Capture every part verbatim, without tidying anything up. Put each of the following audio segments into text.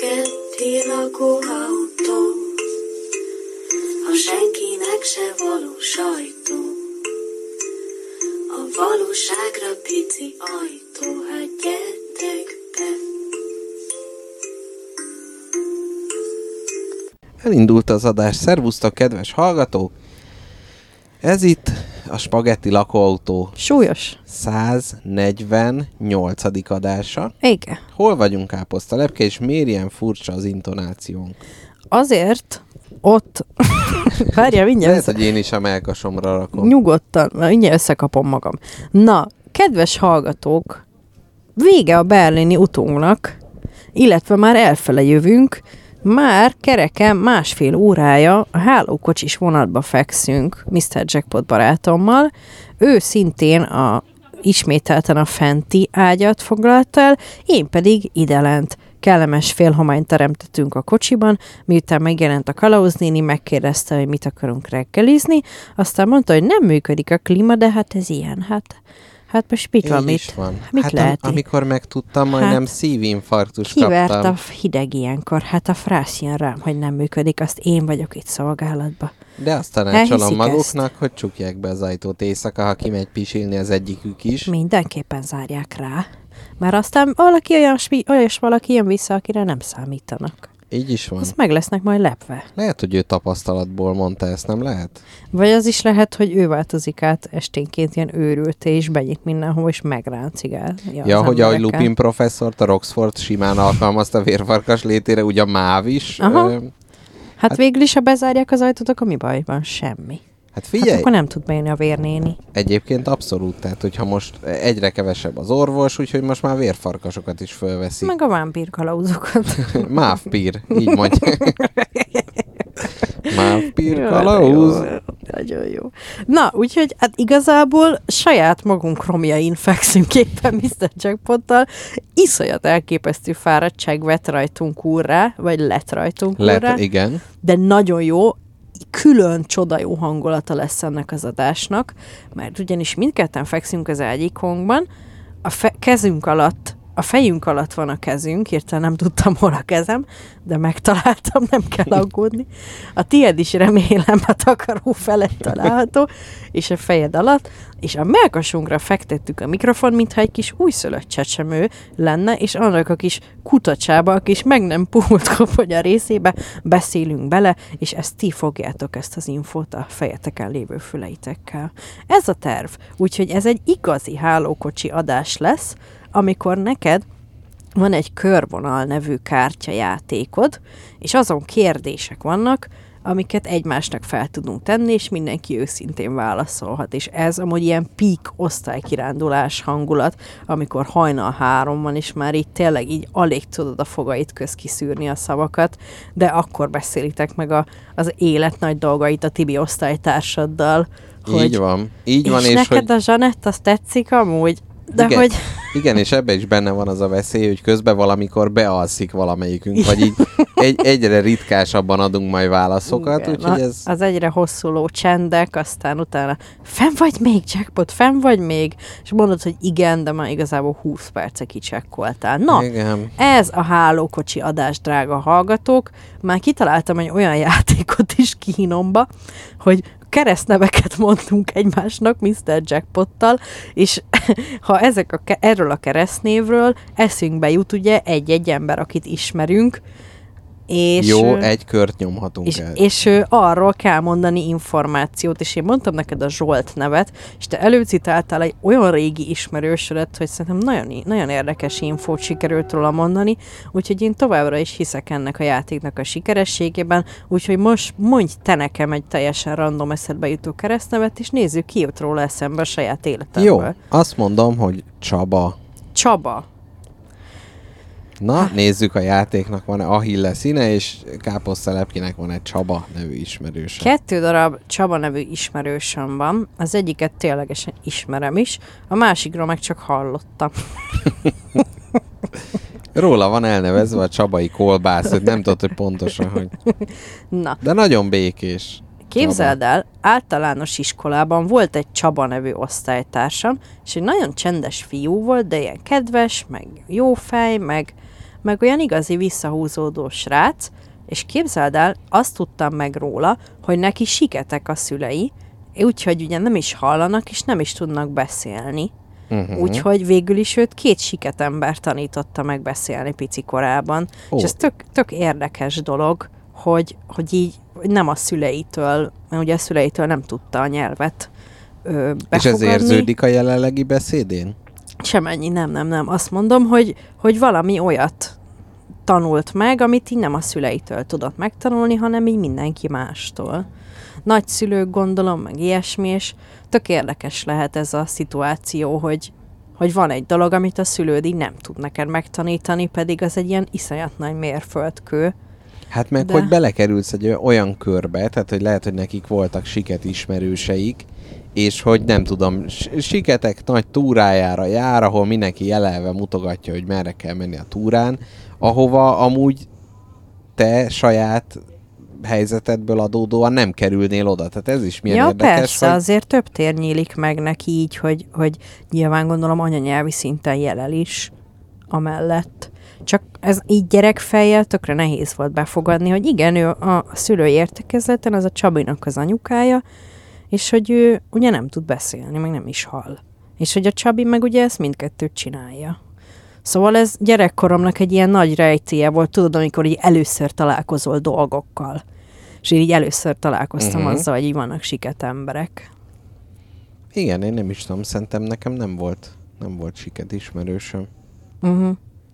spagetti lakóautó, a senkinek se való sajtó, a valóságra pici ajtó, hát gyertek be. Elindult az adás. Szervusztok, kedves hallgatók! Ez itt a Spagetti lakóautó súlyos száznegyvennyolcadik adása. Igen. Hol vagyunk, Káposzta Lepke, és miért ilyen furcsa az intonációnk? Azért ott... Várjál, mindjárt... Lehet, hogy én is a melkasomra rakom. Nyugodtan, mindjárt összekapom magam. Na, kedves hallgatók, vége a berlini utunknak, illetve már elfele jövünk, már kereken másfél órája a hálókocsis vonatba fekszünk miszter Jackpot barátommal. Ő szintén a, ismételten a fenti ágyat foglalt el, én pedig idelent. Kellemes félhományt teremtettünk a kocsiban, miután megjelent a kalauznéni, megkérdezte, hogy mit akarunk reggelizni, aztán mondta, hogy nem működik a klíma, de hát ez ilyen, hát... Hát most mit van, mit? Van. Mit hát lehet? Am- amikor megtudtam, majdnem hát, szívinfarktus kaptam. Kivert a hideg ilyenkor? Hát a frász jön rám, hogy nem működik, azt én vagyok itt szolgálatban. De azt tanácsolom Elhiszik maguknak, ezt? Hogy csukják be az ajtót éjszaka, ha kimegy pisilni az egyikük is. Mindenképpen zárják rá. Mert aztán valaki olyan, olyas valaki jön vissza, akire nem számítanak. Így is van. Azt meg lesznek majd lepve. Lehet, hogy ő tapasztalatból mondta ezt, nem lehet? Vagy az is lehet, hogy ő változik át esténként ilyen őrülté, és benyit mindenhol, és megráncigál. Ja, ja hogy ahogy Lupin professzort a Roxford simán alkalmazta vérfarkas létére, ugye a MÁV is. Aha. Ö, hát, hát végül is, ha bezárják az ajtót, akkor mi baj van? Semmi. Hát figyelj! Hát akkor nem tud bejönni a vérnéni. Egyébként abszolút, tehát hogyha most egyre kevesebb az orvos, úgyhogy most már vérfarkasokat is fölveszik. Meg a vámpírkalauzokat. Mávpír, így mondják. Mávpír kalauz. Nagyon jó. Na, úgyhogy hát igazából saját magunk romjain fekszünk éppen miszter Jackpottal. Iszonyat elképesztő fáradtság vett rajtunk úrrá, vagy lett rajtunk Lett, úrrá. igen. De nagyon jó, külön csoda jó hangulata lesz ennek az adásnak, mert ugyanis mindketten fekszünk az ágyikónkban, a fe- kezünk alatt, a fejünk alatt van a kezünk, hirtelen nem tudtam, hol a kezem, de megtaláltam, nem kell aggódni. A tiéd is remélem a takaró felett található, és a fejed alatt, és a melkasunkra fektettük a mikrofon, mintha egy kis újszülött csecsemő lenne, és annak a kis kutacsába, a kis meg nem puhult koponya részébe beszélünk bele, és ezt ti fogjátok, ezt az infót a fejeteken lévő füleitekkel. Ez a terv, úgyhogy ez egy igazi hálókocsi adás lesz, amikor neked van egy Körvonal nevű kártyajátékod, és azon kérdések vannak, amiket egymásnak fel tudunk tenni, és mindenki őszintén válaszolhat. És ez amúgy ilyen peak osztálykirándulás hangulat, amikor hajnal három van, és már így tényleg így alig tudod a fogait köz kiszűrni a szavakat, de akkor beszélitek meg a, az élet nagy dolgait a Tibi osztálytársaddal. Hogy, így van. Így van, és, és neked hogy... a Zsanett, azt tetszik amúgy? De igen, hogy... igen, és ebben is benne van az a veszély, hogy közben valamikor bealszik valamelyikünk, vagy így egy, egyre ritkásabban adunk majd válaszokat, igen, úgyhogy ez... Az egyre hosszuló csendek, aztán utána fenn vagy még, Jackpot, fenn vagy még? És mondod, hogy igen, de már igazából húsz perce kicsekkoltál. Na, igen. Ez a hálókocsi adás, drága hallgatók. Már kitaláltam egy olyan játékot is kínomba, hogy keresztneveket mondtunk egymásnak miszter Jackpottal, és ha ezek a, erről a keresztnévről eszünkbe jut ugye egy-egy ember, akit ismerünk, és, jó, egy kört nyomhatunk és, el. És ő, arról kell mondani információt, és én mondtam neked a Zsolt nevet, és te előcitáltál egy olyan régi ismerősödet, hogy szerintem nagyon, nagyon érdekes infót sikerült róla mondani, úgyhogy én továbbra is hiszek ennek a játéknak a sikerességében, úgyhogy most mondj te nekem egy teljesen random eszedbe jutó keresztnevet, és nézzük, ki jut róla eszembe a saját életemből. Jó, azt mondom, hogy Csaba. Csaba. Na, nézzük, a játéknak van-e Achilles színe, és Káposzta Lepkének van egy Csaba nevű ismerőse. Kettő darab Csaba nevű ismerősöm van. Az egyiket ténylegesen ismerem is, a másikról meg csak hallottam. Róla van elnevezve a csabai kolbász, hogy nem tudod, hogy pontosan, hogy... Na. De nagyon békés. Képzeld el, általános iskolában volt egy Csaba nevű osztálytársam, és egy nagyon csendes fiú volt, de ilyen kedves, meg jó fej, meg, meg olyan igazi visszahúzódó srác, és képzeld el, azt tudtam meg róla, hogy neki siketek a szülei, úgyhogy ugye nem is hallanak, és nem is tudnak beszélni. Uh-huh. Úgyhogy végül is őt két siket ember tanította meg beszélni pici korában. Oh. És ez tök, tök érdekes dolog, hogy, hogy így nem a szüleitől, mert ugye a szüleitől nem tudta a nyelvet ö, befogadni. És ez érződik a jelenlegi beszédén? Semennyi, nem, nem, nem. Azt mondom, hogy, hogy valami olyat tanult meg, amit így nem a szüleitől tudott megtanulni, hanem így mindenki mástól. Nagyszülők, gondolom, meg ilyesmi, és tök érdekes lehet ez a szituáció, hogy, hogy van egy dolog, amit a szülőd így nem tud neked megtanítani, pedig az egy ilyen iszonyat nagy mérföldkő. Hát meg, De... hogy belekerülsz egy olyan körbe, tehát, hogy lehet, hogy nekik voltak siket ismerőseik, és hogy nem tudom, siketek nagy túrájára jár, ahol mindenki jelelve mutogatja, hogy merre kell menni a túrán, ahova amúgy te saját helyzetedből adódóan nem kerülnél oda. Tehát ez is milyen ja, érdekes. Persze, hogy... azért több tér nyílik meg neki így, hogy, hogy nyilván gondolom anyanyelvi szinten jelel is amellett. Csak ez így gyerekfejjel tökre nehéz volt befogadni, hogy igen, ő a szülői értekezleten, az a Csabinak az anyukája, és hogy ő ugye nem tud beszélni, meg nem is hall. És hogy a Csabi meg ugye ezt mindkettőt csinálja. Szóval ez gyerekkoromnak egy ilyen nagy rejtélye volt, tudod, amikor így először találkozol dolgokkal. És így először találkoztam uh-huh. azzal, hogy így vannak siket emberek. Igen, én nem is tudom, szerintem nekem nem volt, nem volt siket ismerősöm. Uh-huh.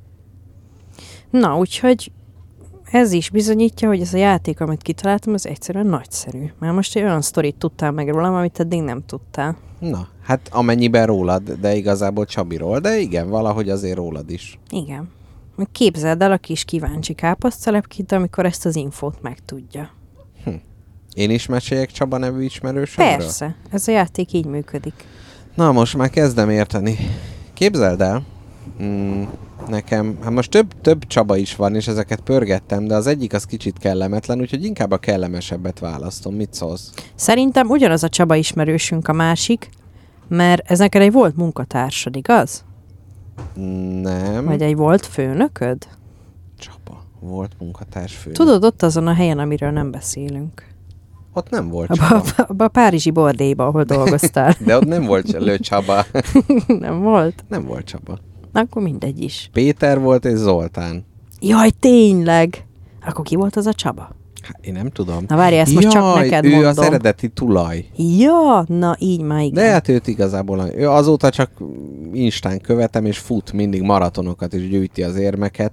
Na, úgyhogy ez is bizonyítja, hogy ez a játék, amit kitaláltam, az egyszerűen nagyszerű. Mert most egy olyan sztorit tudtál meg rólam, amit eddig nem tudtál. Na, hát amennyiben rólad, de igazából Csabiról, de igen, valahogy azért rólad is. Igen. Képzeld el a kis kíváncsi káposztelepkét, amikor ezt az infót megtudja. Hm. Én is meséljek Csaba nevű ismerősömről? Persze, ez a játék így működik. Na, most már kezdem érteni. Képzeld el, mm, nekem, hát most több, több Csaba is van, és ezeket pörgettem, de az egyik az kicsit kellemetlen, úgyhogy inkább a kellemesebbet választom. Mit szólsz? Szerintem ugyanaz a Csaba ismerősünk a másik, mert ez neked egy volt munkatársad, igaz? Nem. Vagy egy volt főnököd? Csaba. Volt munkatárs főnök. Tudod, ott azon a helyen, amiről nem beszélünk. Ott nem volt Abba, Csaba. Abba a párizsi bordélyba, ahol dolgoztál. De ott nem volt Lő Csaba. Nem volt? Nem volt Csaba. Na, akkor mindegy is. Péter volt és Zoltán. Jaj, tényleg! Akkor ki volt az a Csaba? Hát, én nem tudom. Na várj, ezt most Jaj, csak neked ő mondom. az eredeti tulaj. Ja, na így már igen. De hát őt igazából, ő azóta csak instán követem, és fut mindig maratonokat, és gyűjti az érmeket.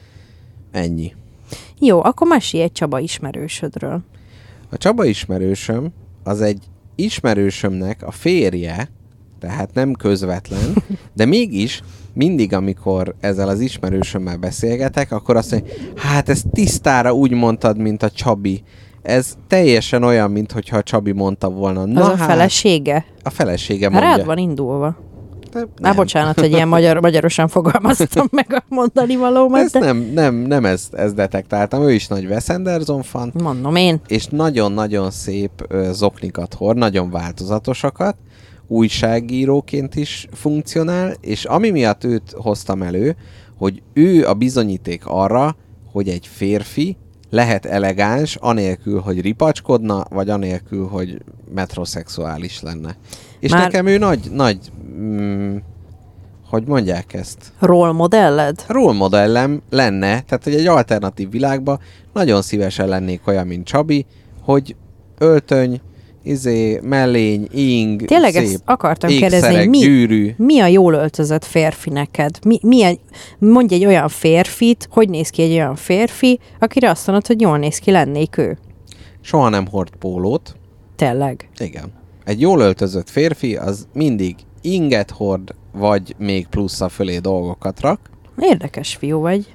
Ennyi. Jó, akkor mesélj egy Csaba ismerősödről. A Csaba ismerősöm az egy ismerősömnek a férje, tehát nem közvetlen, de mégis mindig, amikor ezzel az ismerősömmel beszélgetek, akkor azt mondja, hát ezt tisztára úgy mondtad, mint a Csabi. Ez teljesen olyan, mintha a Csabi mondta volna. Na, az a hát, felesége? A felesége mondja. Rád van indulva. De Á, bocsánat, hogy ilyen magyar, magyarosan fogalmaztam meg a mondani valómat. Ezt de... nem, nem, nem ezt, ezt detektáltam. Ő is nagy Wes Anderson fan. Mondom én. És nagyon-nagyon szép ö, zoknikat hord, nagyon változatosakat. Újságíróként is funkcionál, és ami miatt őt hoztam elő, hogy ő a bizonyíték arra, hogy egy férfi lehet elegáns, anélkül, hogy ripacskodna, vagy anélkül, hogy metroszexuális lenne. És Már... nekem ő nagy, nagy mm, hogy mondják ezt? Role modelled? Role modellem lenne, tehát hogy egy alternatív világban nagyon szívesen lennék olyan, mint Csabi, hogy öltöny, izé, mellény, ing, tényleg szép, ezt akartam ékszerek, kérdezni, mi, gyűrű. mi a jól öltözött férfi neked? Mi, milyen, mondj egy olyan férfit, hogy néz ki egy olyan férfi, akire azt mondod, hogy jól néz ki, lennék ő. Soha nem hord pólót. Tényleg? Igen. Egy jól öltözött férfi az mindig inget hord, vagy még plusza fölé dolgokat rak. Érdekes fiú vagy.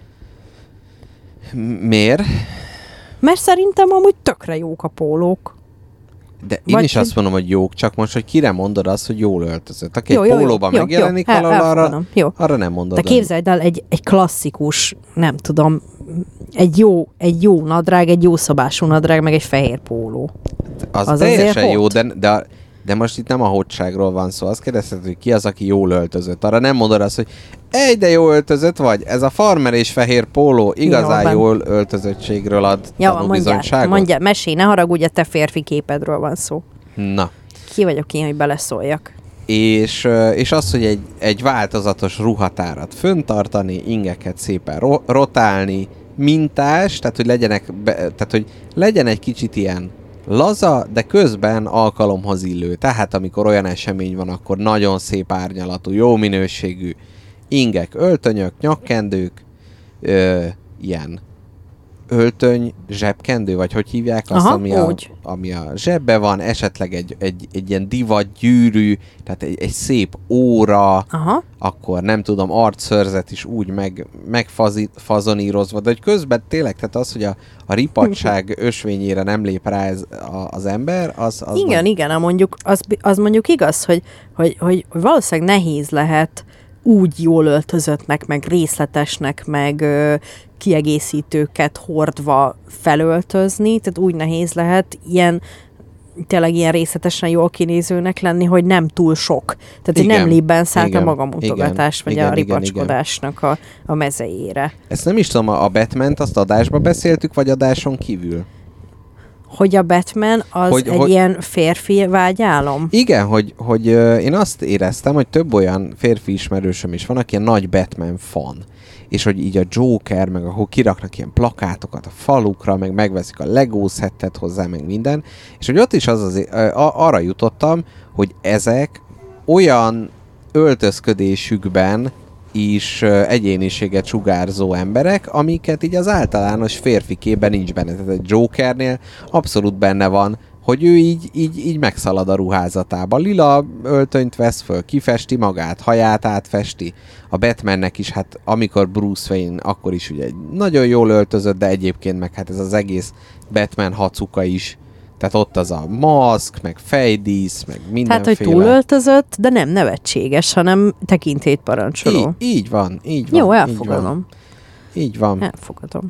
M- miért? Mert szerintem amúgy tökre jók a pólók. De én vagy is azt mondom, hogy jók, csak most, hogy kire mondod azt, hogy jól öltözött. Aki jó, egy jó, pólóban jó, megjelenik jó, valahol, arra, jó. arra nem mondod. De képzeld el egy, egy klasszikus, nem tudom, egy jó, egy jó nadrág, egy jó szabású nadrág, meg egy fehér póló. Az, az teljesen jó, de, de De most itt nem a hotságról van szó. Azt kérdezted, hogy ki az, aki jól öltözött. Arra nem mondod azt, hogy ej, de jól öltözött vagy. Ez a farmer és fehér póló igazán Jó, jól öltözöttségről ad ja, tanúbizonyságot. Mondjál, mesélj, ne haragudj, a te férfi képedről van szó. Na. Ki vagyok én, hogy beleszóljak? És, és az, hogy egy, egy változatos ruhatárat föntartani, ingeket szépen ro- rotálni, mintás, tehát hogy legyenek, be, tehát hogy legyen egy kicsit ilyen laza, de közben alkalomhoz illő. Tehát amikor olyan esemény van, akkor nagyon szép árnyalatú, jó minőségű ingek, öltönyök, nyakkendők, ö, ilyen öltöny, zsebkendő, vagy hogy hívják azt, Aha, ami, a, ami a zsebbe van, esetleg egy, egy, egy ilyen divatgyűrű, tehát egy, egy szép óra, Aha. akkor nem tudom, arcszörzet is úgy meg, megfazonírozva, de hogy közben tényleg, tehát az, hogy a, a ripadság ösvényére nem lép rá ez a, az ember, az... az igen, nem... igen, mondjuk, az, az mondjuk igaz, hogy, hogy, hogy valószínűleg nehéz lehet úgy jól öltözöttnek, meg részletesnek, meg ö, kiegészítőket hordva felöltözni, tehát úgy nehéz lehet ilyen, tényleg ilyen részletesen jól kinézőnek lenni, hogy nem túl sok. Tehát, hogy nem lébben szállt igen, a magamutogatás, vagy igen, a ripacskodásnak igen. A, a mezejére. Ezt nem is tudom, a Batman-t azt adásba beszéltük, vagy adáson kívül? Hogy a Batman az hogy, egy hogy, ilyen férfi vágyálom? Igen, hogy, hogy uh, én azt éreztem, hogy több olyan férfi ismerősöm is van, aki ilyen nagy Batman fan. És hogy így a Joker, meg ahol kiraknak ilyen plakátokat a falukra, meg megveszik a Lego szettet hozzá, meg minden. És hogy ott is az az, uh, arra jutottam, hogy ezek olyan öltözködésükben is uh, egyéniséget sugárzó emberek, amiket így az általános férfi képben nincs benne. Tehát egy Jokernél abszolút benne van, hogy ő így, így, így megszalad a ruházatába. Lila öltönyt vesz föl, kifesti magát, haját átfesti. A Batmannek is, hát amikor Bruce Wayne, akkor is ugye nagyon jól öltözött, de egyébként meg hát ez az egész Batman hacuka is. Tehát ott az a maszk, meg fejdísz, meg mindenféle. Tehát, hogy túlöltözött, de nem nevetséges, hanem tekintélyt parancsoló. Így, így van, így van. Jó, elfogadom. Így van. Elfogadom.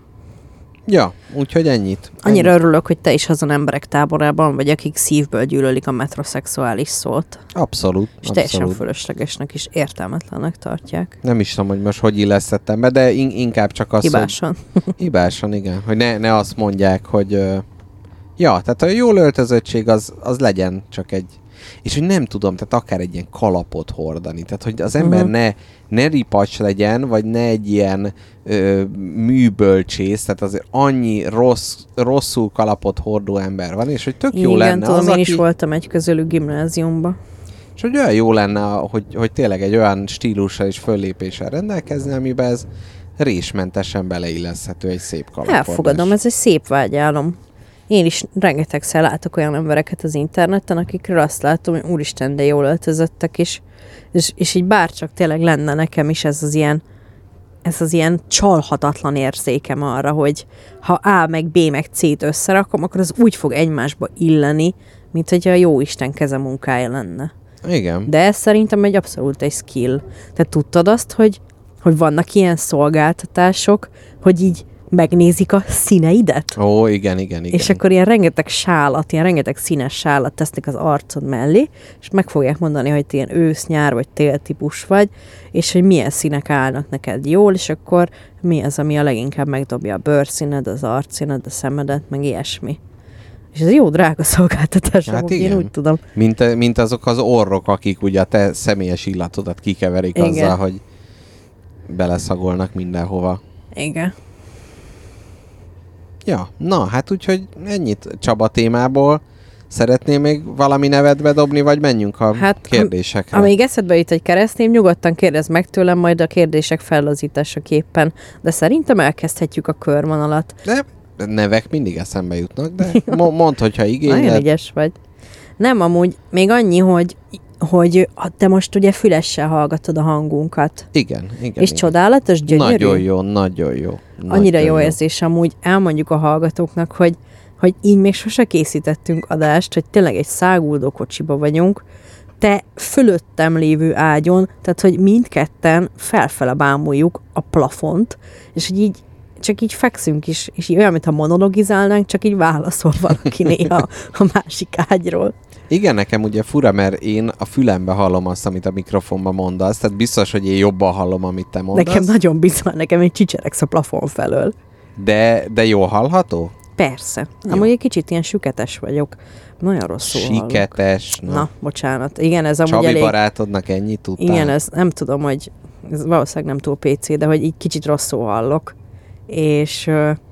Ja, úgyhogy ennyit. Annyira ennyit. örülök, hogy te is azon emberek táborában vagy, akik szívből gyűlölik a metroszexuális szót. Abszolút. És teljesen fölöslegesnek és értelmetlennek tartják. Nem is tudom, hogy most hogy illesztettem be, de in- inkább csak azt, Hibásan. Hogy... Hibásan, igen. Hogy ne, ne azt mondják, hogy... Uh... Ja, tehát a jól öltözöttség az, az legyen csak egy... És hogy nem tudom, tehát akár egy ilyen kalapot hordani. Tehát, hogy az ember uh-huh. ne, ne ripacs legyen, vagy ne egy ilyen ö, műbölcsész, tehát azért annyi rossz, rosszul kalapot hordó ember van, és hogy tök jó igen, lenne tudom, az, én aki... is voltam egy közülük gimnáziumban. És hogy olyan jó lenne, hogy, hogy tényleg egy olyan stílussal és föllépéssel rendelkezni, amiben ez résmentesen beleilleszthető egy szép kalapordás. Elfogadom, ez egy szép vágyálom. Én is rengetegszer látok olyan embereket az interneten, akikről azt látom, hogy úristen, de jól öltözöttek, és, és, és így bárcsak tényleg lenne nekem is ez az ilyen, ez az ilyen csalhatatlan érzékem arra, hogy ha A meg B meg C-t összerakom, akkor az úgy fog egymásba illeni, mint hogy a jóisten keze munkája lenne. Igen. De ez szerintem egy abszolút egy skill. Te tudtad azt, hogy, hogy vannak ilyen szolgáltatások, hogy így megnézik a színeidet? Ó, igen, igen, igen. És akkor ilyen rengeteg sálat, ilyen rengeteg színes sálat tesznek az arcod mellé, és meg fogják mondani, hogy te ilyen ősz, nyár vagy tél típus vagy, és hogy milyen színek állnak neked jól, és akkor mi az, ami a leginkább megdobja a bőrszíned, az arcszíned, a szemedet, meg ilyesmi. És ez jó drága szolgáltatás, hát én úgy tudom. Mint, mint azok az orrok, akik ugye a te személyes illatodat kikeverik igen. azzal, hogy beleszagolnak mindenhova. Igen. Ja, na, hát úgyhogy ennyit Csaba témából. Szeretnél még valami nevet bedobni, vagy menjünk a hát, kérdésekre? Amíg eszedbe jut egy keresztném, nyugodtan kérdezz meg tőlem majd a kérdések fellazításaképpen. De szerintem elkezdhetjük a körvonalat. De nevek mindig eszembe jutnak, de mondd, hogyha igényled. Nagyon ügyes vagy. Nem, amúgy még annyi, hogy hogy te most ugye fülessel hallgatod a hangunkat. Igen, igen. És igen. csodálatos, gyönyörű. Nagyon jó, nagyon jó. Nagyon Annyira jó jó érzés, amúgy elmondjuk a hallgatóknak, hogy, hogy így még sose készítettünk adást, hogy tényleg egy száguldó kocsiba vagyunk, te fölöttem lévő ágyon, tehát hogy mindketten felfele bámuljuk a plafont, és hogy így csak így fekszünk is, és így olyan, mintha monologizálnánk, csak így válaszol valaki néha a másik ágyról. Igen, nekem ugye fura, mert én a fülembe hallom azt, amit a mikrofonban mondasz, tehát biztos, hogy én jobban hallom, amit te mondasz. Nekem nagyon bizony, nekem egy csicseregsz a plafon felől. De, de jól hallható? Persze. Jó. Amúgy egy kicsit ilyen süketes vagyok. Nagyon rosszul hallok. Siketes. Na. na, bocsánat. Igen, ez amúgy Csabi elég... barátodnak ennyit tudtál? Igen, ez nem tudom, hogy ez valószínűleg nem túl pé cé, de hogy így kicsit rosszul hallok. És,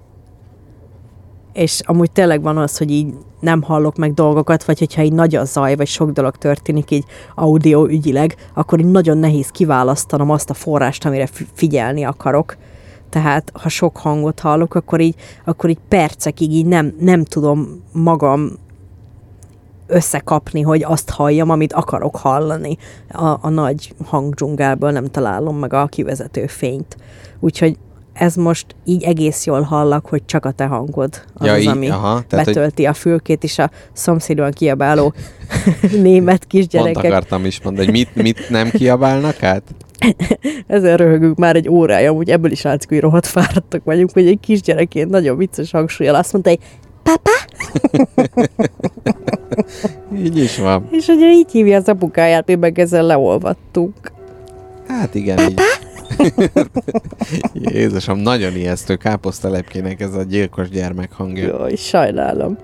és amúgy tényleg van az, hogy így nem hallok meg dolgokat, vagy hogyha így nagy a zaj, vagy sok dolog történik így audio ügyileg, akkor így nagyon nehéz kiválasztanom azt a forrást, amire figyelni akarok. Tehát, ha sok hangot hallok, akkor így, akkor így percekig így nem, nem tudom magam összekapni, hogy azt halljam, amit akarok hallani. A, a nagy hangdzsungelből nem találom meg a kivezető fényt. Úgyhogy ez most így egész jól hallak, hogy csak a te hangod az, ja, az így, ami aha, tehát, betölti a fülkét, és a szomszédban kiabáló német kisgyerekek. Pont akartam is mondani, hogy mit, mit nem kiabálnak át? Ezen röhögünk már egy órája, amúgy ebből is látszik, hogy rohadt fáradtak vagyunk, hogy egy kisgyerekként nagyon vicces hangsúlyjal azt mondta, hogy papa? Így is van. És hogy így hívja az apukáját, mi meg ezzel leolvattunk. Hát igen, papa? Így. Jézusom, nagyon ijesztő káposztelepkének ez a gyilkos gyermek hangja. Jaj, sajnálom.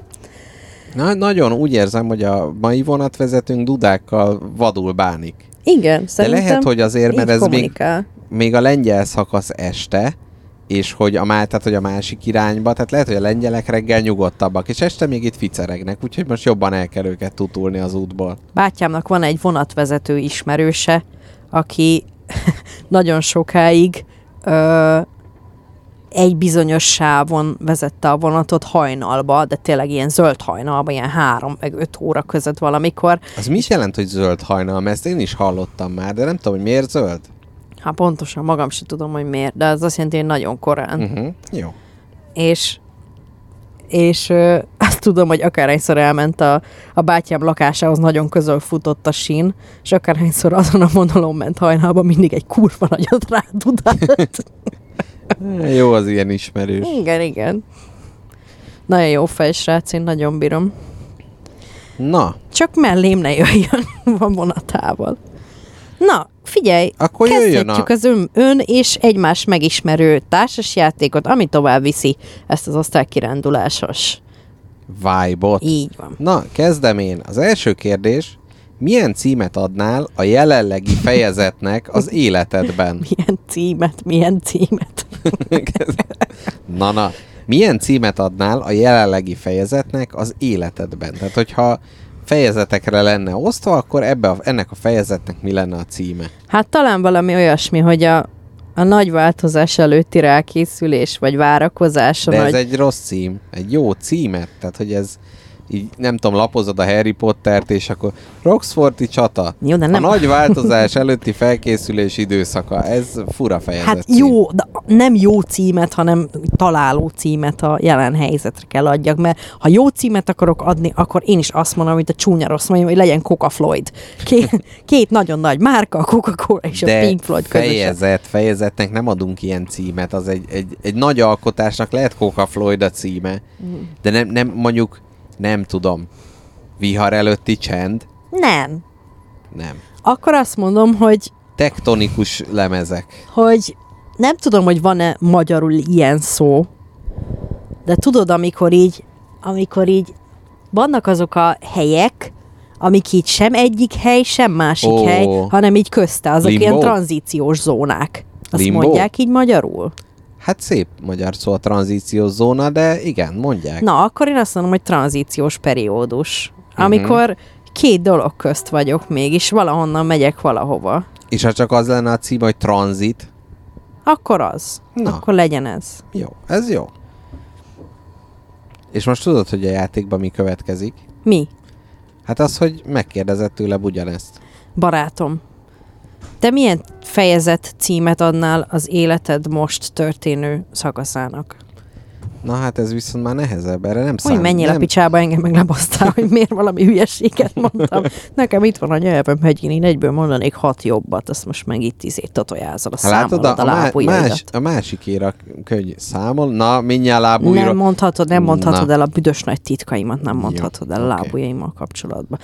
Na, nagyon úgy érzem, hogy a mai vonatvezetőnk dudákkal vadul bánik. Igen, de szerintem lehet, hogy azért, mert ez még, kommunikál. még a lengyel szakasz este, és hogy a, má, tehát, hogy a másik irányba, tehát lehet, hogy a lengyelek reggel nyugodtabbak, és este még itt ficeregnek, úgyhogy most jobban el kell őket tutulni az útból. Bátyámnak van egy vonatvezető ismerőse, aki nagyon sokáig ö, egy bizonyos sávon vezette a vonatot hajnalba, de tényleg ilyen zöld hajnalba, ilyen három, meg öt óra között valamikor. Az mit jelent, hogy zöld hajnal? Mert ezt én is hallottam már, de nem tudom, hogy miért zöld? Hát pontosan, magam sem tudom, hogy miért, de az azt jelenti, hogy nagyon korán. Uh-huh. Jó. És, és ö, azt tudom, hogy akárhányszor elment a, a bátyám lakásához, nagyon közel futott a sín, és akárhányszor azon a vonalon ment hajnalban, mindig egy kurva nagyot rádudált. Jó az ilyen ismerős. Igen, igen. Nagyon jó fej, srác, én nagyon bírom. Na. Csak mellém ne jöjjön a vonatával. Na, figyelj, akkor kezdhetjük a... az ön, ön és egymás megismerő társasjátékot, ami tovább viszi ezt az osztálykirándulásos vibe-ot. Így van. Na, kezdem én. Az első kérdés, milyen címet adnál a jelenlegi fejezetnek az életedben? Milyen címet, milyen címet? na, na. Milyen címet adnál a jelenlegi fejezetnek az életedben? Tehát, hogyha fejezetekre lenne osztva, akkor ebbe a, ennek a fejezetnek mi lenne a címe? Hát talán valami olyasmi, hogy a, a nagy változás előtti rákészülés, vagy várakozás. De ez nagy... egy rossz cím. Egy jó címet. Tehát, hogy ez így, nem tudom, lapozod a Harry Pottert, és akkor Roxforti csata. Jó, de nem. A nagy változás előtti felkészülés időszaka. Ez fura fejezet Hát cím. jó, de nem jó címet, hanem találó címet a jelen helyzetre kell adjak, mert ha jó címet akarok adni, akkor én is azt mondom, hogy a csúnya rossz mondjam, hogy legyen Coca Floyd. Két, két nagyon nagy márka, a Coca-Cola és de a Pink Floyd közösen. fejezet, fejezetnek nem adunk ilyen címet. Az egy, egy, egy nagy alkotásnak lehet Coca Floyd a címe, mm. de nem, nem mondjuk nem tudom. Vihar előtti csend? Nem. Nem. Akkor azt mondom, hogy... Tektonikus lemezek. Hogy nem tudom, hogy van-e magyarul ilyen szó, de tudod, amikor így, amikor így vannak azok a helyek, amik így sem egyik hely, sem másik oh. hely, hanem így közte, azok Limbo? Ilyen tranzíciós zónák. Azt Limbo? Mondják így magyarul? Hát szép magyar szó a tranzíciós zóna, de igen, mondják. Na, akkor én azt mondom, hogy tranzíciós periódus. Amikor uh-huh. két dolog közt vagyok még, és valahonnan megyek valahova. És ha csak az lenne a cím, hogy tranzit? Akkor az. Na. Akkor legyen ez. Jó, ez jó. És most tudod, hogy a játékban mi következik? Mi? Hát az, hogy megkérdezett tőle ugyanezt. Barátom, te milyen fejezet címet adnál az életed most történő szakaszának? Na hát ez viszont már nehezebb, erre nem Hogy számít. menjél nem... a picsába, engem meg lebasztál, hogy miért valami hülyeséget mondtam. Nekem itt van a nyelvem, hogy én egyből mondanék hat jobbat, azt most meg itt izét tatojázol a számolod a, a, má- lábujjaidat. más, a másikéra könyv számol. Na, mindjárt lábujjra. Nem mondhatod, nem mondhatod Na. el a büdös nagy titkaimat, nem mondhatod el a oké. lábujjaimmal kapcsolatban.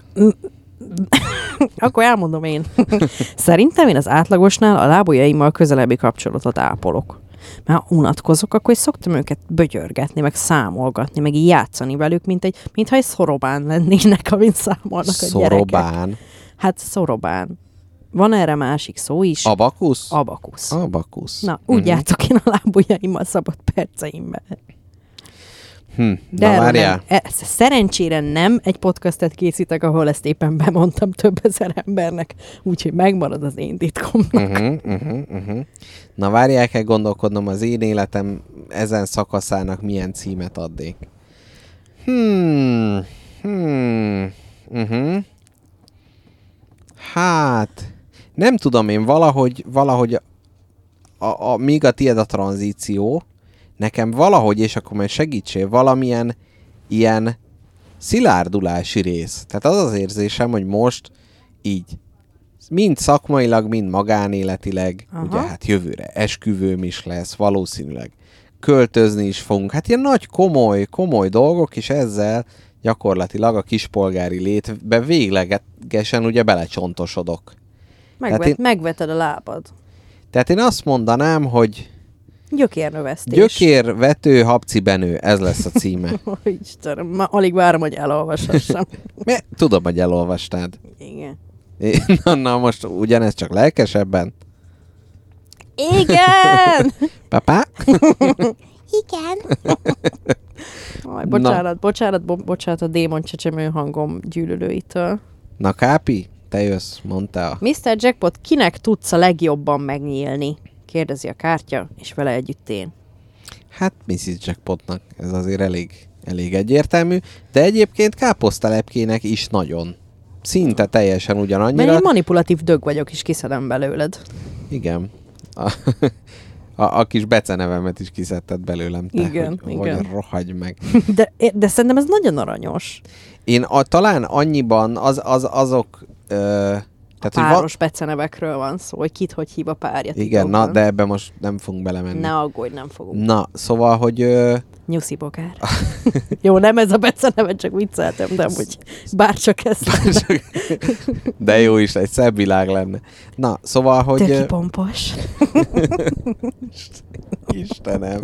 Akkor elmondom én. Szerintem én az átlagosnál a lábujjaimmal közelebbi kapcsolatot ápolok. Mert ha unatkozok, akkor is szoktam őket bögyörgetni, meg számolgatni, meg így játszani velük, mint egy, mintha egy szorobán lennének, amin számolnak a gyerekek. Szorobán. Hát szorobán. Van erre másik szó is. Abakusz? Abakusz. Abakusz. Na, úgy Mhm. játszok én a lábujjaimmal szabad perceimben. Hm. De Na, erről várjál. nem, e, szerencsére nem egy podcastet készítek, ahol ezt éppen bemondtam több ezer embernek, úgyhogy megmarad az én titkomnak. Uh-huh, uh-huh, uh-huh. Na várjál, kell gondolkodnom, az én életem ezen szakaszának milyen címet adnék. Hmm. Hmm. Uh-huh. Hát, nem tudom én, valahogy, valahogy a, a, a, míg a tiéd a tranzíció, nekem valahogy, és akkor majd segítsél, valamilyen ilyen szilárdulási rész. Tehát az az érzésem, hogy most így mind szakmailag, mind magánéletileg, Aha. ugye hát jövőre esküvőm is lesz, valószínűleg költözni is fogunk. Hát ilyen nagy, komoly, komoly dolgok, és ezzel gyakorlatilag a kispolgári létbe véglegesen ugye belecsontosodok. Megvet, én- megveted a lábad. Tehát én azt mondanám, hogy Gyökérnövesztés. gyökérvető habcibenő, ez lesz a címe. Ó, Istenem, ma alig várom, hogy elolvashassam. Mi- Tudom, hogy elolvastád. Igen. É, Na, na most ugyanez csak lelkesebben. Igen! Papá? Igen! Aj, bocsánat, bocsánat, bo- bocsánat a démon csecsemő hangom gyűlölőitől. Na Kápi, te jössz, mondta. miszter Jackpot, kinek tudsz a legjobban megnyílni? Kérdezi a kártya, és vele együtt én. Hát missziz Jackpotnak ez azért elég, elég egyértelmű, de egyébként káposztalepkének is nagyon. Szinte teljesen Mert ugyanannyira. én manipulatív dög vagyok, és kiszedem belőled. Igen. A, a, a kis becenevemet is kiszedted belőlem. Te, Igen, hogy, igen. Hogy rohagy meg. De, de szerintem ez nagyon aranyos. Én a, talán annyiban az, az, azok... Ö, tehát, hogy Páros becenevekről van szó, hogy kit hogy hív a párja. igen, na, titokban. de ebbe most nem fogunk belemenni. Ne aggódj, nem fogunk. Na, szóval, hogy... Ö, Nyuszi bogár. Jó, nem ez a beceneve, csak vicceltem, de amúgy bárcsak ez lenne. de jó is, egy szebb világ lenne. Na, szóval, hogy... Töki ö, pompos. Istenem.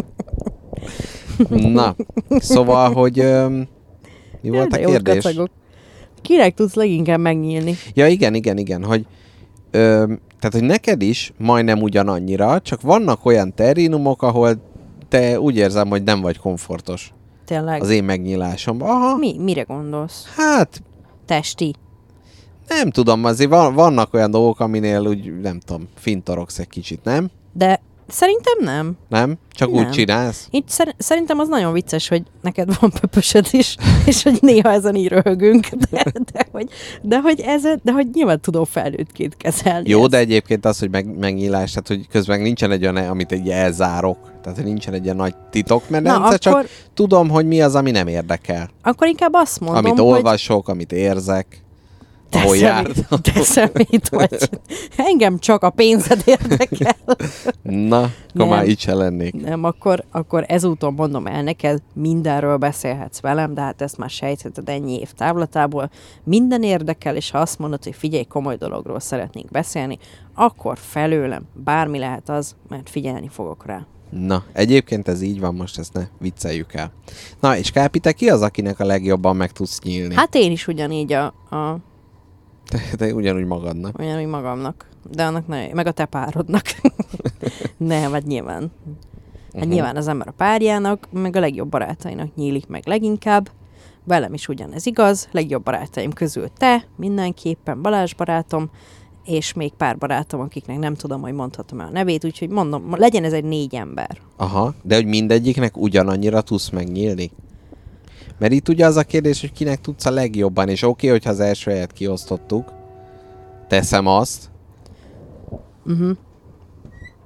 Na, szóval, hogy... Ö, mi volt De a jót kérdés? kacagok. Kinek tudsz leginkább megnyílni? Ja, igen, igen, igen, hogy... Ö, tehát, hogy neked is majdnem ugyanannyira, csak vannak olyan terrinumok, ahol te úgy érzem, hogy nem vagy komfortos Tényleg. az én megnyílásomban. Aha, Mi, mire gondolsz? hát Testi. nem tudom, azért van, vannak olyan dolgok, aminél úgy, nem tudom, fintorogsz egy kicsit, nem? De szerintem nem. Nem? Csak Nem. úgy csinálsz? Itt szer- szerintem az nagyon vicces, hogy neked van pöpösöd is, és hogy néha ezen így röhögünk, de, de, hogy, de, hogy ezen, de hogy nyilván tudom felnőttként kezelni. Jó, ezt. de egyébként az, hogy meg, megnyílás, tehát hogy közben nincsen egy olyan, amit egy elzárok, tehát hogy nincsen egy ilyen nagy titok, mert Na, nem, akkor, csak tudom, hogy mi az, ami nem érdekel. akkor inkább azt mondom, Amit hogy olvasok, amit érzek, te ahol szemét, jártam. te szemét vagy. Engem csak a pénzed érdekel. Na, akkor Nem. már így se lennék. Nem, akkor, akkor ezúton mondom el neked, mindenről beszélhetsz velem, de hát ezt már sejtheted ennyi év távlatából. Minden érdekel, és ha azt mondod, hogy figyelj, komoly dologról szeretnénk beszélni, akkor felőlem bármi lehet az, mert figyelni fogok rá. Na, egyébként ez így van, most ezt ne vicceljük el. Na, és Kápi, te ki az, akinek a legjobban meg tudsz nyílni? Hát én is ugyanígy a, a Te, te ugyanúgy magadnak. ugyanúgy magamnak, de annak ne, meg a te párodnak. Nem, hát nyilván. Hát Uh-huh. nyilván az ember a párjának, meg a legjobb barátainak nyílik meg leginkább. Velem is ugyanez igaz, legjobb barátaim közül te, mindenképpen Balázs barátom, és még pár barátom, akiknek nem tudom, hogy mondhatom-e a nevét, úgyhogy mondom, legyen ez egy négy ember. Aha, de hogy mindegyiknek ugyanannyira tudsz megnyílni? Mert itt ugye az a kérdés, hogy kinek tudsz a legjobban, és oké, okay, hogyha az első helyet kiosztottuk, teszem azt. Uh-huh.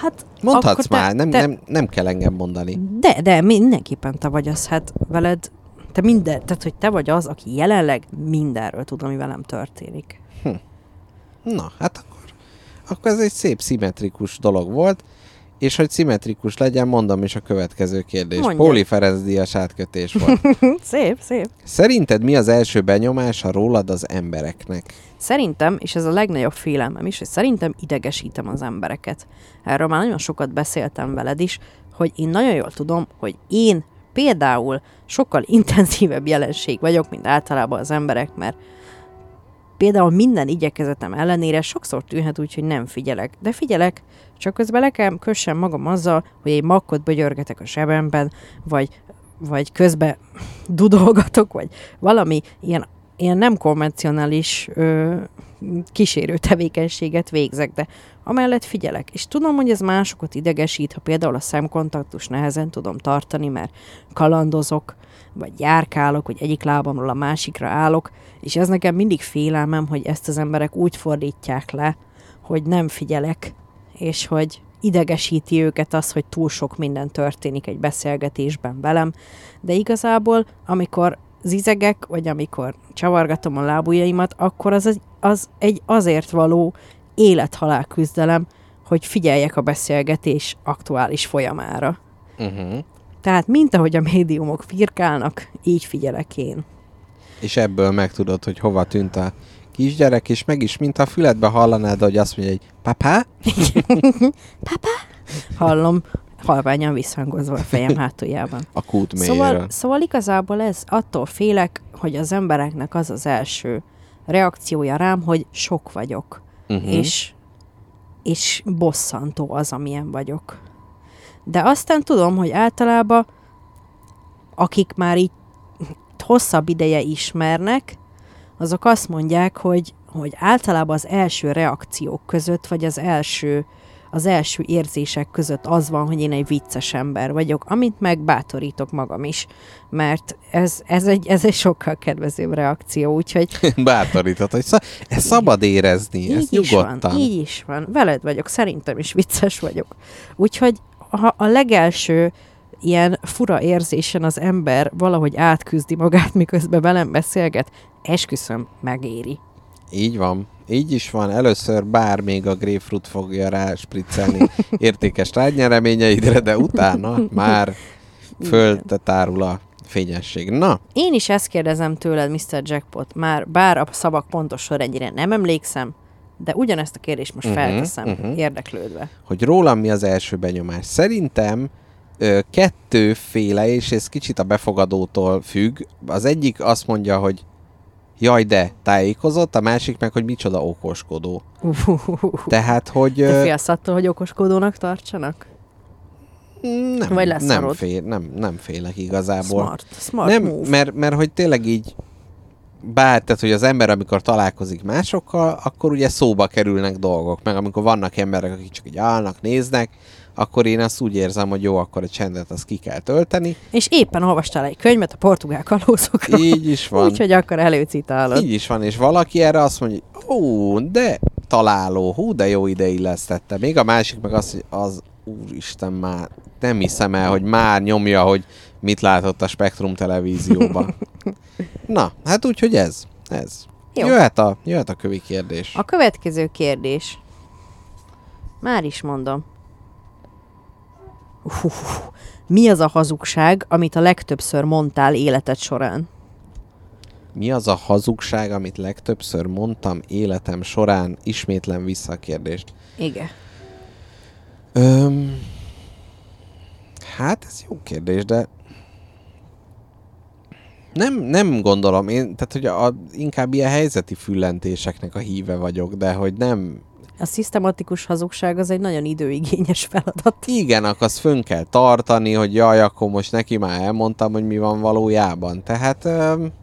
Hát Mondhatsz akkor már, te, nem, te, nem, nem kell engem mondani. De, de mindenképpen te vagy az, hát veled, te minden, tehát hogy te vagy az, aki jelenleg mindenről tud, ami velem történik. Hm. Na, hát akkor, akkor ez egy szép szimmetrikus dolog volt, és hogy szimmetrikus legyen, mondom is a következő kérdést. Mondjad. Póli Ferenc díjas átkötés volt. Szép, szép. Szerinted mi az első benyomása rólad az embereknek? Szerintem, és ez a legnagyobb félelmem is, hogy szerintem idegesítem az embereket. Erről már nagyon sokat beszéltem veled is, hogy én nagyon jól tudom, hogy én például sokkal intenzívebb jelenség vagyok, mint általában az emberek, mert például minden igyekezetem ellenére sokszor tűnhet úgy, hogy nem figyelek. De figyelek, csak közben le kell kössem magam azzal, hogy egy makkot bögyörgetek a zsebemben, vagy, vagy közben dudolgatok, vagy valami ilyen, ilyen nem konvencionális ö, kísérő tevékenységet végzek, de amellett figyelek. És tudom, hogy ez másokat idegesít, ha például a szemkontaktus nehezen tudom tartani, mert kalandozok, vagy járkálok, vagy egyik lábamról a másikra állok, és ez nekem mindig félelmem, hogy ezt az emberek úgy fordítják le, hogy nem figyelek, és hogy idegesíti őket az, hogy túl sok minden történik egy beszélgetésben velem, de igazából, amikor zizegek, vagy amikor csavargatom a lábujjaimat, akkor az, egy, az egy azért való élet-halál küzdelem, hogy figyeljek a beszélgetés aktuális folyamára. Uh-huh. Tehát, mint ahogy a médiumok firkálnak, így figyelek én. És ebből megtudod, hogy hova tűnt a kisgyerek, és meg is, mint a füledbe hallanád, hogy azt mondja, hogy papá? Papá? Hallom, halványan visszhangozva a fejem hátuljában. A kút mélyéről. Szóval, szóval igazából ez, attól félek, hogy az embereknek az az első reakciója rám, hogy sok vagyok. Uh-huh. És, és bosszantó az, amilyen vagyok. De aztán tudom, hogy általában akik már így hosszabb ideje ismernek, azok azt mondják, hogy, hogy általában az első reakciók között, vagy az első, az első érzések között az van, hogy én egy vicces ember vagyok, amit megbátorítok magam is, mert ez, ez, egy, ez egy sokkal kedvezőbb reakció, úgyhogy... Bátorított, hogy szab- ez szabad érezni, ez nyugodtan. Van, így is van, veled vagyok, szerintem is vicces vagyok. Úgyhogy ha a legelső ilyen fura érzésen az ember valahogy átküzdi magát, miközben velem beszélget, esküszöm, megéri. Így van. Így is van. Először bár még a grapefruit fogja rá spriccelni értékes tárgynyereményeidre, de utána már földte tárul a fényesség. Na? Én is ezt kérdezem tőled, miszter Jackpot, már bár a szavak pontos sorrendjére nem emlékszem, de ugyanezt a kérdést most uh-huh, felteszem, uh-huh. érdeklődve. Hogy rólam mi az első benyomás? Szerintem ö, kettőféle, és ez kicsit a befogadótól függ. Az egyik azt mondja, hogy jaj, de tájékozott, a másik meg, hogy micsoda okoskodó. Uh-huh. Tehát, hogy... Te félsz attól, hogy okoskodónak tartsanak? Nem, Vagy lesz nem, fél, nem, nem félek igazából. Smart, smart nem, move. Mert, mert hogy tényleg így bár, tehát, hogy az ember, amikor találkozik másokkal, akkor ugye szóba kerülnek dolgok, meg amikor vannak emberek, akik csak így állnak, néznek, akkor én azt úgy érzem, hogy jó, akkor a csendet azt ki kell tölteni. És éppen olvastál egy könyvet a portugál kalózokról. Így is van. Úgyhogy akkor előcitálod. Így is van, és valaki erre azt mondja, ó, de találó, hú, de jó ide illesztette. Még a másik meg az, hogy az, úristen, már nem hiszem el, hogy már nyomja, hogy mit látott a Spektrum televízióban. Na, hát úgyhogy ez, ez. Jó. Jöhet a, jöhet a kövi kérdés. A következő kérdés. Már is mondom. Uf, mi az a hazugság, amit a legtöbbször mondtál életed során? Mi az a hazugság, amit legtöbbször mondtam életem során? Ismétlem vissza a kérdést. Igen. Öm, hát ez jó kérdés, de nem, nem gondolom. Én, tehát, hogy a, inkább ilyen helyzeti füllentéseknek a híve vagyok, de hogy nem... A szisztematikus hazugság az egy nagyon időigényes feladat. Igen, akkor azt fönn kell tartani, hogy jaj, akkor most neki már elmondtam, hogy mi van valójában. Tehát... Öm,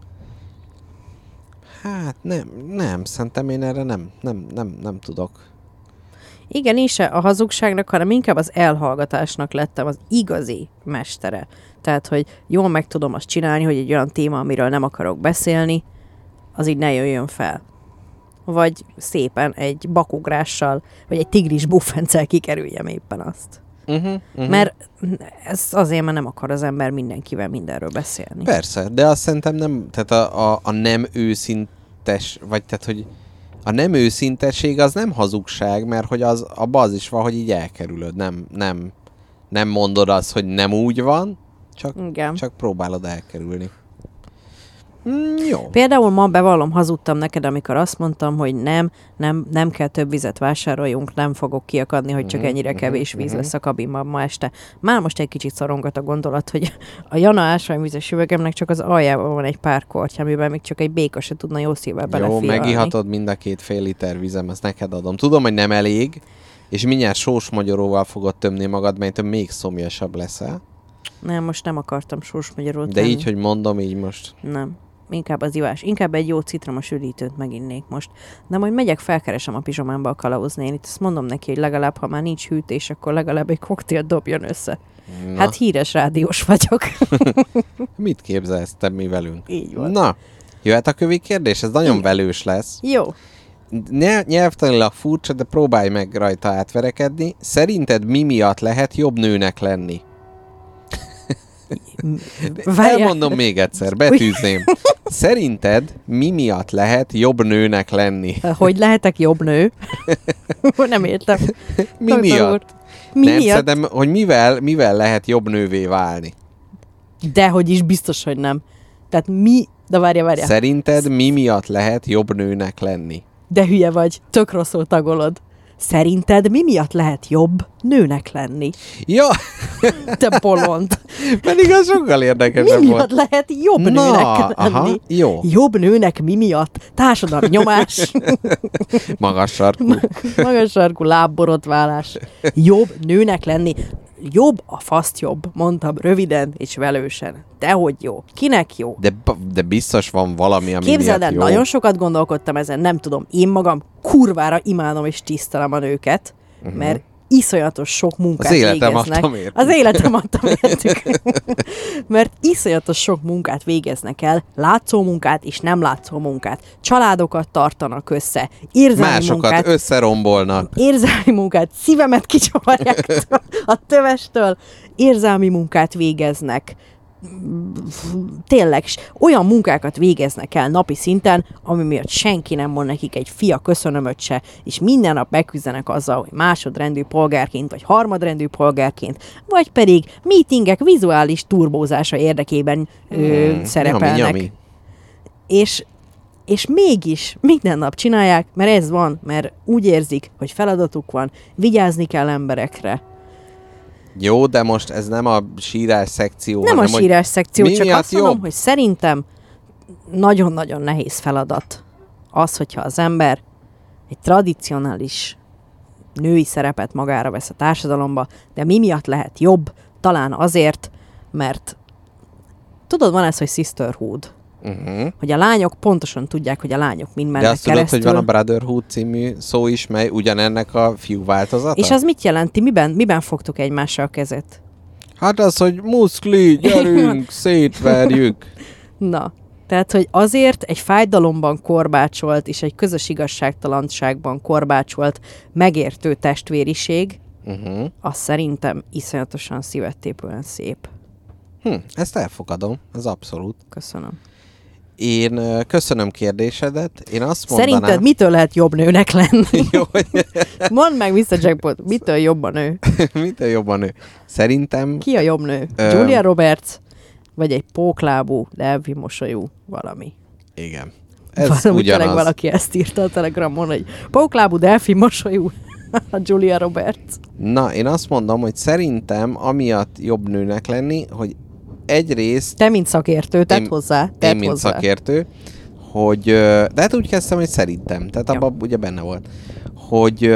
hát nem, nem, szerintem én erre nem, nem, nem, nem tudok. Igen, én se a hazugságnak, hanem inkább az elhallgatásnak lettem az igazi mestere. Tehát, hogy jól meg tudom azt csinálni, hogy egy olyan téma, amiről nem akarok beszélni, az így ne jöjjön fel. vagy szépen egy bakugrással, vagy egy tigris buffencel kikerüljem éppen azt. Uh-huh, uh-huh. Mert ez azért, mert nem akar az ember mindenkivel mindenről beszélni. Persze, de azt szerintem nem, tehát a, a, a nem őszintes, vagy tehát, hogy a nem őszintesség az nem hazugság, mert hogy az, abban az is van, hogy így elkerülöd, nem, nem, nem mondod azt, hogy nem úgy van, csak, csak próbálod elkerülni. Mm, jó. Például ma bevallom, hazudtam neked, amikor azt mondtam, hogy nem, nem, nem kell több vizet vásároljunk, nem fogok kiakadni, hogy csak ennyire kevés víz lesz a kabinban ma este. Már most egy kicsit szorongat a gondolat, hogy a Jana ásványvizes üvegemnek csak az aljában van egy pár kortya, amiben még csak egy béka se tudna jó szívvel beleférni. Jó, megihatod mind a két fél liter vizem, ezt neked adom. Tudom, hogy nem elég, és mindjárt sós magyaróval fogod tömni magad, mert még szomjasabb leszel. Nem, most nem akartam sós magyarót De tenni. így, hogy mondom, így most... Nem. Inkább az ivás. Inkább egy jó citromos üdítőt meginnék most. De majd megyek, felkeresem a pizsomámba a kalauznénit. Ezt mondom neki, hogy legalább, ha már nincs hűtés, akkor legalább egy koktélt dobjon össze. Na. Hát híres rádiós vagyok. Mit képzelsz te mi velünk? Így van. Na, jöhet a kövi kérdés? Ez nagyon Igen. velős lesz. Jó. Ne, nyelvtanilag furcsa, de próbálj meg rajta átverekedni. Szerinted mi miatt lehet jobb nőnek lenni? Várjál. Elmondom még egyszer, betűzném. Szerinted mi miatt lehet jobb nőnek lenni? Hogy lehetek jobb nő? Nem értem. Mi Doktor miatt? Úr. Mi Nem miatt? Szedem, hogy mivel, mivel lehet jobb nővé válni? Dehogy is, biztos, hogy nem. Tehát mi... De várja, várja. Szerinted mi miatt lehet jobb nőnek lenni? De hülye vagy, tök rosszul tagolod. Szerinted mi miatt lehet jobb nőnek lenni? Ja! Te bolond! Pedig az sokkal érdekesebb Mi volt. miatt lehet jobb Na, nőnek lenni? Aha, jó. Jobb nőnek mi miatt? Társadalmi nyomás. Magas sarkú. Magas sarkú lábborotválás. Jobb nőnek lenni. Jobb a faszt jobb, mondtam röviden és velősen. Dehogy jó. Kinek jó? De, de biztos van valami, ami Képzeld el, jó. nagyon sokat gondolkodtam ezen, nem tudom, én magam kurvára imádom és tisztelem a nőket, uh-huh. mert iszonyatos sok munkát Az életem végeznek. adtam értük. Az életem adtam értük. Mert iszonyatos sok munkát végeznek el, látszó munkát és nem látszó munkát. Családokat tartanak össze, érzelmi Másokat munkát. összerombolnak. Érzelmi munkát, szívemet kicsavarják a tövestől, érzelmi munkát végeznek. Tényleg, olyan munkákat végeznek el napi szinten, ami miatt senki nem mond nekik egy fia köszönömöt se, és minden nap megküzdenek azzal, hogy másodrendű polgárként, vagy harmadrendű polgárként, vagy pedig meetingek vizuális turbózása érdekében ö, hmm, szerepelnek. Nyami, nyami. És, és mégis minden nap csinálják, mert ez van, mert úgy érzik, hogy feladatuk van, vigyázni kell emberekre. Jó, de most ez nem a sírás szekció. Nem hanem, a sírás szekció, csak azt mondom, jobb? hogy szerintem nagyon-nagyon nehéz feladat az, hogyha az ember egy tradicionális női szerepet magára vesz a társadalomba, de mi miatt lehet jobb? Talán azért, mert tudod, van ez, hogy sisterhood. Uh-huh. Hogy a lányok pontosan tudják, hogy a lányok mind mennek keresztül. De azt tudod, hogy van a Brotherhood című szó is, mely ugyanennek a fiú változata? És az mit jelenti? Miben, miben fogtuk egymással a kezet? Hát az, hogy muszkli, gyerünk, szétverjük. Na, tehát, hogy azért egy fájdalomban korbácsolt és egy közös igazságtalanságban korbácsolt megértő testvériség, uh-huh. az szerintem iszonyatosan szívettépően szép. Hm, ezt elfogadom, ez abszolút. Köszönöm. Én uh, köszönöm kérdésedet. Én azt mondanám... Szerinted mitől lehet jobb nőnek lenni? Mondd meg, miszter Jackpot, mitől jobb a nő? Mitől jobb a nő? Szerintem... Ki a jobb nő? Uh... Julia Roberts, vagy egy póklábú, delvi mosolyú valami? Igen. Ez ugyanaz. Valaki ezt írta a Telegramon, hogy póklábú, delfi mosolyú a Julia Roberts. Na, én azt mondom, hogy szerintem amiatt jobb nőnek lenni, hogy egyrészt... Te, mint szakértő, tedd hozzá. Tedd én, mint hozzá. szakértő, hogy... De hát úgy kezdtem, hogy szerintem. Tehát ja. abban ugye benne volt. Hogy...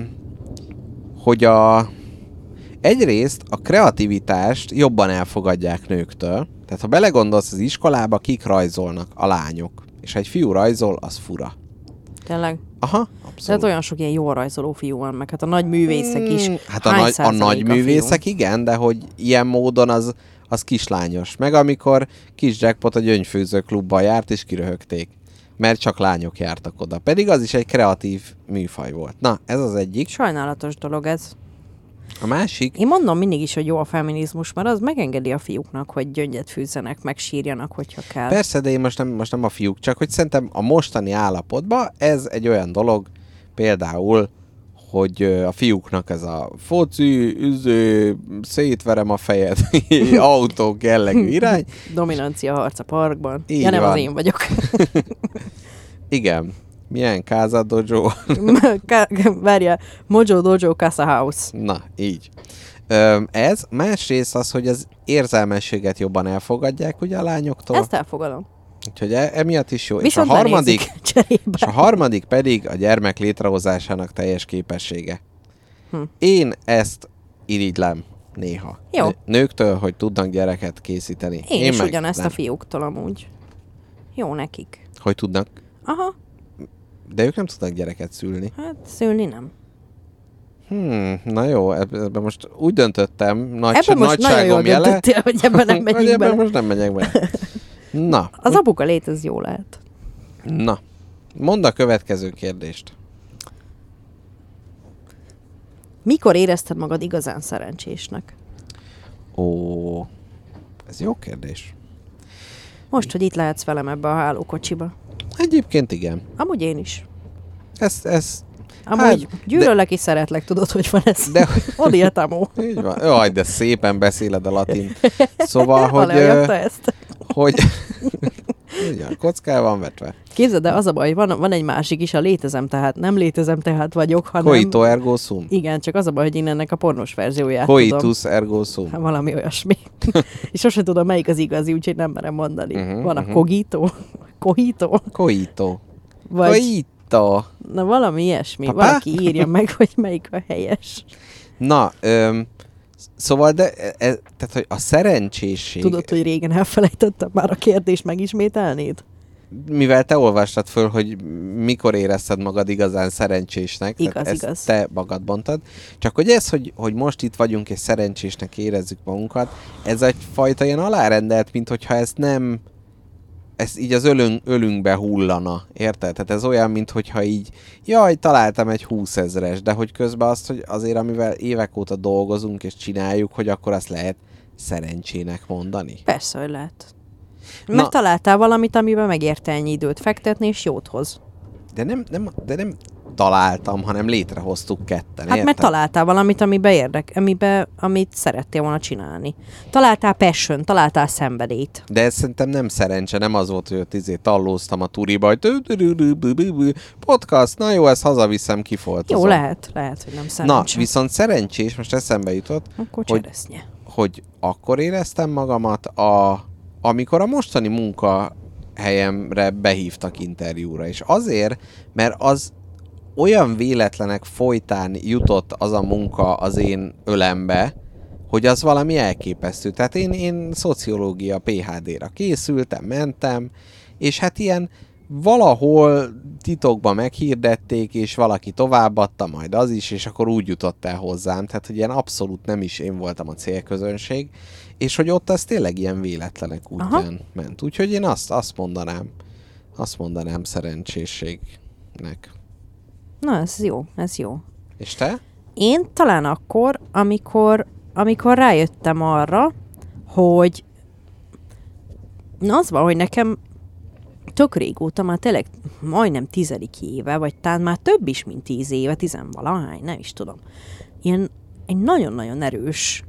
Hogy a... Egyrészt a kreativitást jobban elfogadják nőktől. Tehát ha belegondolsz az iskolába, kik rajzolnak? A lányok. És ha egy fiú rajzol, az fura. Tényleg? Aha, abszolút. Tehát olyan sok ilyen jól rajzoló fiú van, meg hát a nagy művészek is. Hát a nagy, a nagy művészek fiú? Igen, de hogy ilyen módon az, az kislányos. Meg amikor kis Jackpot a gyöngyfőző klubban járt, és kiröhögték. mert csak lányok jártak oda. Pedig az is egy kreatív műfaj volt. Na, ez az egyik. Sajnálatos dolog ez. A másik... Én mondom mindig is, hogy jó a feminizmus, mert az megengedi a fiúknak, hogy gyöngyet fűzzenek, meg sírjanak, hogyha kell. Persze, de én most nem, most nem a fiúk, csak hogy szerintem a mostani állapotban ez egy olyan dolog, például, hogy a fiúknak ez a foci, üző, szétverem a fejed, autók jellegű irány. Dominancia harc a parkban. Így ja, nem van. az én vagyok. Igen. Milyen Casa Dojo? Várja, Mojo Dojo Casa House. Na, így. Öm, ez. Másrészt az, hogy az érzelmességet jobban elfogadják ugye a lányoktól. Ezt elfogadom. Úgyhogy e- emiatt is jó. Viszont és a harmadik, cserébe. és a harmadik pedig a gyermek létrehozásának teljes képessége. Hm. Én ezt irigylem néha. Jó. Nő- Nőktől, hogy tudnak gyereket készíteni. Én, Én is meg ugyanezt nem. a fiúktól amúgy. Jó nekik. Hogy tudnak. Aha, De ők nem tudnak gyereket szülni. hát szülni nem. Hmm, na jó, eb- ebben most úgy döntöttem, nagy, Ebben most nagyon jól nagyságom jele, döntöttél, hogy ebben nem hogy megyünk ebben bele. most nem megyek bele. Na, Az apuka lét, ez jó lehet. na, mondd a következő kérdést. Mikor érezted magad igazán szerencsésnek? Ó, ez jó kérdés. Most, hogy itt lehetsz velem ebbe a hálókocsiba. Egyébként igen. Amúgy én is. Ez, ez, Amúgy Hát, gyűlöllek és szeretlek, tudod, hogy van ez. de, Odiatamó. így van. Jaj, de szépen beszéled a latin. Szóval, hogy, Valami ö, ezt. hogy, ugyan, kockával van vetve. Képzeld, de az a baj, van, van egy másik is, a létezem, tehát nem létezem, tehát vagyok, hanem... Coito ergo sum. Igen, csak az a baj, hogy én ennek a pornos verzióját tudom. Coitus ergo sum. Hát valami olyasmi. És sosem tudom, melyik az igazi, úgyhogy nem merem mondani. Uh-huh, Van a uh-huh. cogito, cogito, Coito. vagy Coito. na valami ilyesmi. Papa? Valaki írja meg, hogy melyik a helyes. Na, öm, szóval, de e, e, tehát, hogy a szerencsésség, Tudod, hogy régen elfelejtettem már a kérdést, megismételnéd? mivel te olvastad föl, hogy mikor érezted magad igazán szerencsésnek, Igaz, tehát ezt igaz. te magad mondtad, csak hogy ez, hogy, hogy most itt vagyunk és szerencsésnek érezzük magunkat, ez egyfajta ilyen alárendelt, mint hogyha ezt nem, ez így az ölünk, ölünkbe hullana, érted? Tehát ez olyan, mint hogyha így, jaj, találtam egy húszezres, de hogy közben azt, hogy azért, amivel évek óta dolgozunk és csináljuk, hogy akkor azt lehet szerencsének mondani. Persze, hogy lehet. Na. Mert találtál valamit, amiben megérte ennyi időt fektetni, és jót hoz. De nem, nem, de nem találtam, hanem létrehoztuk ketten, Hát érted? mert találtál valamit, amiben érdek, amiben, amit szerettél volna csinálni. Találtál passion, találtál szenvedélyt. De ez szerintem nem szerencse, nem az volt, hogy ott izé tallóztam a turiba, hogy podcast, na jó, ezt hazaviszem, kifoltozom. Jó, lehet, lehet, hogy nem Na, szerencse. viszont szerencsés, most eszembe jutott, Akkor hogy- cseresznye. hogy akkor éreztem magamat, a, amikor a mostani munkahelyemre behívtak interjúra. És azért, mert az olyan véletlenek folytán jutott az a munka az én ölembe, hogy az valami elképesztő. Tehát én, én szociológia pé há dé-ra készültem, mentem, és hát ilyen valahol titokban meghirdették, és valaki továbbadta, majd az is, és akkor úgy jutott el hozzám. Tehát, hogy ilyen abszolút nem is én voltam a célközönség, és hogy ott az tényleg ilyen véletlenek útján Aha. ment. Úgyhogy én azt, azt mondanám, azt mondanám szerencsésségnek. Na, ez jó, ez jó. És te? Én talán akkor, amikor, amikor rájöttem arra, hogy na az van, hogy nekem tök régóta, már tényleg majdnem tizedik éve, vagy talán már több is, mint tíz éve, tizenvalahány, nem is tudom. Ilyen egy nagyon-nagyon erős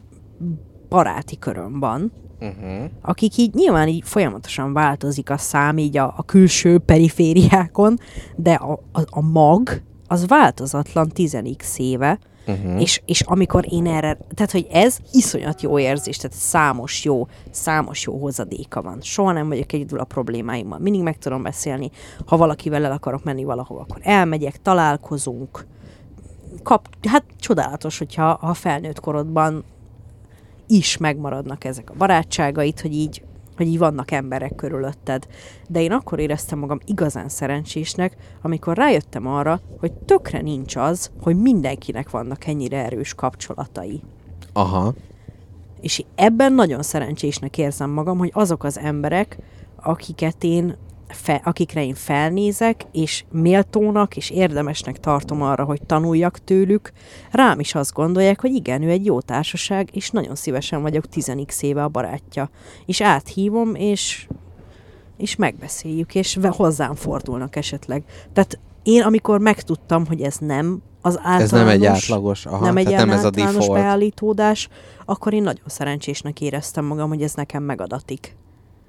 baráti köröm van, Uh-huh. akik így nyilván így folyamatosan változik a szám így a, a külső perifériákon, de a, a, a mag az változatlan tíz x éve, Uh-huh. és, és amikor én erre, tehát hogy ez iszonyat jó érzés, tehát számos jó, számos jó hozadéka van. Soha nem vagyok egyedül a problémáimmal, mindig meg tudom beszélni, ha valakivel el akarok menni valahova, akkor elmegyek, találkozunk, kap, hát csodálatos, hogyha ha felnőtt korodban is megmaradnak ezek a barátságait, hogy így, hogy így vannak emberek körülötted. De én akkor éreztem magam igazán szerencsésnek, amikor rájöttem arra, hogy tökre nincs az, hogy mindenkinek vannak ennyire erős kapcsolatai. Aha. És ebben nagyon szerencsésnek érzem magam, hogy azok az emberek, akiket én fe, akikre én felnézek, és méltónak, és érdemesnek tartom arra, hogy tanuljak tőlük, rám is azt gondolják, hogy igen, ő egy jó társaság, és nagyon szívesen vagyok tíz x éve a barátja. És áthívom, és, és megbeszéljük, és hozzám fordulnak esetleg. Tehát én, amikor megtudtam, hogy ez nem az általános, ez nem egy átlagos, aha, nem egy nem ez a általános default beállítódás, akkor én nagyon szerencsésnek éreztem magam, hogy ez nekem megadatik.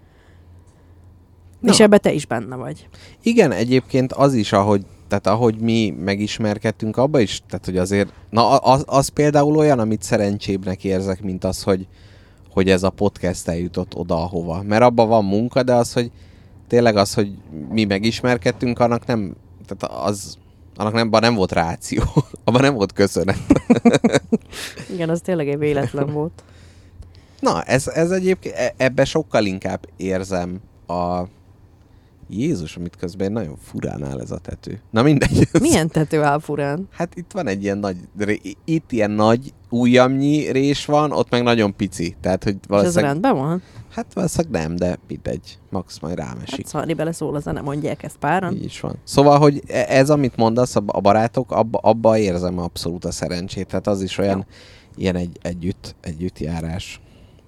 Na. És ebbe te is benne vagy. Igen, egyébként az is, ahogy, tehát ahogy mi megismerkedtünk, abba is, tehát hogy azért, na az, az például olyan, amit szerencsébbnek érzek, mint az, hogy, hogy ez a podcast eljutott oda, ahova. Mert abban van munka, de az, hogy tényleg az, hogy mi megismerkedtünk, annak nem, tehát az, annak nem, nem volt ráció, abban nem volt köszönet. Igen, az tényleg egy véletlen volt. Na, ez, ez egyébként, ebbe sokkal inkább érzem a Jézus, amit közben nagyon furán áll ez a tető. Na mindegy. Milyen tető áll furán? Hát itt van egy ilyen nagy, itt ilyen nagy ujjamnyi rés van, ott meg nagyon pici. Tehát, hogy valószínűleg... És ez rendben van? Hát valószínűleg nem, de mindegy. Max majd rámesik. Hát szarri beleszól a zene, mondják ezt páran. Így is van. Szóval, hogy ez, amit mondasz, a barátok, abba, abba érzem abszolút a szerencsét. Tehát az is olyan, ja. ilyen egy, együtt, együttjárás.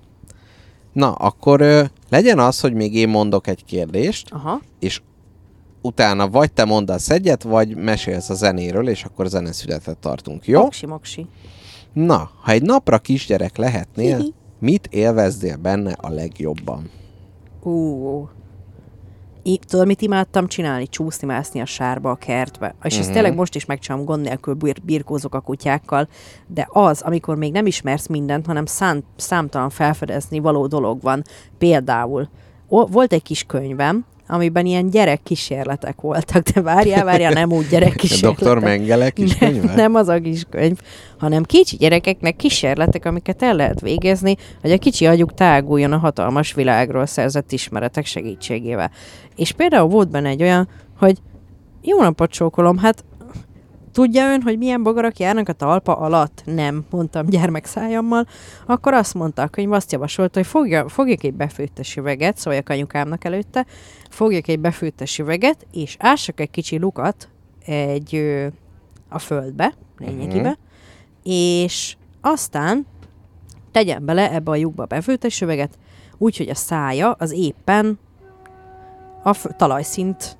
Na, akkor ö, legyen az, hogy még én mondok egy kérdést, aha. és utána vagy te mondasz egyet, vagy mesélsz a zenéről, és akkor zeneszületet tartunk, jó? Moksi, moksi. Na, ha egy napra kisgyerek lehetnél, Hihi. mit élvezdél benne a legjobban? Ú, I, tudod, mit imádtam csinálni? Csúszni, mászni a sárba, a kertbe. És uh-huh. ezt tényleg most is megcsinálom, gond nélkül bir- birkózok a kutyákkal, de az, amikor még nem ismersz mindent, hanem szám, számtalan felfedezni való dolog van. Például o, volt egy kis könyvem, amiben ilyen gyerekkísérletek voltak, de várjál, várjál, nem úgy gyerekkísérletek. doktor Mengele kiskönyve? Nem, nem az a kiskönyv, hanem kicsi gyerekeknek kísérletek, amiket el lehet végezni, hogy a kicsi agyuk táguljon a hatalmas világról szerzett ismeretek segítségével. És például volt benne egy olyan, hogy jó napot csókolom, hát tudja ön, hogy milyen bogarak járnak a talpa alatt? Nem, mondtam gyermekszájammal. Akkor azt mondta a könyv, azt javasolta, hogy fogja, fogjak egy befőttes üveget, szóljak anyukámnak előtte, fogjak egy befőttes üveget, és ássak egy kicsi lukat egy, ö, a földbe, lényegében, uh-huh. és aztán tegyen bele ebbe a lyukba a befőttes üveget, úgyhogy a szája az éppen a f- talajszint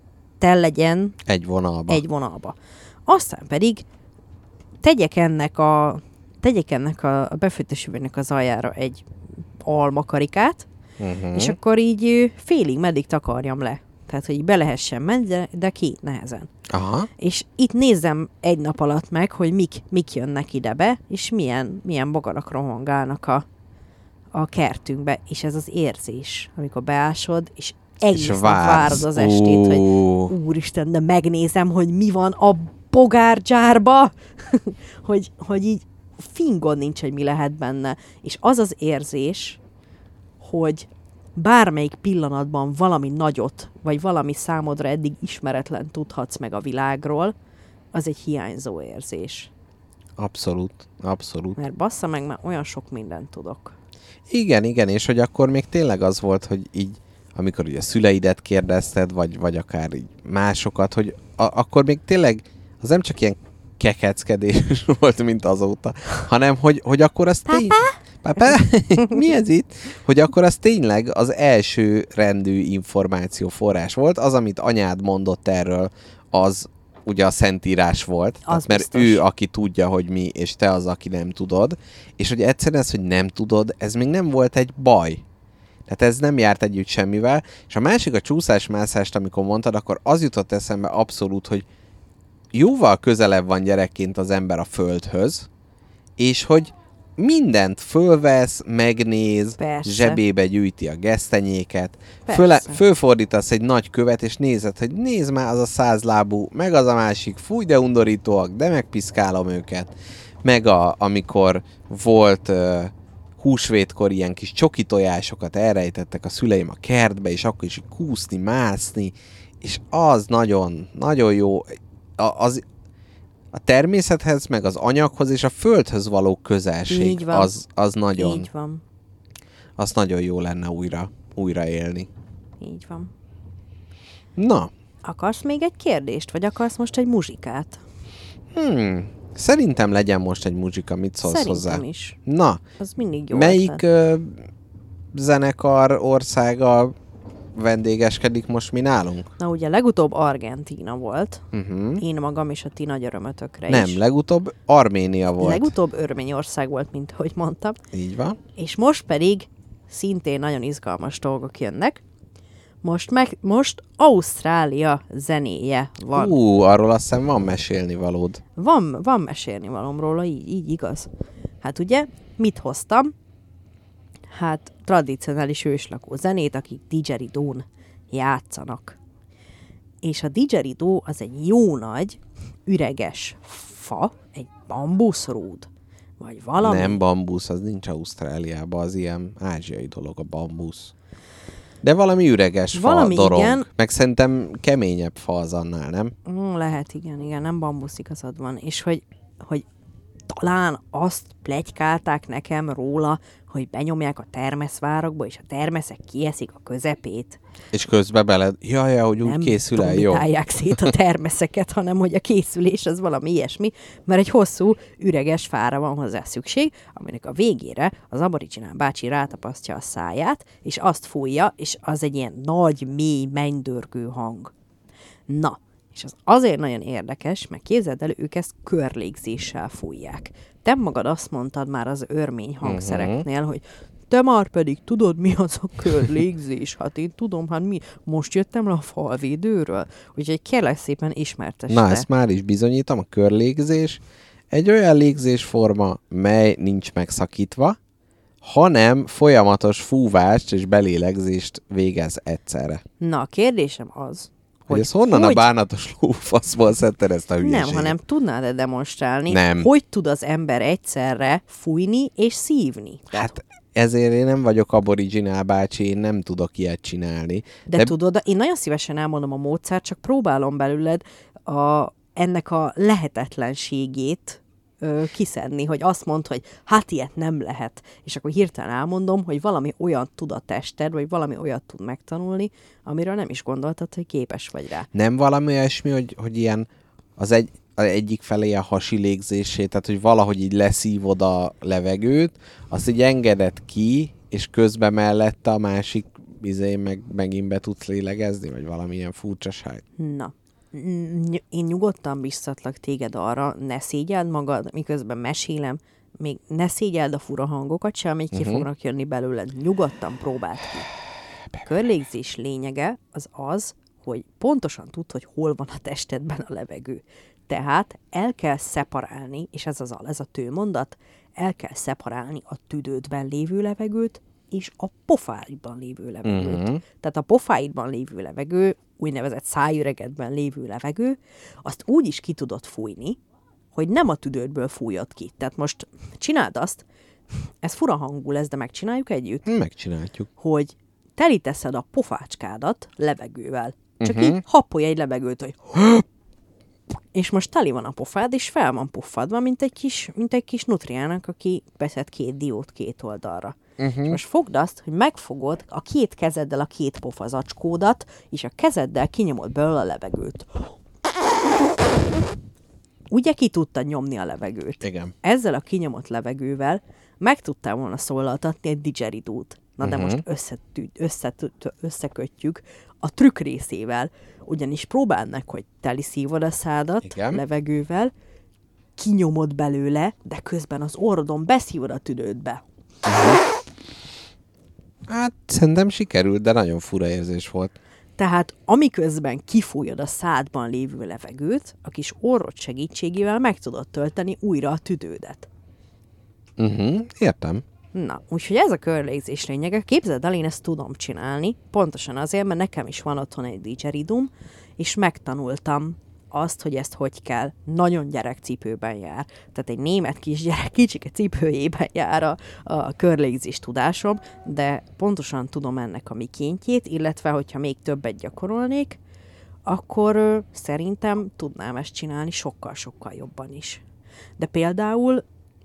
tel legyen egy vonalba. Egy vonalba. Aztán pedig tegyek ennek a, tegyek ennek a, a befőttes üvegnek az aljára egy almakarikát, uh-huh. és akkor így félig meddig takarjam le. Tehát, hogy így be lehessen menni, de, de két nehezen. Aha. És itt nézzem egy nap alatt meg, hogy mik, mik jönnek ide be, és milyen, milyen bogarak rohangálnak a, a kertünkbe. És ez az érzés, amikor beásod, és egész nap várod az estét, hogy úristen, de megnézem, hogy mi van a bogárgyárba, hogy, hogy így fingod nincs, hogy mi lehet benne. És az az érzés, hogy bármelyik pillanatban valami nagyot, vagy valami számodra eddig ismeretlen tudhatsz meg a világról, az egy hiányzó érzés. Abszolút, abszolút. Mert bassza meg, már olyan sok mindent tudok. Igen, igen, és hogy akkor még tényleg az volt, hogy így amikor ugye a szüleidet kérdezted, vagy, vagy akár így másokat, hogy a- akkor még tényleg az nem csak ilyen kekeckedés volt, mint azóta, hanem hogy, hogy akkor az tényleg... Papa? Mi ez itt? Hogy akkor az tényleg az első rendű információforrás volt. Az, amit anyád mondott erről, az ugye a Szentírás volt. Tehát, mert biztos. Ő, aki tudja, hogy mi, és te az, aki nem tudod. És hogy egyszerűen ez, hogy nem tudod, ez még nem volt egy baj. Tehát ez nem járt együtt semmivel. És a másik a csúszás-mászást, amikor mondtad, akkor az jutott eszembe abszolút, hogy jóval közelebb van gyerekként az ember a földhöz, és hogy mindent fölvesz, megnéz, persze. Zsebébe gyűjti a gesztenyéket, föl, fölfordítasz egy nagy követ, és nézed, hogy nézd már, az a százlábú, meg az a másik, fúj, de undorítóak, de megpiszkálom őket. Meg a, amikor volt uh, húsvétkor ilyen kis csoki tojásokat elrejtettek a szüleim a kertbe, és akkor is kúszni, mászni, és az nagyon, nagyon jó. A, az, a természethez, meg az anyaghoz és a földhöz való közelség, az, az nagyon... Így van. Az nagyon jó lenne újra, újra élni. Így van. Na. Akarsz még egy kérdést, vagy akarsz most egy muzsikát? Hmm. Szerintem legyen most egy muzsika, mit szólsz Szerintem hozzá? Szerintem is. Na. Az mindig jó. Melyik ö, zenekar országa vendégeskedik most mi nálunk? Na ugye legutóbb Argentína volt. Uh-huh. Én magam és a ti nagy örömötökre Nem, is. legutóbb Arménia volt. Legutóbb Örményország volt, mint ahogy mondtam. Így van. És most pedig szintén nagyon izgalmas dolgok jönnek. Most, meg, most Ausztrália zenéje van. Ú, arról azt hiszem van mesélni valód. Van, van mesélni valóm róla, így, így igaz. Hát ugye, mit hoztam? Hát tradicionális őslakó zenét, akik didgeridón játszanak. És a didgeridó az egy jó nagy, üreges fa, egy bambuszród, vagy valami. Nem bambusz, az nincs Ausztráliában, az ilyen ázsiai dolog a bambusz. De valami üreges fa, valami dorong. Igen. Meg szerintem keményebb fa az annál, nem? Mm, lehet, igen, igen, nem bambusz, igazad van. És hogy, hogy talán azt pletykálták nekem róla, hogy benyomják a termeszvárokba, és a termeszek kieszik a közepét. És közben beled, jaj, ja, hogy úgy nem készül el, jó. Nem szét a termeszeket, hanem hogy a készülés az valami ilyesmi, mert egy hosszú, üreges fára van hozzá szükség, aminek a végére az aboriginál bácsi rátapasztja a száját, és azt fújja, és az egy ilyen nagy, mély, mennydörgő hang. Na, és az azért nagyon érdekes, mert képzeld el, ők ezt körlégzéssel fújják. Te magad azt mondtad már az örmény hangszereknél, uh-huh. hogy te már pedig tudod, mi az a körlégzés? Hát én tudom, hát mi? Most jöttem le a falvédőről. Úgyhogy kérlek szépen ismertesd. Na, ezt már is bizonyítom, a körlégzés egy olyan légzésforma, mely nincs megszakítva, hanem folyamatos fúvást és belélegzést végez egyszerre. Na, a kérdésem az, hogy, hogy ez honnan hogy... a bánatos lófaszból szedted ezt a hülyeséget? Nem, hanem tudnád-e demonstrálni, nem. hogy tud az ember egyszerre fújni és szívni? Hát ezért én nem vagyok aboriginál bácsi, én nem tudok ilyet csinálni. De, De tudod, én nagyon szívesen elmondom a módszert, csak próbálom belőled a, ennek a lehetetlenségét ö, kiszedni, hogy azt mondd, hogy hát ilyet nem lehet. És akkor hirtelen elmondom, hogy valami olyan tud a tested, vagy valami olyat tud megtanulni, amiről nem is gondoltad, hogy képes vagy rá. Nem valami olyasmi, hogy, hogy ilyen az egy az egyik felé a hasi légzését, tehát hogy valahogy így leszívod a levegőt, azt így engeded ki, és közben mellette a másik izé meg megint be tudsz lélegezni, vagy valamilyen furcsaság. Na, én nyugodtan biztatlak téged arra, ne szégyeld magad, miközben mesélem, még ne szégyeld a fura hangokat sem, amik uh-huh. ki fognak jönni belőled. Nyugodtan próbáld ki. A körlégzés lényege az az, hogy pontosan tudd, hogy hol van a testedben a levegő. Tehát el kell szeparálni, és ez, az a, ez a tőmondat, el kell szeparálni a tüdődben lévő levegőt, és a pofáidban lévő levegőt. Uh-huh. Tehát a pofáidban lévő levegő, úgynevezett szájüregedben lévő levegő, azt úgy is ki tudod fújni, hogy nem a tüdődből fújod ki. Tehát most csináld azt, ez fura hangú lesz, de megcsináljuk együtt? Megcsináljuk. Hogy telíteszed a pofácskádat levegővel. Csak uh-huh. így happolj egy levegőt, hogy és most teli van a pofád, és fel van puffadva, mint egy kis, mint egy kis nutriának, aki beszed két diót két oldalra. Uh-huh. És most fogd azt, hogy megfogod a két kezeddel a két pofazacskódat, és a kezeddel kinyomod belőle a levegőt. Ugye ki tudtad nyomni a levegőt? Igen. Ezzel a kinyomott levegővel meg tudtál volna szólaltatni egy didgeridót. Na de uh-huh. most összetű, összetű, összekötjük a trükk részével, ugyanis próbáld meg, hogy teli szívod a szádat Igen. levegővel, kinyomod belőle, de közben az orrodon beszívod a tüdődbe. Uh-huh. Hát szerintem sikerült, de nagyon fura érzés volt. Tehát amiközben kifújod a szádban lévő levegőt, a kis orrod segítségével meg tudod tölteni újra a tüdődet. Uh-huh. Értem. Na, úgyhogy ez a körlégzés lényege. Képzeld el, én ezt tudom csinálni, pontosan azért, mert nekem is van otthon egy didgeridóm, és megtanultam azt, hogy ezt hogy kell. Nagyon gyerekcipőben jár. Tehát egy német kisgyerek kicsike cipőjében jár a, a körlégzés tudásom, de pontosan tudom ennek a mikéntjét, illetve hogyha még többet gyakorolnék, akkor ö, szerintem tudnám ezt csinálni sokkal-sokkal jobban is. De például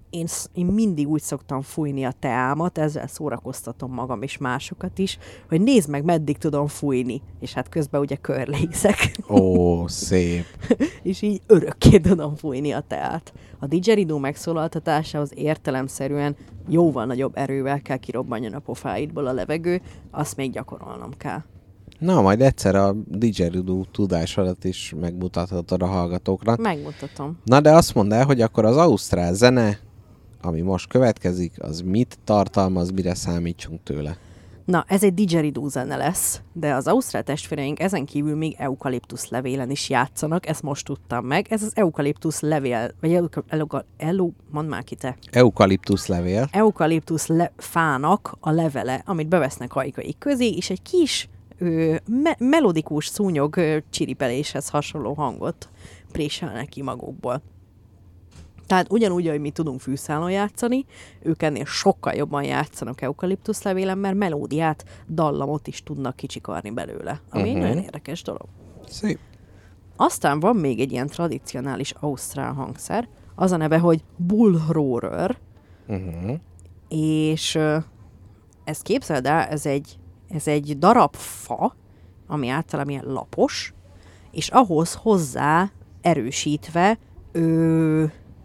én, én mindig úgy szoktam fújni a teámat, ezzel szórakoztatom magam és másokat is, hogy nézd meg, meddig tudom fújni. És hát közben ugye körlékszek. Ó, szép. És így örökké tudom fújni a teát. A didgeridoo megszólaltatásához értelemszerűen jóval nagyobb erővel kell kirobbanjon a pofáidból a levegő, azt még gyakorolnom kell. Na, majd egyszer a didgeridoo tudásodat is megmutathatod a hallgatóknak. Megmutatom. Na, de azt mondd el, hogy akkor az ausztrál zene, ami most következik, az mit tartalmaz, mire számítsunk tőle? Na, ez egy didgeridoo zene lesz, de az ausztrál testvéreink ezen kívül még eukaliptusz levélen is játszanak, ezt most tudtam meg. Ez az eukaliptusz levél, vagy euka, eluka, elu, mondd már ki te. Eukaliptusz levél. Eukaliptusz le, fának a levele, amit bevesznek ajkaik közé, és egy kis ö, me- melodikus szúnyog ö, csiripeléshez hasonló hangot préselnek ki magukból. Tehát ugyanúgy, ahogy mi tudunk fűszálon játszani, ők ennél sokkal jobban játszanak eukaliptusz levélen, mert melódiát, dallamot is tudnak kicsikarni belőle. Ami uh-huh. egy nagyon érdekes dolog. Szép. Aztán van még egy ilyen tradicionális ausztrál hangszer, az a neve, hogy bullroarer, Uh-huh. és uh, ezt képzeld el, ez egy, ez egy darab fa, ami általában ilyen lapos, és ahhoz hozzá erősítve ö,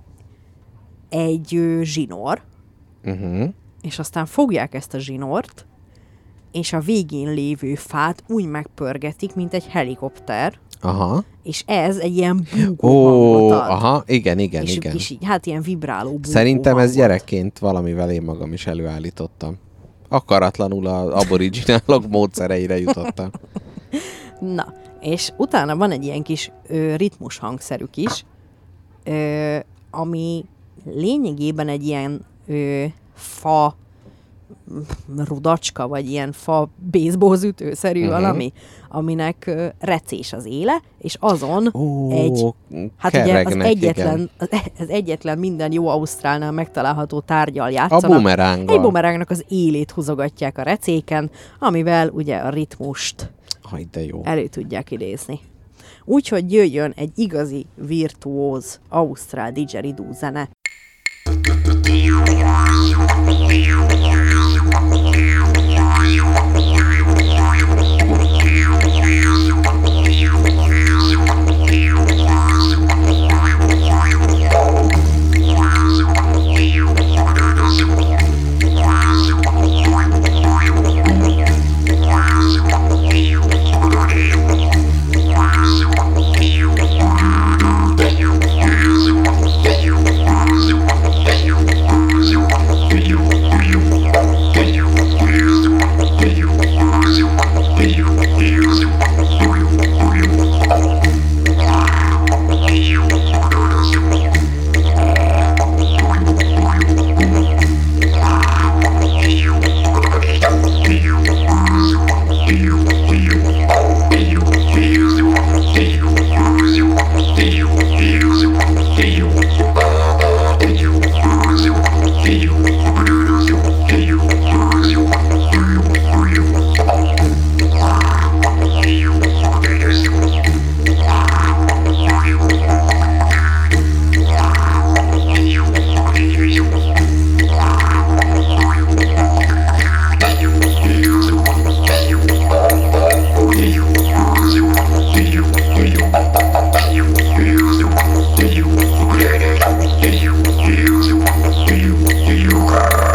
egy ö, zsinór, Uh-huh. és aztán fogják ezt a zsinort, és a végén lévő fát úgy megpörgetik, mint egy helikopter, Aha. és ez egy ilyen búgó Ó, hangot ad. aha, igen, igen, és, igen. és így, hát ilyen vibráló búgó Szerintem ez hangot. gyerekként valamivel én magam is előállítottam. Akaratlanul az aboriginálok módszereire jutottam. Na, és utána van egy ilyen kis ö, ritmus hangszerük is, ö, ami lényegében egy ilyen ö, fa rudacska, vagy ilyen fa baseballzütőszerű Mhm. uh-huh. valami, aminek ö, recés az éle, és azon Ó, egy, hát ugye az keregnek, egyetlen, igen. az, az egyetlen minden jó ausztrálnál megtalálható tárgyal A játszanak. bumeránggal. Egy bumerángnak az élét húzogatják a recéken, amivel ugye a ritmust Haj, de jó. elő tudják idézni. Úgyhogy jöjjön egy igazi virtuóz ausztrál didgeridoo zene. You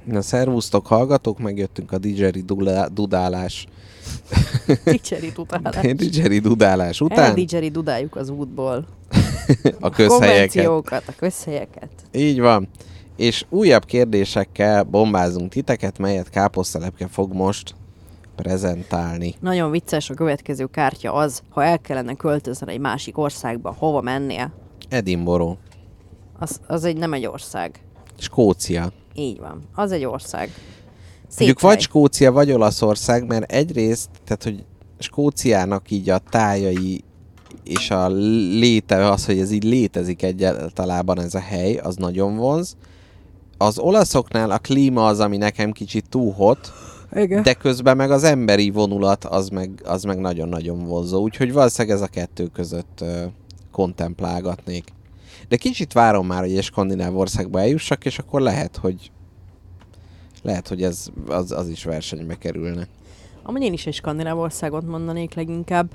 Na, szervusztok, hallgatók, megjöttünk a Digeri dudálás. Digeri dudálás. Digeri dudálás után. Digeri dudáljuk az útból. A közhelyeket. A közhelyeket. Így van. És újabb kérdésekkel bombázunk titeket, melyet Káposztalepke fog most prezentálni. Nagyon vicces, a következő kártya az, ha el kellene költözni egy másik országba, hova mennél? Edinburgh. Az, az egy nem egy ország. Skócia. Így van. Az egy ország. Mondjuk vagy Skócia, vagy Olaszország, mert egyrészt, tehát, hogy Skóciának így a tájai és a léte, az, hogy ez így létezik egyáltalában ez a hely, az nagyon vonz. Az olaszoknál a klíma az, ami nekem kicsit túl hot, igen. De közben meg az emberi vonulat az meg, az meg nagyon-nagyon vonzó. Úgyhogy valószínűleg ez a kettő között uh, kontemplálgatnék. De kicsit várom már, hogy egy skandináv országba eljussak, és akkor lehet, hogy lehet, hogy ez az, az is versenybe kerülne. Amúgy én is egy skandináv országot mondanék leginkább.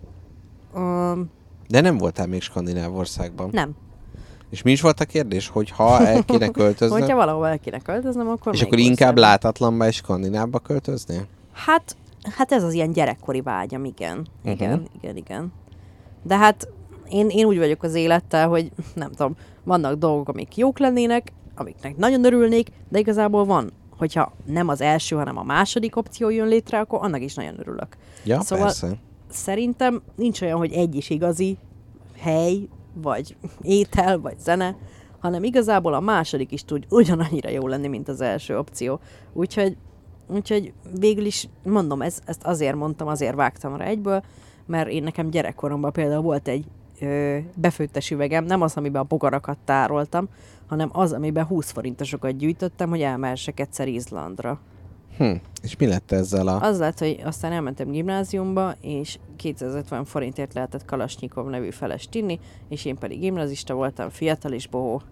Um, De nem voltál még skandináv országban? Nem. És mi is volt a kérdés, hogy ha el kéne költöznöm? Hogyha valahol el kéne költöznöm, akkor és akkor inkább látatlanba és skandinávba költöznél? Hát, hát ez az ilyen gyerekkori vágyam, igen. Uh-huh. Igen, igen, igen. De hát én, én úgy vagyok az élettel, hogy nem tudom, vannak dolgok, amik jók lennének, amiknek nagyon örülnék, de igazából van, hogyha nem az első, hanem a második opció jön létre, akkor annak is nagyon örülök. Ja, szóval persze. Szerintem nincs olyan, hogy egy is igazi hely, vagy étel, vagy zene, hanem igazából a második is tud ugyanannyira jó lenni, mint az első opció. Úgyhogy, úgyhogy végül is mondom, ez, ezt azért mondtam, azért vágtam rá egyből, mert én nekem gyerekkoromban például volt egy ö, befőttes üvegem, nem az, amiben a bogarakat tároltam, hanem az, amiben húsz forintosokat gyűjtöttem, hogy elmehessek egyszer Izlandra. Hm. És mi lett ezzel a... Az lett, hogy aztán elmentem gimnáziumba, és kétszázötven forintért lehetett Kalasnyikov nevű felest inni, és én pedig gimnazista voltam, fiatal és bohó.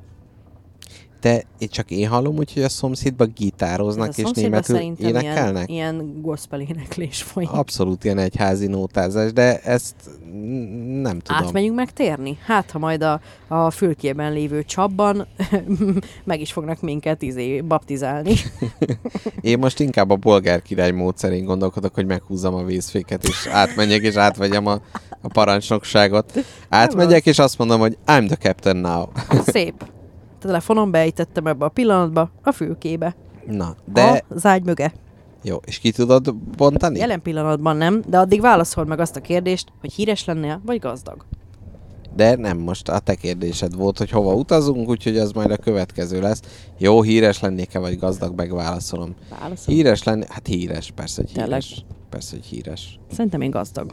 De én csak én hallom, úgyhogy a szomszédban gitároznak és németül énekelnek? Ilyen, ilyen gospel éneklés folyik. Abszolút ilyen egyházi nótázás, de ezt nem tudom. Átmegyünk megtérni? Hát, ha majd a, a fülkében lévő csapban meg is fognak minket izé, baptizálni. Én most inkább a bolgárkirály módszerén gondolkodok, hogy meghúzzam a vészféket, és átmenjek, és átvegyem a, a parancsnokságot. Átmegyek, és azt mondom, hogy I'm the captain now. Szép. A telefonon beejtettem ebbe a pillanatba, a fülkébe. Na, de... Az ágy möge. Jó, és ki tudod bontani? Jelen pillanatban nem, de addig válaszold meg azt a kérdést, hogy híres lennél, vagy gazdag. De nem, most a te kérdésed volt, hogy hova utazunk, úgyhogy az majd a következő lesz. Jó, híres lennék-e, vagy gazdag, megválaszolom. Válaszol. Híres lenni? Hát híres, persze, hogy Tényleg? híres. Persze, hogy híres. Szerintem én gazdag.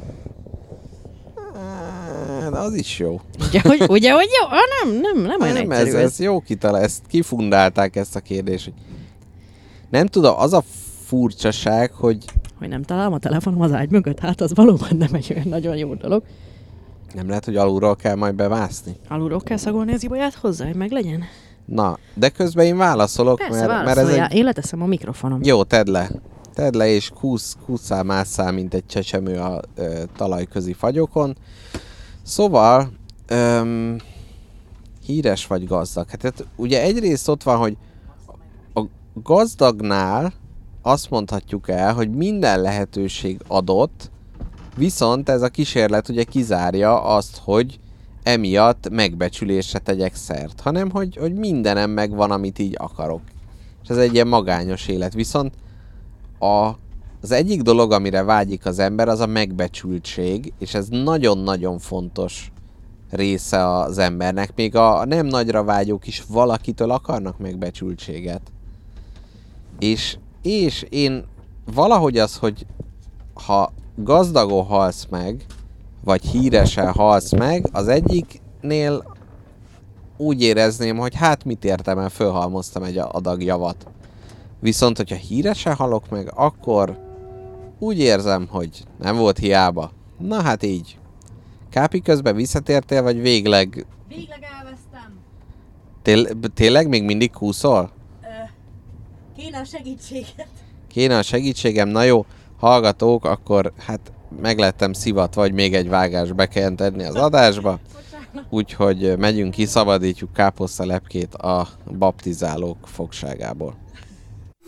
De az is jó. Ugye, hogy, ugye, hogy jó? Nem, nem, nem olyan nem, egyszerű ez, ez. ez jó kitala, ezt kifundálták ezt a kérdést. Hogy nem tudom, az a furcsaság, hogy... Hogy nem találom a telefonom az ágy mögött, hát az valóban nem egy olyan nagyon jó dolog. Nem lehet, hogy alulról kell majd bevászni? Alulról kell szagolni az ibolyát hozzá, hogy meg legyen? Na, de közben én válaszolok, Persze, mert, mert ez egy... Én leteszem a mikrofonom. Jó, tedd le. Tedd le, és kúsz, kúszál, másszál, mint egy csecsemő a ö, talajközi fagyokon. Szóval, öm, híres vagy gazdag. Hát, hát ugye egyrészt ott van, hogy a gazdagnál azt mondhatjuk el, hogy minden lehetőség adott, viszont ez a kísérlet ugye kizárja azt, hogy emiatt megbecsülésre tegyek szert, hanem hogy, hogy mindenem megvan, amit így akarok. És ez egy ilyen magányos élet. Viszont a, az egyik dolog, amire vágyik az ember, az a megbecsültség, és ez nagyon-nagyon fontos része az embernek. Még a nem nagyra vágyók is valakitől akarnak megbecsültséget. És, és én valahogy az, hogy ha gazdagon halsz meg, vagy híresen halsz meg, az egyiknél úgy érezném, hogy hát mit értem el, fölhalmoztam egy adag javat. Viszont, hogyha híresen halok meg, akkor úgy érzem, hogy nem volt hiába. Na hát így. Kápi, közben visszatértél, vagy végleg... Végleg elvesztem. Té- tényleg még mindig kúszol? Ö, kéne a segítséget. Kéne a segítségem? Na jó, hallgatók, akkor hát meglettem szivatva, vagy még egy vágás be kelljen tenni az adásba. Úgyhogy megyünk ki, szabadítjuk Káposztalepkét a baptizálók fogságából.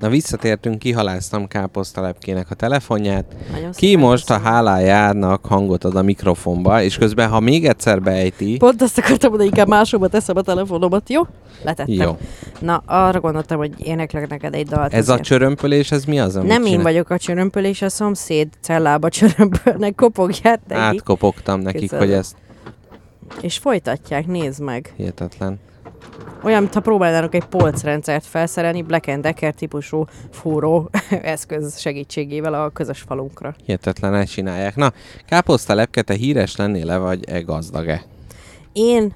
Na visszatértünk, kihaláztam káposztalepkének a telefonját. Nagyon Ki szépen most a köszönöm. hálájának hangot ad a mikrofonba, és közben, ha még egyszer beejti... Pont azt akartam mondani, inkább máshova teszem a telefonomat, jó? Letettem. Jó. Na, arra gondoltam, hogy éneklek neked egy dalt. Ez a azért. csörömpölés, ez mi az, amit Nem én csinál? vagyok a csörömpölés, a szomszéd cellába csörömpölnek, kopogják neki. Átkopogtam nekik, Köszönöm. hogy ezt És folytatják, nézd meg. hihetetlen. Olyan, mintha próbálnának egy polcrendszert felszerelni Black and Decker típusú fúró eszköz segítségével a közös falunkra. Hihetetlen, ezt csinálják. Na, káposztalepke, te híres lennél-e, vagy e gazdag-e? Én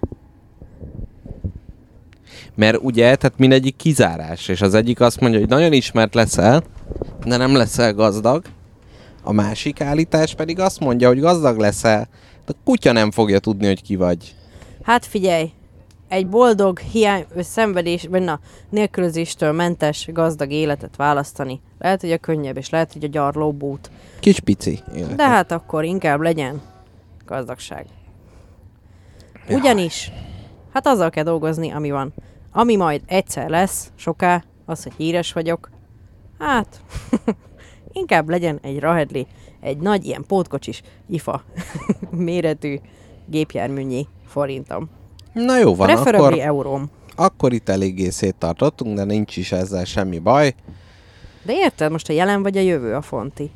Mert ugye, tehát mindegyik kizárás, és az egyik azt mondja, hogy nagyon ismert leszel, de nem leszel gazdag. A másik állítás pedig azt mondja, hogy gazdag leszel, de a kutya nem fogja tudni, hogy ki vagy. Hát figyelj, egy boldog, hiány, vagy szenvedés, vagy na, nélkülözéstől mentes, gazdag életet választani. Lehet, hogy a könnyebb, és lehet, hogy a gyarlóbb út. Kis pici élet. De hát akkor inkább legyen gazdagság. Ugyanis, hát azzal kell dolgozni, ami van. Ami majd egyszer lesz, soká, az, hogy híres vagyok, hát inkább legyen egy rahedli, egy nagy ilyen pótkocsis, ifa méretű gépjárműnyi forintom. Na jó van, Preferably akkor, euróm. akkor itt eléggé széttartottunk, de nincs is ezzel semmi baj. De érted, most a jelen vagy a jövő a fonti?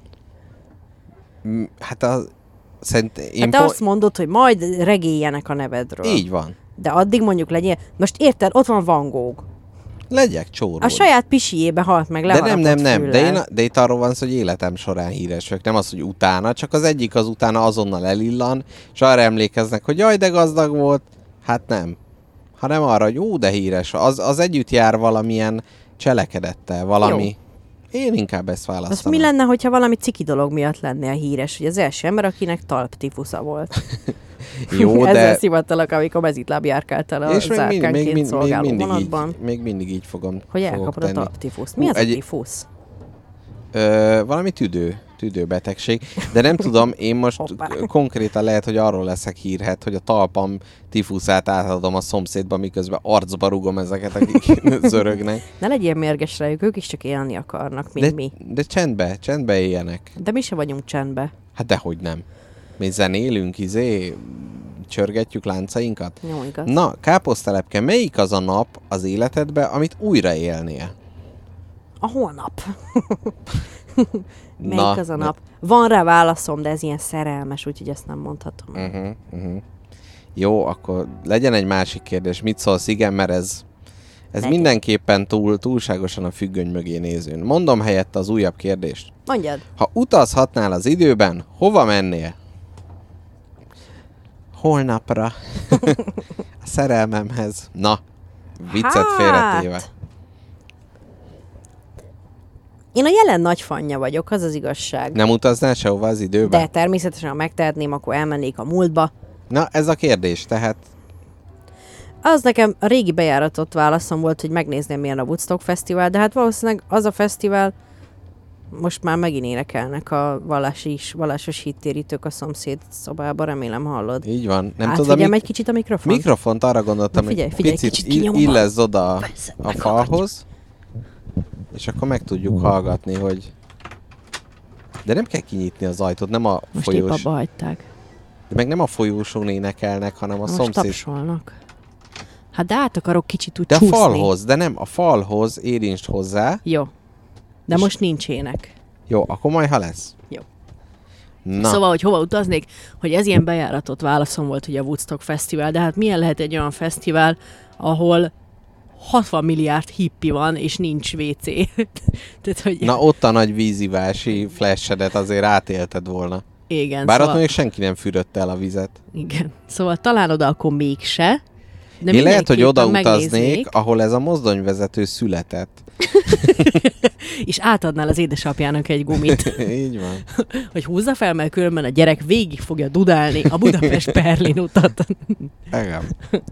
M- Hát az... Szerint én Hát te po- azt mondod, hogy majd regéljenek a nevedről. Így van. De addig mondjuk legyen... Most érted, ott van Van Gogh. Legyek csóró. A saját pisiébe halt meg, De nem, leharapott nem, nem. De, füllel. én, de itt arról van szó, hogy életem során híres vagyok. Nem az, hogy utána, csak az egyik az utána azonnal elillan, és arra emlékeznek, hogy jaj, de gazdag volt. Hát nem. Hanem arra, hogy ó, de híres. Az, az együtt jár valamilyen cselekedettel, valami. Jó. Én inkább ezt Most választanám. mi lenne, hogyha valami ciki dolog miatt lennél híres, hogy az első ember, akinek talptifusza volt. Jó, Ezzel de... szivattalak, amikor mezitláb járkáltál a És még, mind, még, zárkánként mind, még, szolgáló mindig vonatban. így, még mindig így fogom Hogy fogok elkapod a tenni. talptifuszt. Mi Hú, az egy- a tifusz? Ö, valami tüdő, tüdőbetegség. De nem tudom, én most Hoppá. k- konkrétan lehet, hogy arról leszek hírhet, hogy a talpam tifuszát átadom a szomszédba, miközben arcba rugom ezeket, akik zörögnek. Ne legyél mérges rájuk, ők is csak élni akarnak, mint De, mi. de csendbe, csendbe éljenek. De mi se vagyunk csendbe. Hát dehogy nem. Mi zenélünk, izé, csörgetjük láncainkat. Jó, igaz. Na, káposztelepke, melyik az a nap az életedben, amit újra élnél? A holnap. Melyik Na, az a ne- nap? Van rá válaszom, de ez ilyen szerelmes, úgyhogy ezt nem mondhatom. Uh-huh, uh-huh. Jó, akkor legyen egy másik kérdés. Mit szólsz? Igen, mert ez, ez Legyen. mindenképpen túl, túlságosan a függöny mögé nézőn. Mondom helyette az újabb kérdést. Mondjad. Ha utazhatnál az időben, hova mennél? Holnapra. A szerelmemhez. Na, viccet Hát. félretéve. Én a jelen nagy fanja vagyok, az az igazság. Nem utaznál sehova az időben? De természetesen, ha megtehetném, akkor elmennék a múltba. Na, ez a kérdés, tehát Az nekem a régi bejáratott válaszom volt, hogy megnézném, milyen a Woodstock Fesztivál, de hát valószínűleg az a fesztivál, most már megint énekelnek a vallási, vallásos hittérítők a szomszéd szobában, remélem hallod. így van. Nem Átvigyem tudom, egy kicsit a mikrofon? mikrofont arra gondoltam, Na figyelj, hogy figyelj, picit kicsit ill- kinyomom. illesz oda a, Persze, a meghallgatjuk. falhoz, és akkor meg tudjuk hallgatni, hogy... De nem kell kinyitni az ajtót, nem a Most épp folyós... abba hagyták. De meg nem a folyósón énekelnek, hanem a Most szomszéd... tapsolnak. Hát de át akarok kicsit úgy De a csúszni. falhoz, de nem, a falhoz érintsd hozzá. Jó. De És- most nincs ének. Jó, akkor majd ha lesz. Jó. Na, Szóval, hogy hova utaznék, hogy ez ilyen bejáratott válaszom volt, hogy a Woodstock Fesztivál, de hát milyen lehet egy olyan fesztivál, ahol hatvan milliárd hippi van, és nincs vé cé. Tehát, hogy na ott a nagy vízivási flashedet azért átélted volna. igen, Bár ott szóval, még senki nem fürödte el a vizet. igen. Szóval talán oda akkor mégse, de Én lehet, hogy oda mindenképpen utaznék, megnéznék, ahol ez a mozdonyvezető született. és átadnál az édesapjának egy gumit, Így van. hogy húzza fel, mert különben a gyerek végig fogja dudálni a Budapest-Berlin utat. Igen.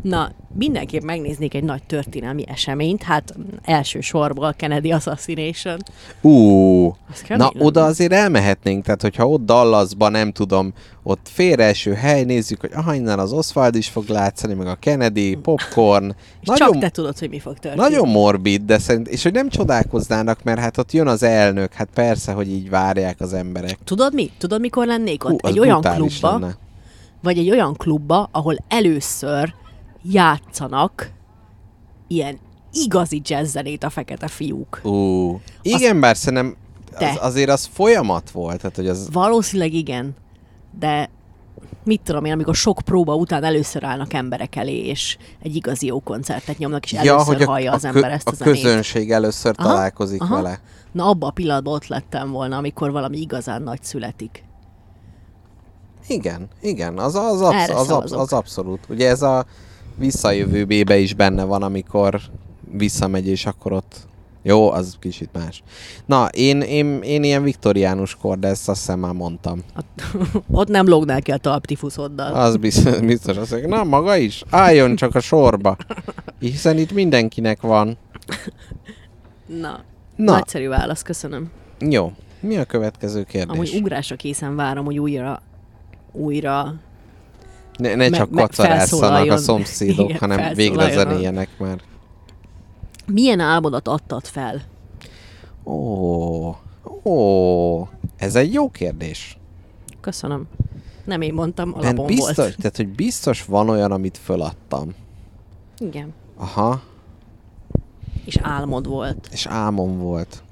Na, mindenképp megnéznék egy nagy történelmi eseményt, hát elsősorban a Kennedy Assassination. Ú, na lenne. oda azért elmehetnénk, tehát hogyha ott Dallasban, nem tudom, ott félreeső hely, nézzük, hogy aha, innen az Oswald is fog látszani, meg a Kennedy, popcorn. És nagyon, csak te tudod, hogy mi fog történni. Nagyon morbid, de szerint, és hogy nem csodálkoznának, mert hát ott jön az elnök, hát persze, hogy így várják az emberek. Tudod mi? Tudod, mikor lennék ott? Hú, egy olyan brutális klubba, lenne. vagy egy olyan klubba, ahol először játszanak ilyen igazi jazzzenét a fekete fiúk. Ú, igen, bár szerintem Te. az, azért az folyamat volt. Tehát, hogy az... Valószínűleg igen, de mit tudom én, amikor sok próba után először állnak emberek elé, és egy igazi jó koncertet nyomnak, és először ja, hogy a, hallja a, az ember a, ezt a a zenét. közönség először Aha, találkozik aha. vele. Na, abban a pillanatban ott lettem volna, amikor valami igazán nagy születik. Igen, igen, az, az, absz- Erre az, absz- szavazok. az abszolút. Ugye ez a visszajövőbébe is benne van, amikor visszamegy, és akkor ott... Jó, az kicsit más. Na, én, én, én ilyen viktoriánus kor, de ezt azt hiszem már mondtam. Ott nem lógnál ki a talptifuszoddal. Az biztos, biztos azt mondja, na maga is, álljon csak a sorba. Hiszen itt mindenkinek van. Na, Na. nagyszerű válasz, köszönöm. Jó, mi a következő kérdés? Amúgy ugrásra készen várom, hogy újra, újra Ne, ne me- csak me- kacarásszanak a felszólaljon. szomszédok, Igen, hanem végre felszólaljon. zenéjenek már. milyen álmodat adtad fel? Ó, ó, ez egy jó kérdés. Köszönöm. Nem én mondtam, Mert alapon biztos, volt. tehát, hogy biztos van olyan, amit föladtam. Igen. Aha, És álmod volt. és álmom volt.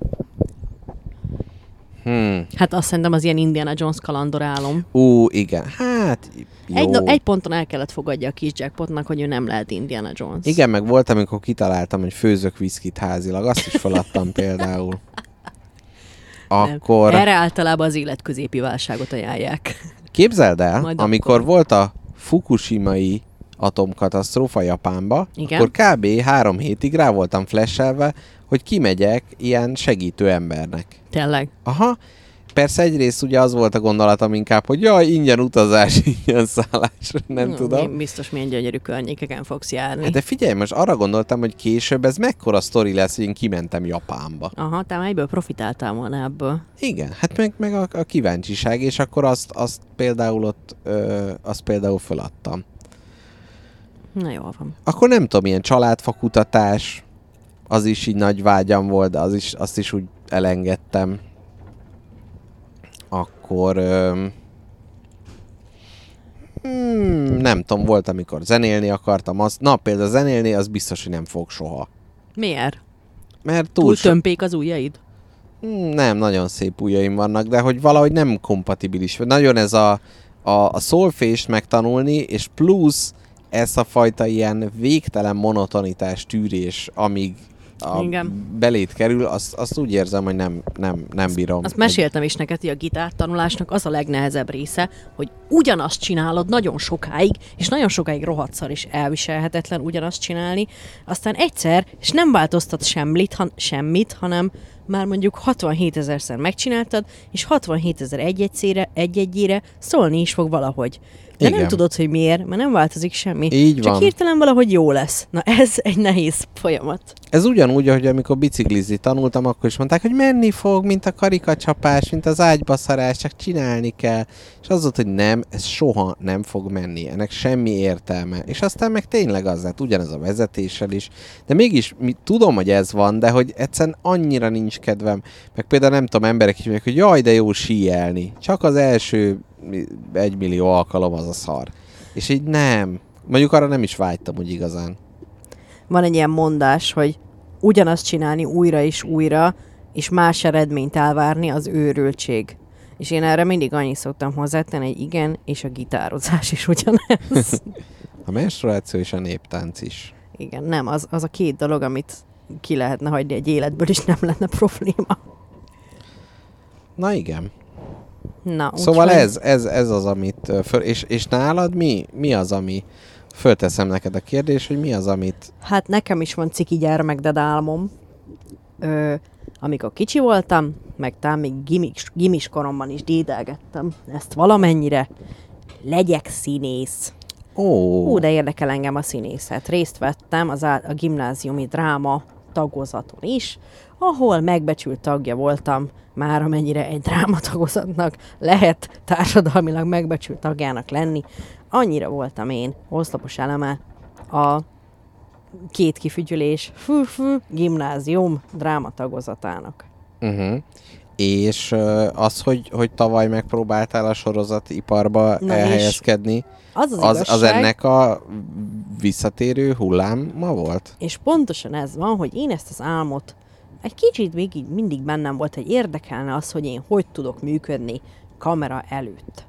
Hmm. Hát azt szerintem az ilyen Indiana Jones kalandor álom. Ú, igen. Hát, jó. Egy, egy ponton el kellett fogadja a kis jackpotnak, hogy ő nem lehet Indiana Jones. Igen, meg volt, amikor kitaláltam, hogy főzök viszkit házilag. Azt is feladtam például. Akkor... Nem. Erre általában az életközépi válságot ajánlják. Képzeld el, Majd amikor akkor. volt a Fukushimai atomkatasztrófa Japánba, Igen. akkor kb. három hétig rá voltam flashelve, hogy kimegyek ilyen segítő embernek. Tényleg. Aha, persze egyrészt ugye az volt a gondolatom inkább, hogy jaj, ingyen utazás, ingyen szállás, nem Hmm, tudom. mi- Biztos milyen gyönyörű környékeken fogsz járni. Hát de figyelj, most arra gondoltam, hogy később ez mekkora sztori lesz, hogy én kimentem Japánba. Aha, te már egyből profitáltál volna ebből. Igen, hát meg, meg a, a kíváncsiság, és akkor azt, azt például ott, ö, azt például föladtam. Na jól van. Akkor nem tudom, ilyen családfakutatás, az is így nagy vágyam volt, de az is, azt is úgy elengedtem. Akkor... Ö, hmm, nem tudom, volt, amikor zenélni akartam, azt, na például zenélni, az biztos, hogy nem fog soha. Miért? Mert túl, Túl so- tömpék az ujjaid? Hmm, nem, nagyon szép ujjaim vannak, de hogy valahogy nem kompatibilis. Nagyon ez a, a, a szolfést megtanulni, és plusz ez a fajta ilyen végtelen monotonitás, tűrés, amíg a Igen. belét kerül, azt, azt úgy érzem, hogy nem, nem, nem bírom. Azt meséltem is neked, hogy a gitártanulásnak az a legnehezebb része, hogy ugyanazt csinálod nagyon sokáig, és nagyon sokáig rohadszar is elviselhetetlen ugyanazt csinálni, aztán egyszer, és nem változtat semmit, han- semmit hanem már mondjuk hatvanhét ezerszer megcsináltad, és hatvanhét ezer egy-egyszére, egy-egyére szólni is fog valahogy. De Igen. nem tudod, hogy miért, mert nem változik semmi. Így Csak van. hirtelen valahogy jó lesz. Na ez egy nehéz folyamat. Ez ugyanúgy, hogy amikor biciklizni tanultam, akkor is mondták, hogy menni fog, mint a karikacsapás, mint az ágybaszarás, csak csinálni kell. És az volt, hogy nem, ez soha nem fog menni, ennek semmi értelme. És aztán meg tényleg az lett, ugyanez a vezetéssel is. De mégis mi, tudom, hogy ez van, de hogy egyszerűen annyira nincs kedvem. Meg például nem tudom, emberek is mondják, hogy jaj, de jó síelni. Csak az első egymillió alkalom az a szar. És így nem. Mondjuk arra nem is vágytam úgy igazán. Van egy ilyen mondás, hogy ugyanazt csinálni újra és újra, és más eredményt elvárni az őrültség. És én erre mindig annyit szoktam hozzátenni, hogy igen, és a gitározás is ugyanez. A menstruáció és a néptánc is. Igen, nem, az, az a két dolog, amit ki lehetne hagyni egy életből, és nem lenne probléma. Na igen. Na, Szóval úgyhogy- ez, ez, ez az, amit ö, föl, és, és nálad mi? Mi az, ami fölteszem neked a kérdés, hogy mi az, amit Hát nekem is van ciki gyermekded álmom. Ö, amikor kicsi voltam, meg talán még gimis, gimis koromban is dédelgettem ezt valamennyire. Legyek színész. Ó. Hú, de érdekel engem a színészet. Részt vettem az á- a gimnáziumi dráma tagozaton is, ahol megbecsült tagja voltam, már amennyire egy dráma tagozatnak lehet társadalmilag megbecsült tagjának lenni. Annyira voltam én oszlopos eleme a két kifügyülés fű, fű, gimnázium dráma tagozatának. Uh-huh. És uh, az, hogy, hogy tavaly megpróbáltál a sorozatiparba Na elhelyezkedni, Az az, az, igazság, az ennek a visszatérő hulláma volt? és pontosan ez van, hogy én ezt az álmot egy kicsit még így mindig bennem volt, hogy érdekelne az, hogy én hogy tudok működni kamera előtt.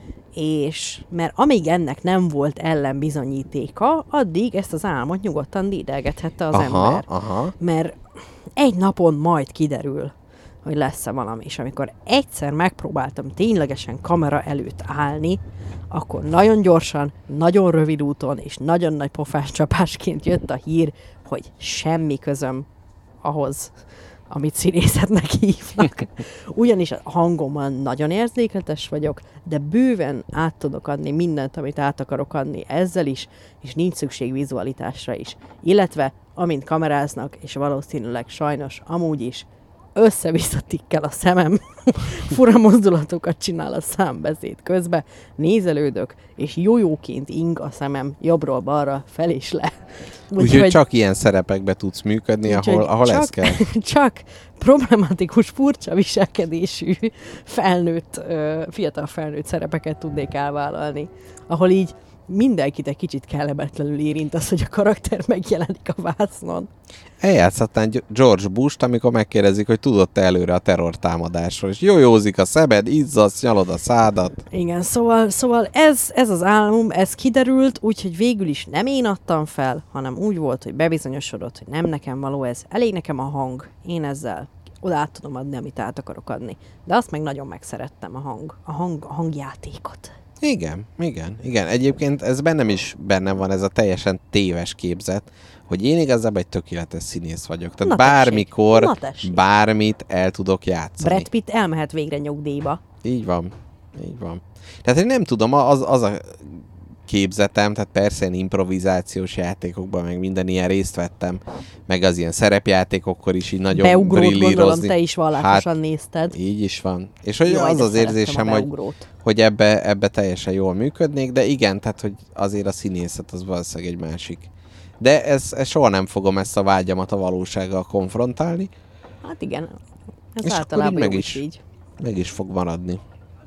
És mert amíg ennek nem volt ellenbizonyítéka, addig ezt az álmot nyugodtan dédelgethette az aha, ember. aha. Mert egy napon majd kiderül, hogy lesz-e valami. És amikor egyszer megpróbáltam ténylegesen kamera előtt állni, akkor nagyon gyorsan, nagyon rövid úton és nagyon nagy pofás csapásként jött a hír, hogy semmi közöm ahhoz, amit színészetnek hívnak. Ugyanis a hangommal nagyon érzékletes vagyok, de bőven át tudok adni mindent, amit át akarok adni ezzel is, és nincs szükség vizualitásra is. Illetve, amint kameráznak, és valószínűleg sajnos amúgy is, össze-vissza tikkel a szemem, fura mozdulatokat csinál a számbeszéd közben, nézelődök, és jójóként ing a szemem jobbról-balra, fel és le. Úgyhogy úgy, csak ilyen szerepekbe tudsz működni, úgy, ahol, ahol csak, ez kell. Csak problematikus, furcsa viselkedésű felnőtt, fiatal felnőtt szerepeket tudnék elvállalni, ahol így mindenkit egy kicsit kellemetlenül érint az, hogy a karakter megjelenik a vásznon. Eljátszhatnál George Bush-t, amikor megkérdezik, hogy tudott-e előre a terrortámadásról, és jójózik a szemed, izzadsz, nyalod a szádat. Igen, szóval, szóval ez, ez az álmom, ez kiderült, úgyhogy végül is nem én adtam fel, hanem úgy volt, hogy bebizonyosodott, hogy nem nekem való ez. Elég nekem a hang. Én ezzel oda át tudom adni, amit át akarok adni. De azt meg nagyon megszerettem, a hang, a, hang, a hangjátékot. Igen, igen, igen. Egyébként ez bennem is bennem van, ez a teljesen téves képzet, hogy én igazából egy tökéletes színész vagyok. Tehát Na bármikor, Na bármit el tudok játszani. Brad Pitt elmehet végre nyugdíjba. Így van, így van. Tehát én nem tudom, az, az a képzetem, tehát persze én improvizációs játékokban meg minden ilyen részt vettem, meg az ilyen szerepjátékokkor is így nagyon Beugrót, brillírozni. gondolom, te is vallásosan hát, nézted. Így is van. És hogy Jaj, az az érzésem, hogy, hogy ebbe, ebbe teljesen jól működnék, de igen, tehát hogy azért a színészet az valószínűleg egy másik. De ez, ez soha nem fogom ezt a vágyamat a valósággal konfrontálni. Hát igen, ez és általában így meg jó is, így. meg is fog maradni.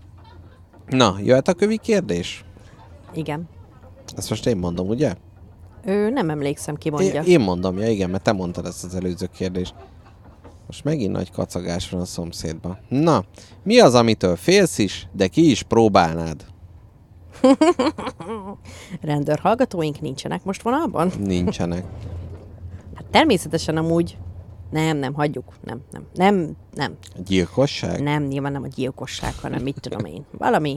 Na, jöhet a kövi kérdés? Igen. Ezt most én mondom, ugye? Ő nem emlékszem, ki mondja. Én, én mondom, ja igen, mert te mondtad ezt az előző kérdést. Most megint nagy kacagás van a szomszédban. Na, mi az, amitől félsz is, de ki is próbálnád? Rendőr hallgatóink nincsenek most vonalban? Nincsenek. Hát természetesen amúgy nem, nem, hagyjuk. Nem, nem, nem, nem. A gyilkosság? Nem, nyilván nem a gyilkosság, hanem mit tudom én. Valami.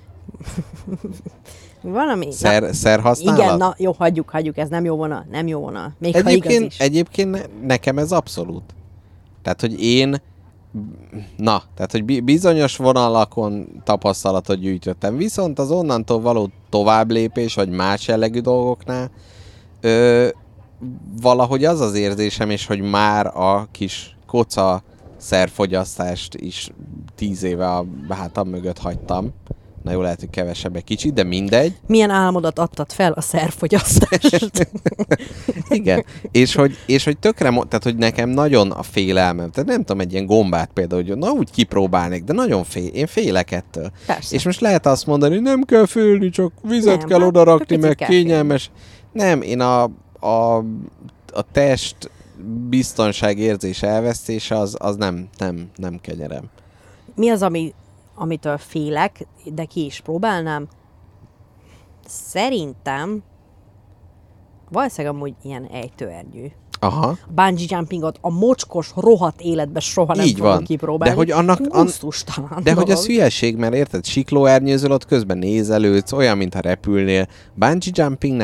Valami. Szer, na, szerhasználat? Igen, na jó, hagyjuk, hagyjuk, ez nem jó vonal, nem jó vonal. Még egyébként, ha igaz is. Egyébként ne, nekem ez abszolút. Tehát, hogy én na, tehát, hogy bizonyos vonalakon tapasztalatot gyűjtöttem, viszont az onnantól való tovább lépés, vagy más jellegű dolgoknál ö, valahogy az az érzésem, és hogy már a kis koca szerfogyasztást is tíz éve a hátam mögött hagytam. Na jó, lehet, hogy kevesebb egy kicsit, de mindegy. Milyen álmodat adtad fel a szerfogyasztást? Igen, és hogy, és hogy tökre, tehát hogy nekem nagyon a félelmem, tehát nem tudom, egy ilyen gombát például, hogy na úgy kipróbálnék, de nagyon fél, én félek ettől. Persze. És most lehet azt mondani, hogy nem kell félni, csak vizet nem, kell hát odarakni, meg kell kényelmes. Félni. Nem, én a, a, a test biztonság érzés elvesztése az, az nem, nem, nem kenyerem. Mi az, ami, amitől félek, de ki is próbálnám? Szerintem valószínűleg amúgy ilyen ejtőernyő. Aha. Bungee jumpingot a mocskos, rohadt életben soha nem így fogom van. kipróbálni. De hogy annak, an... De hogy az hülyeség, mert érted, siklóernyőzöl, ott közben nézelődsz, olyan, mintha repülnél. Bungee jumpingnál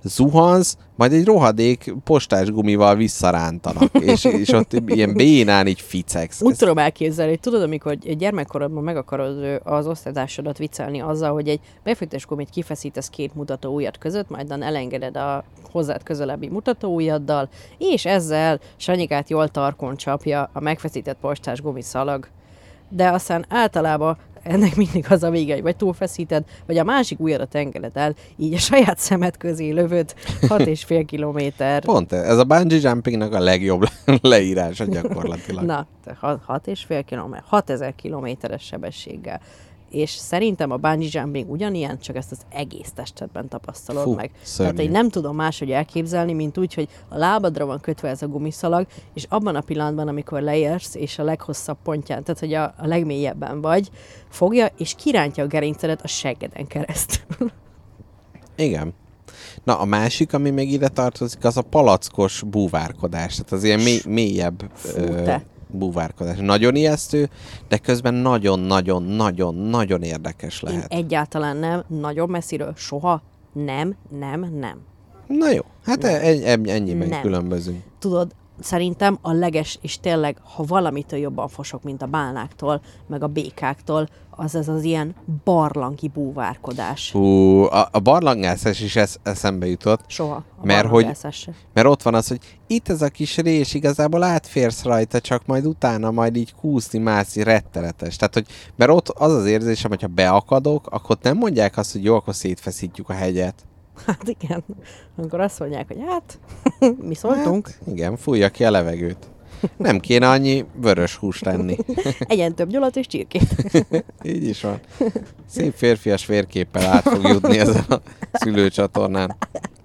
zuhansz, majd egy rohadék postás gumival visszarántanak, és, és ott ilyen bénán így ficegsz. Úgy Ez... tudom elképzelni, hogy tudod, amikor gyermekkorodban meg akarod az osztálytársadat viccelni azzal, hogy egy befőttes gumit kifeszítesz két mutató ujjad között, majd elengeded a hozzád közelebbi mutató ujjaddal, és ezzel Sanyikát jól tarkon csapja a megfeszített postás gumiszalag. De aztán általában ennek mindig az a vége, hogy vagy túlfeszíted, vagy a másik ujjadat engeded el, így a saját szemed közé lövöd hat és fél kilométer. Pont ez a bungee jumpingnak a legjobb leírása gyakorlatilag. Na, hat és fél kilométer, hatezer kilométeres sebességgel. És szerintem a bungee jumping ugyanilyen, csak ezt az egész testedben tapasztalod Fú, meg. szörnyű. Tehát én nem tudom máshogy elképzelni, mint úgy, hogy a lábadra van kötve ez a gumiszalag, és abban a pillanatban, amikor leérsz, és a leghosszabb pontján, tehát hogy a, a legmélyebben vagy, fogja, és kirántja a gerincedet a seggeden keresztül. Igen. Na, a másik, ami még ide tartozik, az a palackos búvárkodás. Tehát az ilyen mély, mélyebb Fú, ö, te. búvárkodás. Nagyon ijesztő, de közben nagyon-nagyon-nagyon-nagyon érdekes Én lehet. egyáltalán nem, nagyon messziről, soha nem, nem, nem. Na jó, hát Nem. e- e- ennyiben Nem. különbözünk. Tudod, szerintem a leges, és tényleg, ha valamitől jobban fosok, mint a bálnáktól, meg a békáktól, az ez az ilyen barlangi búvárkodás. Hú, a, a barlangászás is esz, eszembe jutott, Soha. A Mert hogy- barlangászás se. mert ott van az, hogy itt ez a kis rés, igazából átférsz rajta, csak majd utána majd így kúszni, mászni, rettenetes. Tehát, hogy, mert ott az az érzésem, hogyha beakadok, akkor nem mondják azt, hogy jó, akkor szétfeszítjük a hegyet. Hát igen. Akkor azt mondják, hogy hát, mi szóltunk. Hát, igen, fújja ki a levegőt. Nem kéne annyi vörös húst enni. Egyen több nyolat és csirkét. Így is van. Szép férfias vérképpel át fog jutni ezen a szülőcsatornán.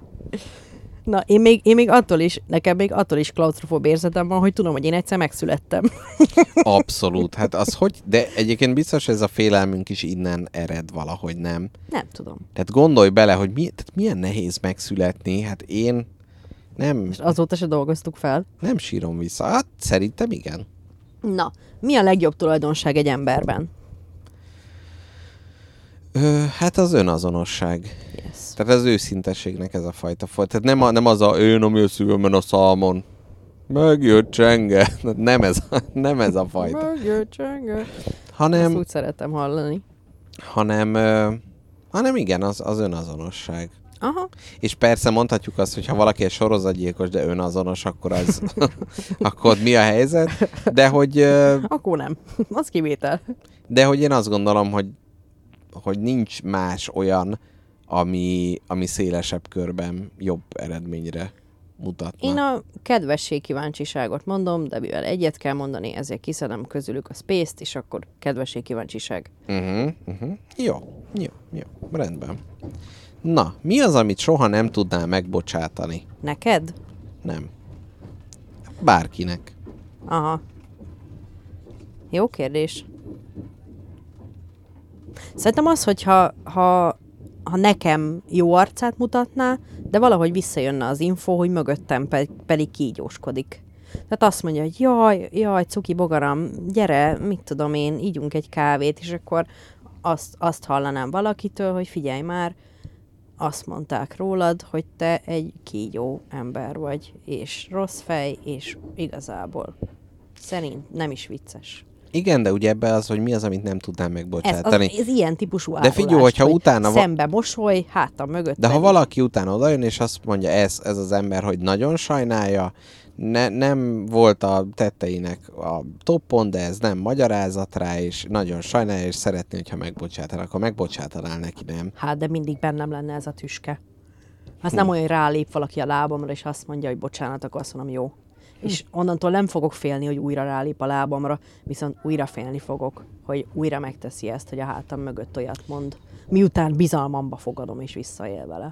Na, én még, én még attól is, nekem még attól is klaustrofób érzetem van, hogy tudom, hogy én egyszer megszülettem. Abszolút. Hát az hogy? De egyébként biztos ez a félelmünk is innen ered valahogy, nem? Nem tudom. Tehát gondolj bele, hogy mi, tehát milyen nehéz megszületni. Hát én nem, És azóta se dolgoztuk fel. nem sírom vissza. Hát szerintem igen. Na, mi a legjobb tulajdonság egy emberben? Ö, hát az önazonosság. Yes. Tehát az őszintességnek ez a fajta fajta. Tehát nem, a, nem az a ő nem jössz szívemben a szalmon. Megjött csenge. Nem ez, a, nem ez a fajta. Megjött csenge. Ezt Hanem, úgy szeretem hallani. hanem, ö, hanem igen, az, az önazonosság. Aha. És persze mondhatjuk azt, hogy ha valaki egy sorozatgyilkos, de önazonos, akkor az, akkor mi a helyzet? De hogy, ö, Akkor nem. Az kivétel. de hogy én azt gondolom, hogy, hogy nincs más olyan, ami, ami szélesebb körben jobb eredményre mutatna. Én a kedvesség kíváncsiságot mondom, de mivel egyet kell mondani, ezért kiszedem közülük a space-t, és akkor kedvesség kíváncsiság. Uh-huh, uh-huh. Jó, jó, jó, rendben. Na, mi az, amit soha nem tudnál megbocsátani? Neked? Nem. Bárkinek. Aha. Jó kérdés. Szerintem az, hogyha ha, ha nekem jó arcát mutatná, de valahogy visszajönne az info, hogy mögöttem pe- pedig kígyóskodik. Tehát azt mondja, hogy jaj, jaj, cuki bogaram, gyere, mit tudom én, ígyunk egy kávét, és akkor azt, azt hallanám valakitől, hogy figyelj már, azt mondták rólad, hogy te egy kígyó ember vagy, és rossz fej, és igazából szerint nem is vicces. Igen, de ugye ebben az, hogy mi az, amit nem tudnám Ez, az, megbocsátani. ez ilyen típusú De árulás, figyelj, hogyha hogy utána va- szembe mosoly, hátam mögött De ha pedig. valaki utána odajön, és azt mondja ez, ez az ember, hogy nagyon sajnálja, ne, nem volt a tetteinek a toppon, de ez nem magyarázat rá, és nagyon sajnálja, és szeretné, hogyha megbocsátanál, akkor megbocsátanál neki, nem? Hát, de mindig bennem lenne ez a tüske. Az nem olyan, hogy rálép valaki a lábamra, és azt mondja, hogy bocsánat, akkor azt mondom, jó. És onnantól nem fogok félni, hogy újra rálép a lábamra, viszont újra félni fogok, hogy újra megteszi ezt, hogy a hátam mögött olyat mond. Miután bizalmamba fogadom, és visszaél vele.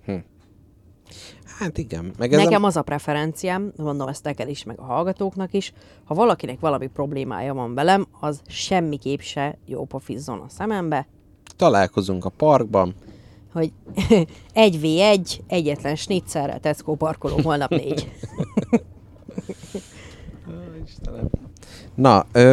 Hát igen. Meg ez Nekem a... az a preferenciám, mondom ezt neked is, meg a hallgatóknak is, ha valakinek valami problémája van velem, az semmiképp se jó pofizzon a szemembe, Találkozunk a parkban. hogy egy vé egy, egyetlen snitzerrel Tesco parkoló, holnap négy. Na, ö,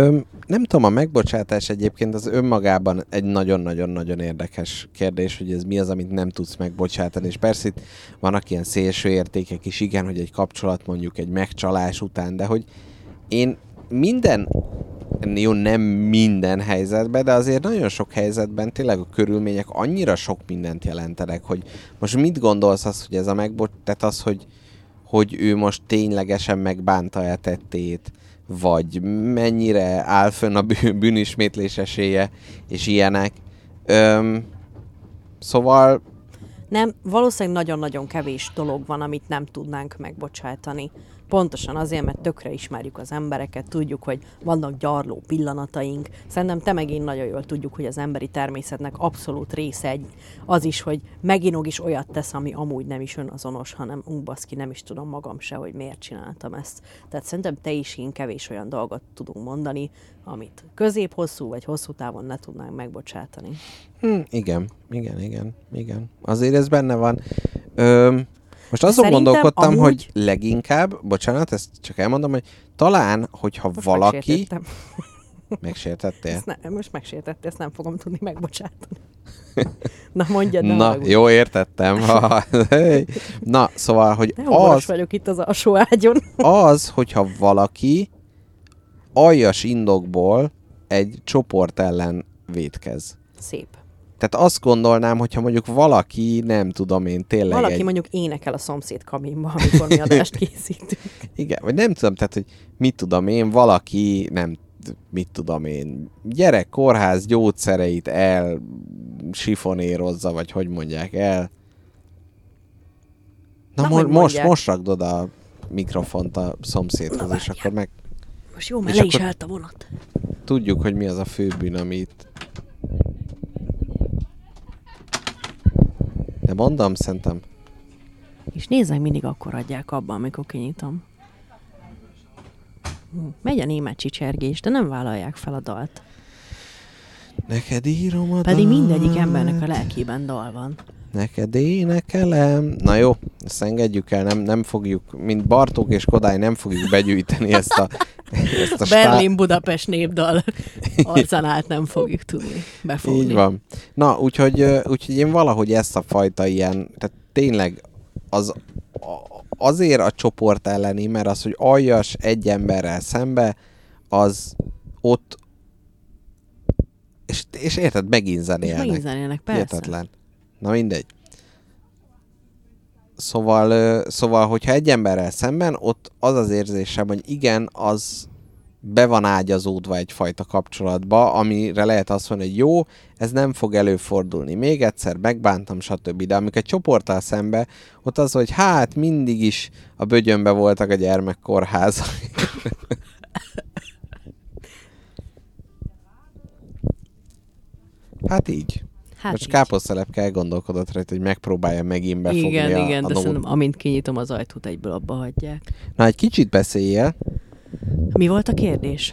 nem tudom, a megbocsátás egyébként az önmagában egy nagyon-nagyon-nagyon érdekes kérdés, hogy ez mi az, amit nem tudsz megbocsátani, és persze itt vannak ilyen szélső értékek is, igen, hogy egy kapcsolat mondjuk egy megcsalás után, de hogy én minden, jó, nem minden helyzetben, de azért nagyon sok helyzetben tényleg a körülmények annyira sok mindent jelentenek, hogy most mit gondolsz az, hogy ez a megbocsátás, tehát az, hogy, hogy ő most ténylegesen megbánta-e tettét, vagy mennyire áll fönn a bűnismétlés esélye, és ilyenek. Öm, szóval... Nem, valószínűleg nagyon-nagyon kevés dolog van, amit nem tudnánk megbocsátani. Pontosan azért, mert tökre ismerjük az embereket, tudjuk, hogy vannak gyarló pillanataink. Szerintem te meg én nagyon jól tudjuk, hogy az emberi természetnek abszolút része egy, az is, hogy meginog is olyat tesz, ami amúgy nem is önazonos, hanem ú, baszki, nem is tudom magam se, hogy miért csináltam ezt. Tehát szerintem te is én kevés olyan dolgot tudunk mondani, amit közép-hosszú vagy hosszú távon ne tudnánk megbocsátani. Hm, igen, igen, igen, igen. Azért ez benne van. Öm, Most azon Szerintem gondolkodtam, amúgy... hogy leginkább, bocsánat, ezt csak elmondom, hogy talán, hogyha most valaki... Megsértettem. Megsértettél? Ezt ne, most megsértettél, ezt nem fogom tudni megbocsátani. Na mondjad, ne Na, haragudj. jó, értettem. Na, szóval, hogy Ne humoros az, vagyok itt az alsó ágyon. az, hogyha valaki aljas indokból egy csoport ellen vétkez. Szép. Tehát azt gondolnám, hogyha mondjuk valaki, nem tudom én, tényleg Valaki egy... mondjuk énekel a szomszéd kabinba, amikor mi adást készítünk. Igen, vagy nem tudom, tehát, hogy mit tudom én, valaki, nem, mit tudom én, gyerek kórház gyógyszereit el sifonérozza, vagy hogy mondják el. Na, Na, mo- hogy most, mondják. most rakd oda a mikrofont a szomszédhoz, és akkor meg Most jó, mert És le is akkor- állt a vonat. tudjuk, hogy mi az a főbűn, amit... De mondom, szerintem. És nézzek, mindig akkor adják abba, amikor kinyitom. Hm, Megy a német csicsergés, de nem vállalják fel a dalt. Neked írom a Pedig dalt, mindegyik embernek a lelkében dal van. neked énekelem. Na jó, ezt engedjük el, nem, nem fogjuk, mint Bartók és Kodály, nem fogjuk begyűjteni ezt a, ezt a stá- Berlin-Budapest népdal arcán át nem fogjuk tudni befogni. Így van. Na, úgyhogy, ö, úgyhogy én valahogy ezt a fajta ilyen, tehát tényleg az, a- azért a csoport elleni, mert az, hogy aljas egy emberrel szembe, az ott, és, és érted, megint És zenélnek. megint zenélnek, persze. Hihetetlen. Na mindegy. Szóval, ö, szóval, hogyha egy emberrel szemben, ott az az érzésem, hogy igen, az be van ágyazódva egyfajta kapcsolatba, amire lehet azt mondani, hogy jó, ez nem fog előfordulni. Még egyszer megbántam, stb. De amikor egy csoporttal szembe, ott az, hogy hát mindig is a bögyönbe voltak a gyermekkórházak. Hát így. Hát Most így. káposztelepke elgondolkodott rajta, hogy megpróbálja megint befogni Igen, a, igen, a de nót. szerintem amint kinyitom az ajtót, egyből abba hagyják. Na, egy kicsit beszéljél. Mi volt a kérdés?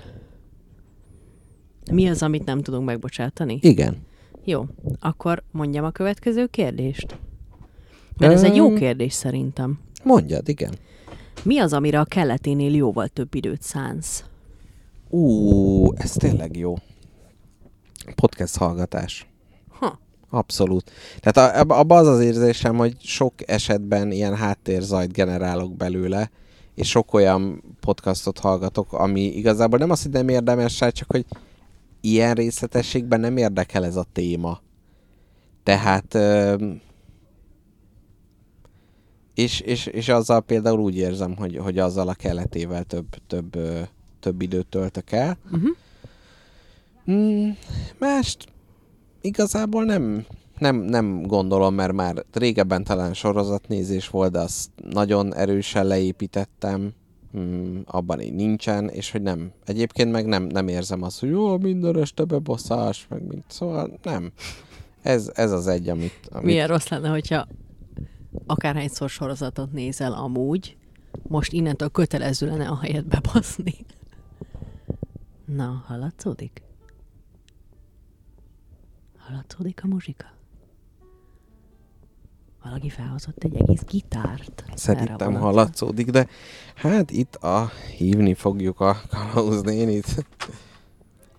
Mi az, amit nem tudunk megbocsátani? Igen. Jó, akkor mondjam a következő kérdést. Mert ez egy jó Öm. kérdés szerintem. Mondjad, igen. Mi az, amire a keleténél jóval több időt szánsz? Ú, ez tényleg jó. Podcast hallgatás. Ha. Abszolút. Tehát ab- abban az az érzésem, hogy sok esetben ilyen háttérzajt generálok belőle, és sok olyan podcastot hallgatok, ami igazából nem azt, hogy nem érdemes rá, csak hogy ilyen részletességben nem érdekel ez a téma. Tehát... öm, És, és, és azzal például úgy érzem, hogy, hogy azzal a keletével több, több, ö, több időt töltök el. Uh-huh. Mm, mást igazából nem, nem, nem gondolom, mert már régebben talán sorozatnézés volt, de azt nagyon erősen leépítettem, mm, abban így nincsen, és hogy nem. Egyébként meg nem, nem érzem azt, hogy jó, minden este bebosszás, meg mint, szóval nem. Ez, ez az egy, amit... amit... Milyen rossz lenne, hogyha akárhányszor sorozatot nézel amúgy, most innentől kötelező lenne a helyet bebaszni. Na, hallatszódik? Hallatszódik a muzsika? Valaki felhozott egy egész gitárt. erre a Szerintem vonatra. hallatszódik, de hát itt a hívni fogjuk a kalauznénit.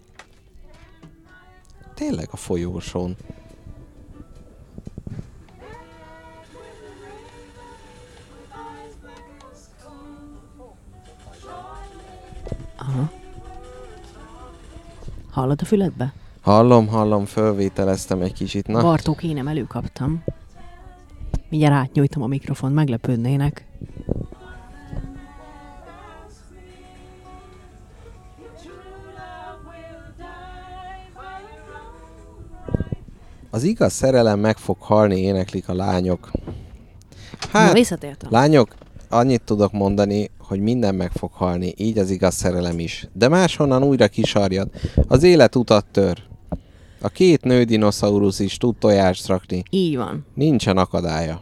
Tényleg a folyósón. Aha. Hallod a füledbe? Hallom, hallom, fölvételeztem egy kicsit. Na. Bartók, én nem előkaptam. Mindjárt átnyújtom a mikrofont, meglepődnének. Az igaz szerelem meg fog halni, éneklik a lányok. Hát, Na, visszatértem. lányok, annyit tudok mondani, hogy minden meg fog halni, így az igaz szerelem is. De máshonnan újra kisarjad. Az élet utat tör. A két nő dinoszaurusz is tud tojást rakni. Így van. Nincsen akadálya.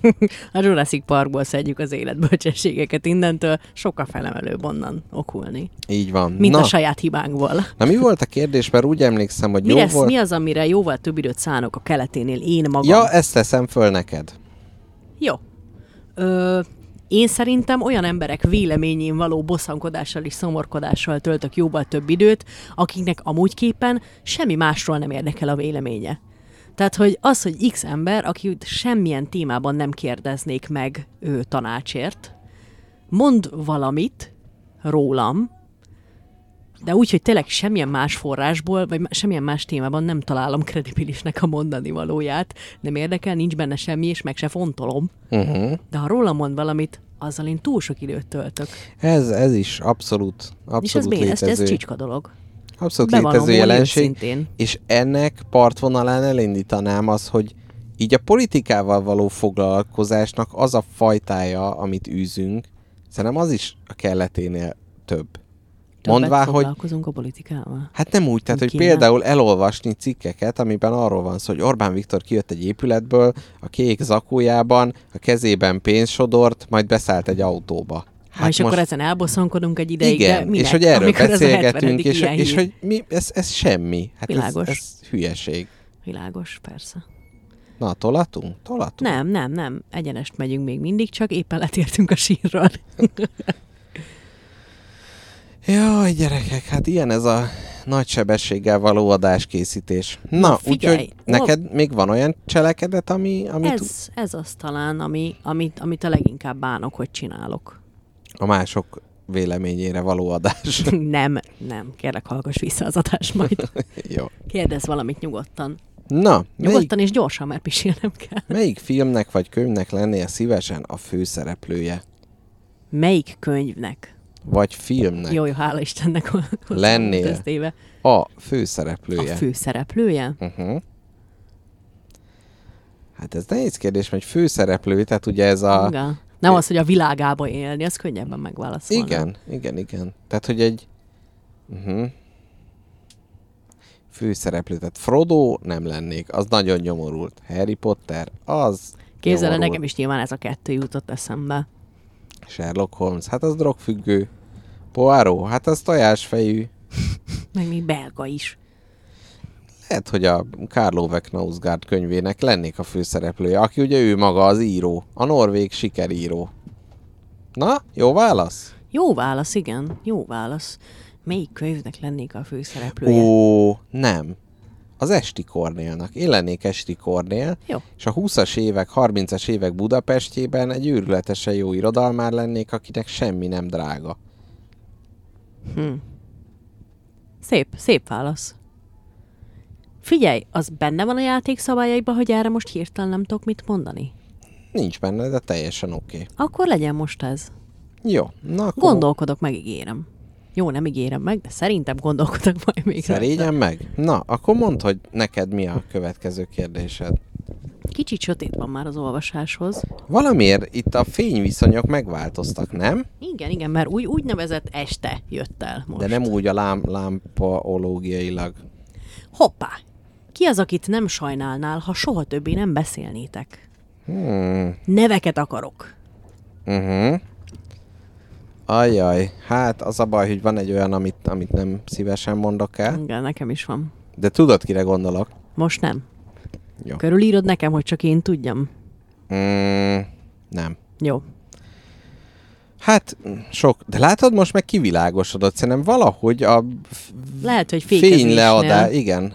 A Jurassic Parkból szedjük az életbölcsességeket innentől, sokkal felemelőbb onnan okulni. Így van. Mint Na, a saját hibánkból. na mi volt a kérdés, mert úgy emlékszem, hogy Mi, jó lesz, volt. mi az, amire jóval több időt szánok a keleténél én magam? Ja, ezt teszem föl neked. Jó. Ö, én szerintem olyan emberek véleményén való bosszankodással és szomorkodással töltök jóval több időt, akiknek amúgyképpen semmi másról nem érdekel a véleménye. Tehát, hogy az, hogy X ember, aki semmilyen témában nem kérdeznék meg ő tanácsért, mond valamit rólam, de úgy, hogy tényleg semmilyen más forrásból, vagy semmilyen más témában nem találom kredibilisnek a mondani valóját, nem érdekel, nincs benne semmi, és meg se fontolom. Uh-huh. De ha rólam mond valamit, azzal én túl sok időt töltök. Ez, ez is abszolút, abszolút és ez béna, ez, létező. ez csicska dolog. Abszolút Bevallom, létező hogy jelenség. őszintén. És ennek partvonalán elindítanám az, hogy így a politikával való foglalkozásnak az a fajtája, amit űzünk, szerintem az is a kelleténél több. Többet Mondvá, hogy foglalkozunk a politikával. hát nem úgy, tehát, Nem hogy kéne. például elolvasni cikkeket, amiben arról van szó, hogy Orbán Viktor kijött egy épületből, a kék zakójában, a kezében pénzsodort, majd beszállt egy autóba. Hát és most... akkor ezen elbosszankodunk egy ideig, igen, de minek? és hogy erről Amikor ez a beszélgetünk, hetvenedik és, ilyen és hír. hogy mi, ez, ez semmi. Hát ez, Világos. ez hülyeség. Világos, persze. Na, tolatunk? Tolatunk? Nem, nem, nem. Egyenest megyünk még mindig, csak éppen letértünk a sírról. Jaj, gyerekek, hát ilyen ez a nagy sebességgel való adáskészítés. Na, Na, figyelj, úgyhogy neked még van olyan cselekedet, ami... ami ez, ez az talán, ami, amit, amit a leginkább bánok, hogy csinálok. a mások véleményére való adás. nem, nem. Kérlek, hallgass vissza az adást majd. Jó. Kérdezz valamit nyugodtan. Na, Nyugodtan melyik, és gyorsan, mert pisilnem kell. melyik filmnek vagy könyvnek lennél szívesen a főszereplője? Melyik könyvnek? Vagy filmnek Jó, jó, hála Istennek. hozzá Lennél. volt köztéve. a főszereplője? A főszereplője? Uh-huh. Hát ez nehéz kérdés, mert főszereplő, tehát ugye ez a... Igen. Nem az, hogy a világába élni, az könnyebben megválaszolni. Igen, igen, igen. Tehát, hogy egy... Uh-huh. Főszereplő, tehát Frodo nem lennék, az nagyon nyomorult. Harry Potter, az Képzeld el, nyomorult. nekem is nyilván ez a kettő jutott eszembe. Sherlock Holmes, hát az drogfüggő. Poirot, hát az tojásfejű. Meg még belga is. Lehet, hogy a Karl Ove Knausgaard könyvének lennék a főszereplője, aki ugye ő maga az író, a norvég sikeríró. Na, jó válasz? Jó válasz, igen. Jó válasz. Melyik könyvnek lennék a főszereplője? Ó, nem. Az Esti Kornélnak. Én lennék Esti Kornél, Jó. és a húszas évek, harmincas évek Budapestjében egy őrületesen jó irodalmár lennék, akinek semmi nem drága. Hm. Szép, szép válasz. Figyelj, az benne van a játék szabályaiban, hogy erre most hirtelen nem tudok mit mondani? Nincs benne, de teljesen oké. Okay. Akkor legyen most ez. Jó, na akkor Gondolkodok, megígérem. Jó, nem ígérem meg, de szerintem gondolkodok majd még. szerényen meg. Na, akkor mondd, hogy neked mi a következő kérdésed. Kicsit sötét van már az olvasáshoz. Valamiért itt a fényviszonyok megváltoztak, nem? Igen, igen, mert úgy, úgynevezett este jött el most. De nem úgy a lám, lámpaológiailag. Hoppá! Ki az, akit nem sajnálnál, ha soha többé nem beszélnétek? Hmm. Neveket akarok. Uh-huh. Ajjaj, hát az a baj, hogy van egy olyan, amit, amit nem szívesen mondok el. Igen, nekem is van. De tudod, kire gondolok? Most nem. Jó. Körülírod nekem, hogy csak én tudjam. Mm, nem. Jó. Hát, sok. De látod, most meg kivilágosodott. Szerintem valahogy a f- Lehet, hogy fékezésnél. fényleadás, igen,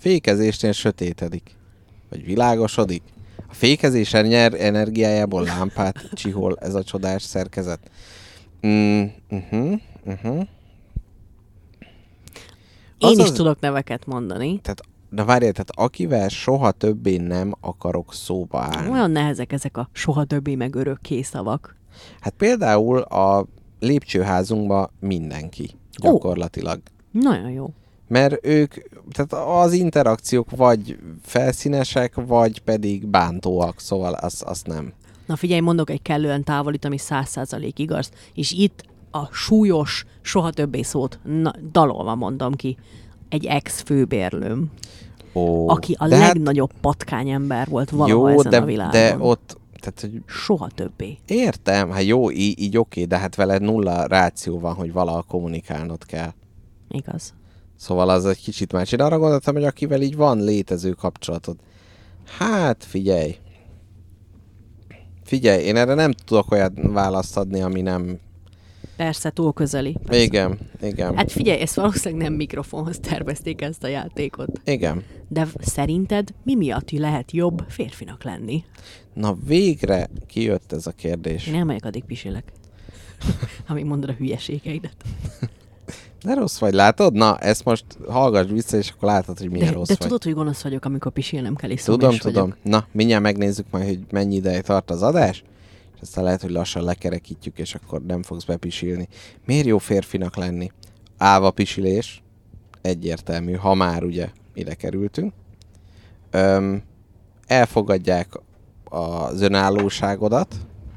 Fékezésnél sötétedik. Vagy világosodik. A fékezés nyer energiájából lámpát csihol ez a csodás szerkezet. Mm, uh-huh, uh-huh. Én is tudok neveket mondani. Tehát, na várjál, tehát akivel soha többé nem akarok szóba állni. Olyan nehezek ezek a soha többé meg örökké szavak. Hát például a lépcsőházunkban mindenki gyakorlatilag. Ó, nagyon jó. Mert ők, tehát az interakciók vagy felszínesek, vagy pedig bántóak, szóval azt az nem. Na figyelj, mondok egy kellően távolít, ami száz százalék igaz, és itt a súlyos, soha többé szót na, dalolva mondom ki, egy ex-főbérlőm, Ó, aki a legnagyobb hát, patkányember volt valaha jó, ezen de, a világon. de ott... Tehát, hogy soha többé. Értem, hát jó, így, így oké, de hát veled nulla ráció van, hogy valaha kommunikálnod kell. Igaz. Szóval az egy kicsit más. Én arra gondoltam, hogy akivel így van létező kapcsolatod. Hát figyelj. Figyelj, én erre nem tudok olyan választ adni, ami nem... Persze, túl közeli. Persze. Igen, igen. Hát figyelj, ezt valószínűleg nem mikrofonhoz tervezték ezt a játékot. Igen. De szerinted mi miatt lehet jobb férfinak lenni? Na végre kijött ez a kérdés. Én elmegyek, addig pisilek. Amíg mondod a hülyeségeidet. De rossz vagy, látod? Na, ezt most hallgass vissza, és akkor látod, hogy milyen de, rossz de vagy. tudod, hogy gonosz vagyok, amikor pisilnem kell, és Tudom, szomjas tudom. vagyok. Na, mindjárt megnézzük majd, hogy mennyi ideig tart az adás, és aztán lehet, hogy lassan lekerekítjük, és akkor nem fogsz bepisilni. Miért jó férfinak lenni? Álva pisilés, egyértelmű, ha már ugye ide kerültünk. Öm, elfogadják az önállóságodat.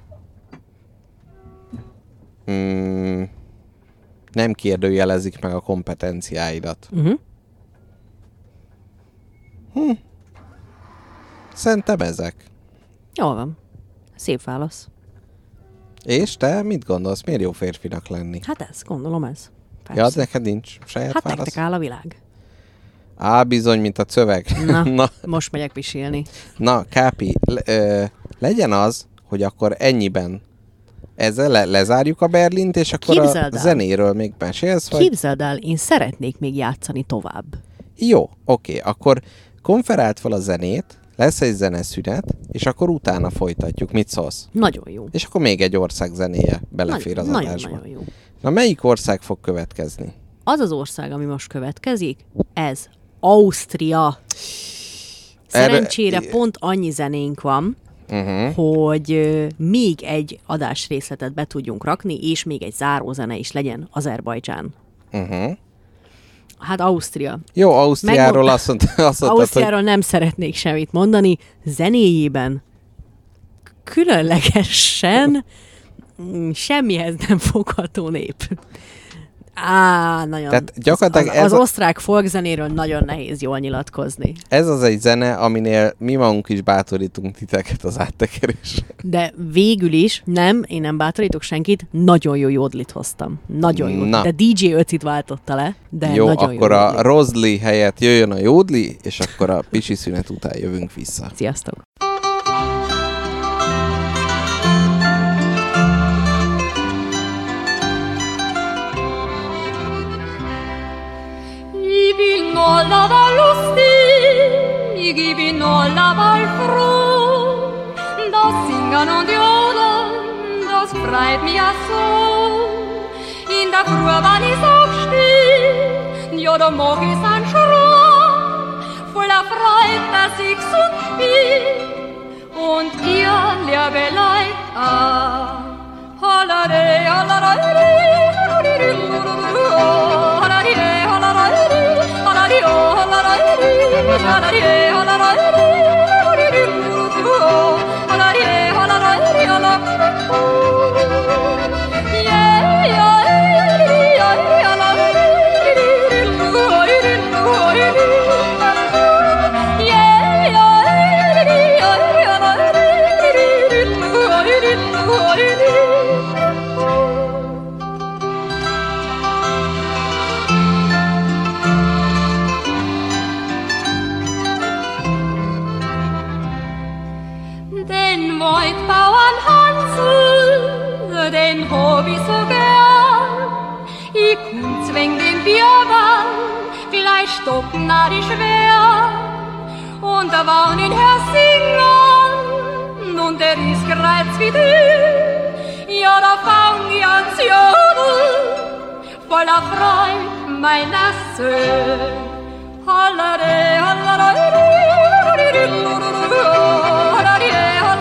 Mm, nem kérdőjelezik meg a kompetenciáidat. Uh-huh. Hm. Szerintem ezek. Jól van. Szép válasz. És te mit gondolsz? Miért jó férfinak lenni? Hát ez, gondolom ez. Persze. Ja, neked nincs saját Hát válasz? nektek áll a világ. Á, bizony, mint a szöveg. Na, Na, most megyek pisilni. na Kápi, le, ö, legyen az, hogy akkor ennyiben ezzel le, lezárjuk a Berlint, és akkor Képzeld a el. zenéről még mesélsz? Vagy? Képzeld el, én szeretnék még játszani tovább. Jó, oké, akkor konferált fel a zenét, lesz egy zeneszünet, és akkor utána folytatjuk. Mit szólsz? Nagyon jó. És akkor még egy ország zenéje belefér Nagy, az nagyon, adásba. nagyon jó. Na, melyik ország fog következni? Az az ország, ami most következik, ez Ausztria. Szerencsére Erre- pont annyi zenénk van, Uh-huh. hogy ö, még egy adásrészletet be tudjunk rakni, és még egy zárózene is legyen, Azerbajdzsán. Uh-huh. Hát Ausztria. Jó, Ausztriáról Megmond- azt mondta, azt mondtad, hogy Ausztriáról nem szeretnék semmit mondani. Zenéjében különlegesen mm, semmihez nem fogható nép. Á, nagyon. Tehát gyakorlatilag az, ez az a- osztrák folkzenéről nagyon nehéz jól nyilatkozni. ez az egy zene, aminél mi magunk is bátorítunk titeket az áttekerésre. De végül is, nem, én nem bátorítok senkit, nagyon jó jódlit hoztam. Nagyon jó. Na. De dé dzsé Öcit váltotta le, de Jó, nagyon akkor jó a jódlit. Rozli helyett jöjjön a Jódli, és akkor a pisi szünet után jövünk vissza. Sziasztok! Ich bin alleweil lustig, ich bin alleweil froh. Das Singen und Jodeln, das freut mich ja so. In der Früh, wenn ich aufstehe, ja, da mach ich's an Schrein, voller Freude, dass ich gesund bin. Und ihr, liebe Leute, auch. Hollade, hollade, hollade, Den Waldbauern Hansel, den hab ich so gern. Ich komm zwäng den Biermann, gleich doch narrisch wär und da war ihn hersingen und er ist gereizt wie du. Ja, da fang ich an zu jodeln, voller Freude meiner Söhne. Hallare, hallare, hallare, hallare,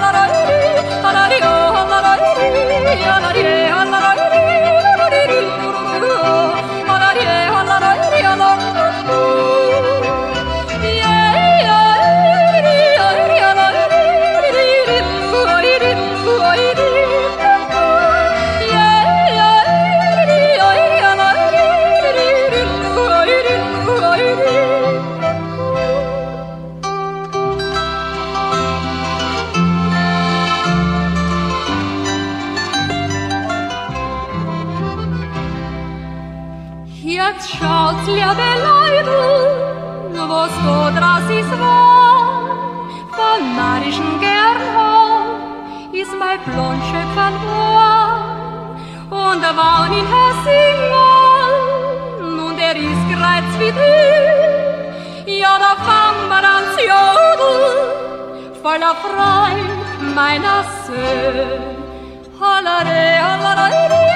schaut's, liebe Leute, was da draus ist wahr. Von narrischen Gernhau ist mein Blondschöpf verloren. Und da war ihn hersingen und er ist gereizt wie du. Ja, da fang wir an zu jodeln, voller Freude meiner Söhne. Hallare, hallare,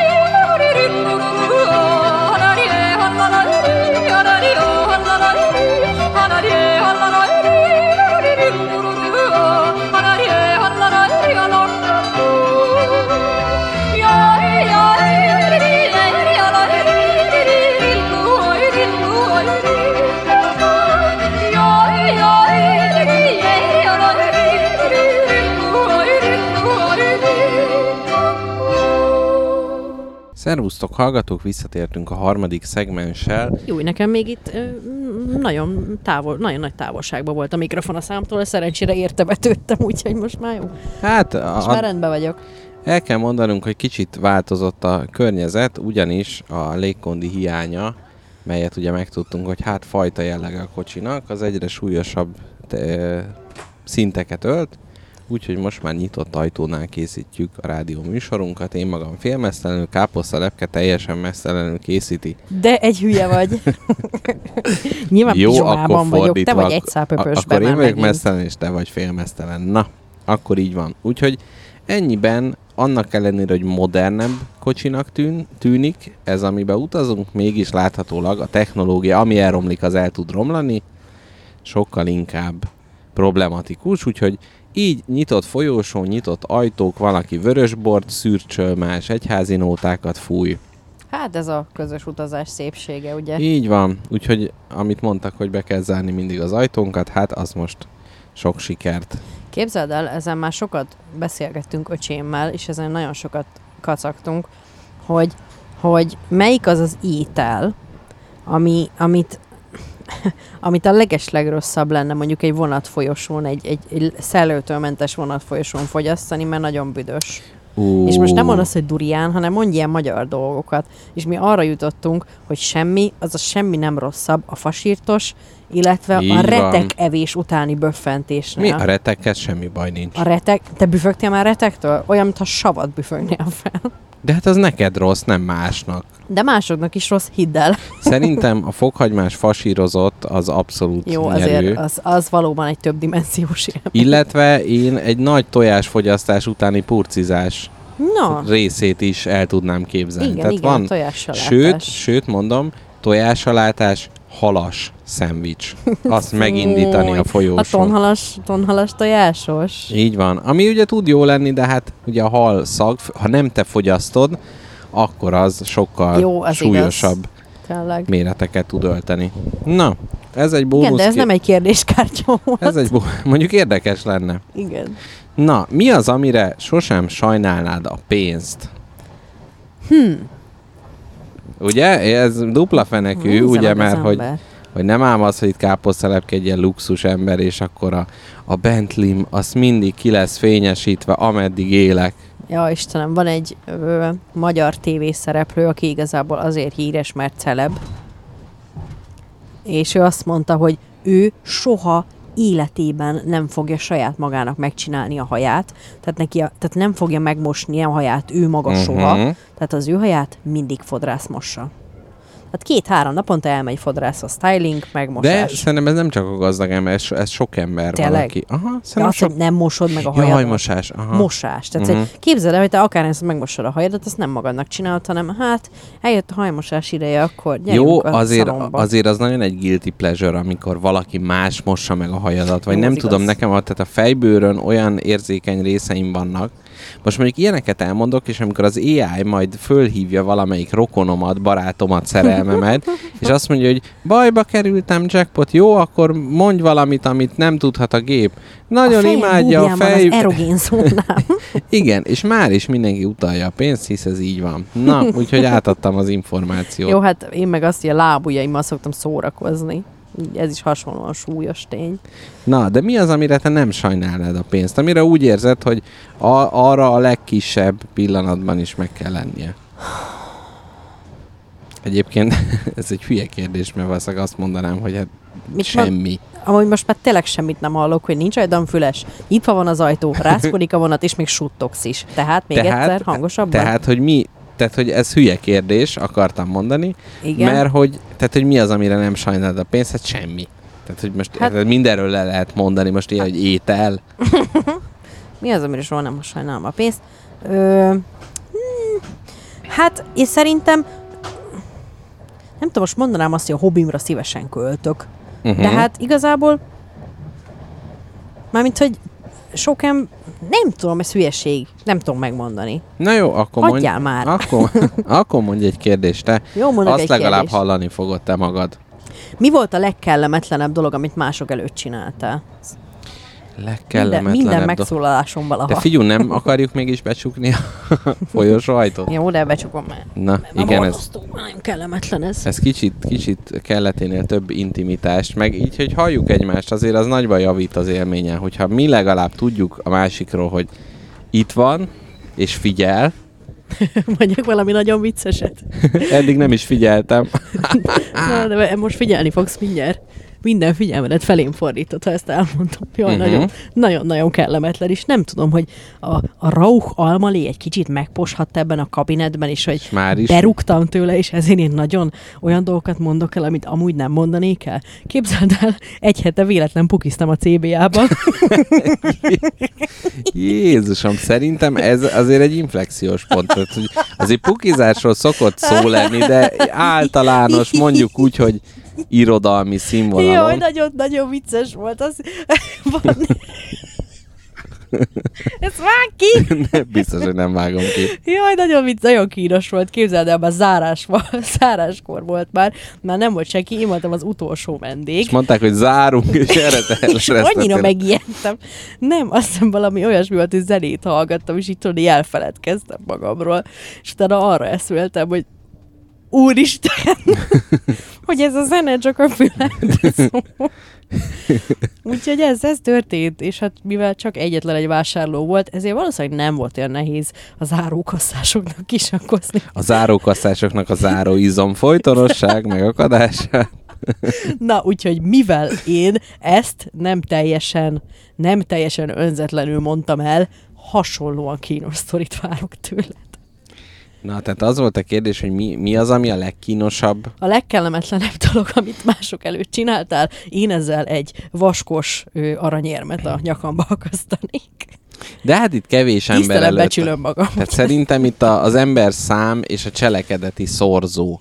Szervusztok, hallgatók, visszatértünk a harmadik szegmenssel. Jó, nekem még itt ö, nagyon, távol, nagyon nagy távolságban volt a mikrofon a számtól, szerencsére érte betődtem, úgyhogy most már jó. Hát, a, most már rendben vagyok. El kell mondanunk, hogy kicsit változott a környezet, ugyanis a légkondi hiánya, melyet ugye megtudtunk, hogy hát fajta jellege a kocsinak, az egyre súlyosabb te, szinteket ölt, úgyhogy most már nyitott ajtónál készítjük a rádió műsorunkat. Én magam félmeztelenül, Káposzta Lepke teljesen meztelenül készíti. De egy hülye vagy. Nyilván jó, pizsomában vagyok, te vagy egy szápöpösben. Akkor én vagyok meztelen, és te vagy félmeztelen. Na, akkor így van. Úgyhogy ennyiben, annak ellenére, hogy modernebb kocsinak tűn, tűnik, ez amiben utazunk, mégis láthatólag a technológia, ami elromlik, az el tud romlani, sokkal inkább problematikus, úgyhogy így nyitott folyósó, nyitott ajtók, valaki vörösbort szürcsöl, más egyházi nótákat fúj. Hát ez a közös utazás szépsége, ugye? Így van, úgyhogy amit mondtak, hogy be kell zárni mindig az ajtónkat, hát az most sok sikert. Képzeld el, ezen már sokat beszélgettünk öcsémmel, és ezen nagyon sokat kacagtunk, hogy, hogy melyik az az étel, ami, amit amit a legeslegrosszabb lenne mondjuk egy vonatfolyosón, egy, egy, egy szellőtől mentes vonatfolyosón fogyasztani, mert nagyon büdös. Uh. És most nem mondd azt, hogy durián, hanem mondj ilyen magyar dolgokat. És mi arra jutottunk, hogy semmi, az a semmi nem rosszabb a fasírtos, illetve így a retek van. Evés utáni böffentésnél. Mi? A retekkel semmi baj nincs. A retek? Te büfögtél már retektől? Olyan, mintha savat büfögnél fel. De hát az neked rossz, nem másnak. De másoknak is rossz, hidd el. Szerintem a fokhagymás fasírozott az abszolút jó, nyerő. Azért az, az valóban egy többdimenziós élmény. Illetve én egy nagy tojásfogyasztás utáni purcizás no. részét is el tudnám képzelni. Igen, Tehát igen, van, tojássalátás. Sőt, sőt mondom, tojássalátás, halas szendvics. Azt megindítani a folyóson. A tonhalas, tonhalas tojásos. Így van. Ami ugye tud jó lenni, de hát ugye a hal szag, ha nem te fogyasztod, akkor az sokkal jó, az súlyosabb méreteket tud ölteni. Na, ez egy bónusz. Igen, de ez kér... nem egy kérdéskártya volt. Ez egy bó... Mondjuk érdekes lenne. Igen. Na, mi az, amire sosem sajnálnád a pénzt? Hmm. Ugye? Ez dupla fenekű, Nézem ugye, mert hogy, hogy nem ám az, hogy itt Káposzta Lepke egy ilyen luxus ember, és akkor a, a Bentley-m az mindig ki lesz fényesítve, ameddig élek. Ja, Istenem, van egy ö, magyar tévészereplő, aki igazából azért híres, mert celeb. És ő azt mondta, hogy ő soha életében nem fogja saját magának megcsinálni a haját, tehát, neki a, tehát nem fogja megmosni a haját ő maga uh-huh. soha, tehát az ő haját mindig fodrász mossa. Hát két-három naponta elmegy fodrász a styling, megmosás. De szerintem ez nem csak a gazdag ember, ez, ez sok ember Tényleg? valaki. Aha, De szerintem azt, sok... hogy nem mosod meg a Ja, hajadat. hajmosás. Aha. Mosás. Tehát uh-huh. képzeld el, hogy te akárhányszor megmosod a hajadat, azt nem magadnak csinálod, hanem hát eljött a hajmosás ideje, akkor gyerünk Jó, a azért, szalomba. azért az nagyon egy guilty pleasure, amikor valaki más mossa meg a hajadat, vagy Jó, nem az tudom, igaz. nekem a, tehát a fejbőrön olyan érzékeny részeim vannak. Most mondjuk ilyeneket elmondok, és amikor az á i majd fölhívja valamelyik rokonomat, barátomat, szerelmemet, és azt mondja, hogy bajba kerültem, jackpot, jó, akkor mondj valamit, amit nem tudhat a gép. Nagyon a imádja a fej... Van az erogén zónám. Igen, és már is mindenki utalja a pénzt, hisz ez így van. Na, úgyhogy átadtam az információt. Jó, hát én meg azt, hogy a lábujjaimmal szoktam szórakozni. Ez is hasonlóan súlyos tény. Na, de mi az, amire te nem sajnálnád a pénzt? Amire úgy érzed, hogy a, arra a legkisebb pillanatban is meg kell lennie? Egyébként ez egy hülye kérdés, mert valószínűleg azt mondanám, hogy hát Mit semmi. Amúgy most már tényleg semmit nem hallok, hogy nincs ajtam füles, nyitva van az ajtó, rászkodik a vonat, és még suttogsz is. Tehát még tehát, egyszer hangosabban? Tehát, hogy mi... Tehát, hogy ez hülye kérdés, akartam mondani, Igen. mert hogy, tehát, hogy mi az, amire nem sajnálod a pénzt? Hát semmi. Tehát, hogy most Hát- hát, mindenről le lehet mondani, most ilyen, hogy étel. Mi az, amire soha nem sajnálom a pénzt? Ö, hmm, hát én szerintem nem tudom, most mondanám azt, hogy a hobbimra szívesen költök. Uh-huh. De hát igazából mármint, hogy sok em... nem tudom, ez hülyeség. Nem tudom megmondani. Na jó, akkor mondj, Hagyjál már. akkor, akkor mondj egy kérdést, te. Jó, mondok Azt egy legalább kérdést. hallani fogod te magad. Mi volt a legkellemetlenebb dolog, amit mások előtt csináltál? Minden, Legkellemetlenebb minden do- megszólaláson valaha. De figyelj, nem akarjuk mégis becsukni a folyosó ajtót? Jó, de becsukom már. Na, Nem igen, ez, borzasztó, nem kellemetlen ez. ez kicsit, kicsit kelleténél több intimitást, meg így, hogy halljuk egymást, azért az nagyban javít az élményen, hogyha mi legalább tudjuk a másikról, hogy itt van, és figyel. Mondjak valami nagyon vicceset. Eddig nem is figyeltem. Na, de most figyelni fogsz mindjárt. Minden figyelmedet felém fordított, ha ezt elmondom. Jaj, Mhm. nagyon, nagyon-nagyon kellemetlen, és nem tudom, hogy a, a rauch almalé egy kicsit megposhatta ebben a kabinetben, és hogy Már is. berúgtam tőle, és ezért én nagyon olyan dolgokat mondok el, amit amúgy nem mondanék el. Képzeld el, egy hete véletlen pukiztam a cé bé á-ban. Jézusom, szerintem ez azért egy inflexiós pont. Tehát, hogy azért pukizásról szokott szó lenni, de általános, mondjuk úgy, hogy irodalmi színvonalon. Jaj, nagyon-nagyon vicces volt. Az... Van... Ezt vág ki! Nem, biztos, hogy nem vágom ki. Jaj, nagyon vicc, nagyon kínos volt. Képzeld el, már zárás, záráskor volt már. Már nem volt senki, én voltam az utolsó vendég. És mondták, hogy zárunk, és erre te És annyira elresztettél. megijedtem. Nem, azt hiszem valami olyasmi volt, hogy zenét hallgattam, és így tudod, így elfeledkeztem magamról. És utána arra eszméltem, hogy úristen, hogy ez a zene csak a fülembe szól. Úgyhogy ez, ez történt, és hát mivel csak egyetlen egy vásárló volt, ezért valószínűleg nem volt olyan nehéz a zárókasszásoknak kisakozni. A zárókasszásoknak a záró izom folytonosság, megakadása. Na, úgyhogy mivel én ezt nem teljesen, nem teljesen önzetlenül mondtam el, hasonlóan kínos sztorit várok tőled. Na, tehát az volt a kérdés, hogy mi, mi az, ami a legkínosabb. A legkellemetlenebb dolog, amit mások előtt csináltál, én ezzel egy vaskos ö, aranyérmet a nyakamba akasztanék. De hát itt kevés ember Tisztelet előtt. becsülöm magam. Tehát szerintem itt a, az ember szám és a cselekedeti szorzó.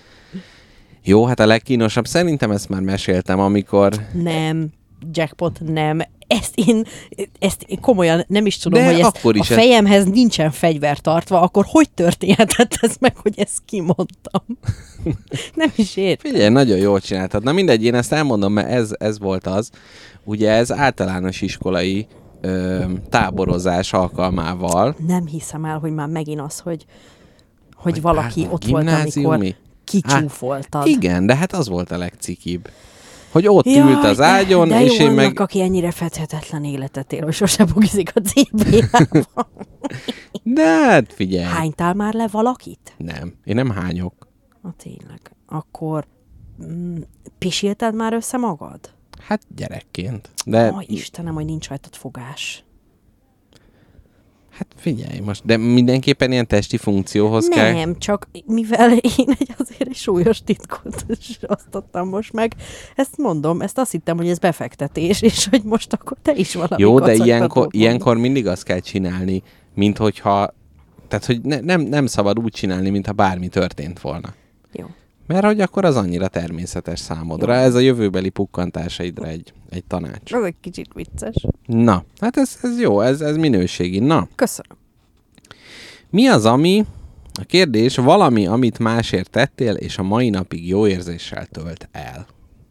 Jó, hát a legkínosabb, szerintem ezt már meséltem, amikor... Nem, jackpot, nem. Ezt én, ezt én komolyan nem is tudom, De hogy ezt akkor is a ez- fejemhez nincsen fegyver tartva, akkor hogy történhetett ez meg, hogy ezt kimondtam? Nem is ért. Figyelj, nagyon jól csináltad. Na mindegy, én ezt elmondom, mert ez, ez volt az. Ugye ez általános iskolai ö, táborozás alkalmával. Nem hiszem el, hogy már megint az, hogy, hogy Vagy valaki bármi, ott volt, amikor gimnáziumi? kicsúfoltad. Igen, de hát az volt a legcikibb. Hogy ott Jaj, ült az de- ágyon, de és jó én annak, meg... aki ennyire fedhetetlen életet él, hogy sose bugizik a cé bé á-ban. De hát figyelj. Hánytál már le valakit? Nem, én nem hányok. Na tényleg. Akkor mm, pisilted már össze magad? Hát gyerekként. De Ó, Istenem, hogy nincs rajtad fogás. Hát figyelj most, de mindenképpen ilyen testi funkcióhoz Nem, kell... Nem, csak mivel én egy azért egy súlyos titkot osztottam most meg, ezt mondom, ezt azt hittem, hogy ez befektetés, és hogy most akkor te is valami Jó, de kacagtatót ilyenkor, mondod. ilyenkor mindig azt kell csinálni, mint hogyha... Tehát, hogy ne, nem, nem szabad úgy csinálni, mintha bármi történt volna. Jó. Mert hogy akkor az annyira természetes számodra. Jó. Ez a jövőbeli pukkantásaidra egy, egy tanács. Ez egy kicsit vicces. Na, hát ez, ez jó, ez, ez minőségi. Na, Köszönöm. mi az, ami... A kérdés, valami, amit másért tettél, és a mai napig jó érzéssel tölt el.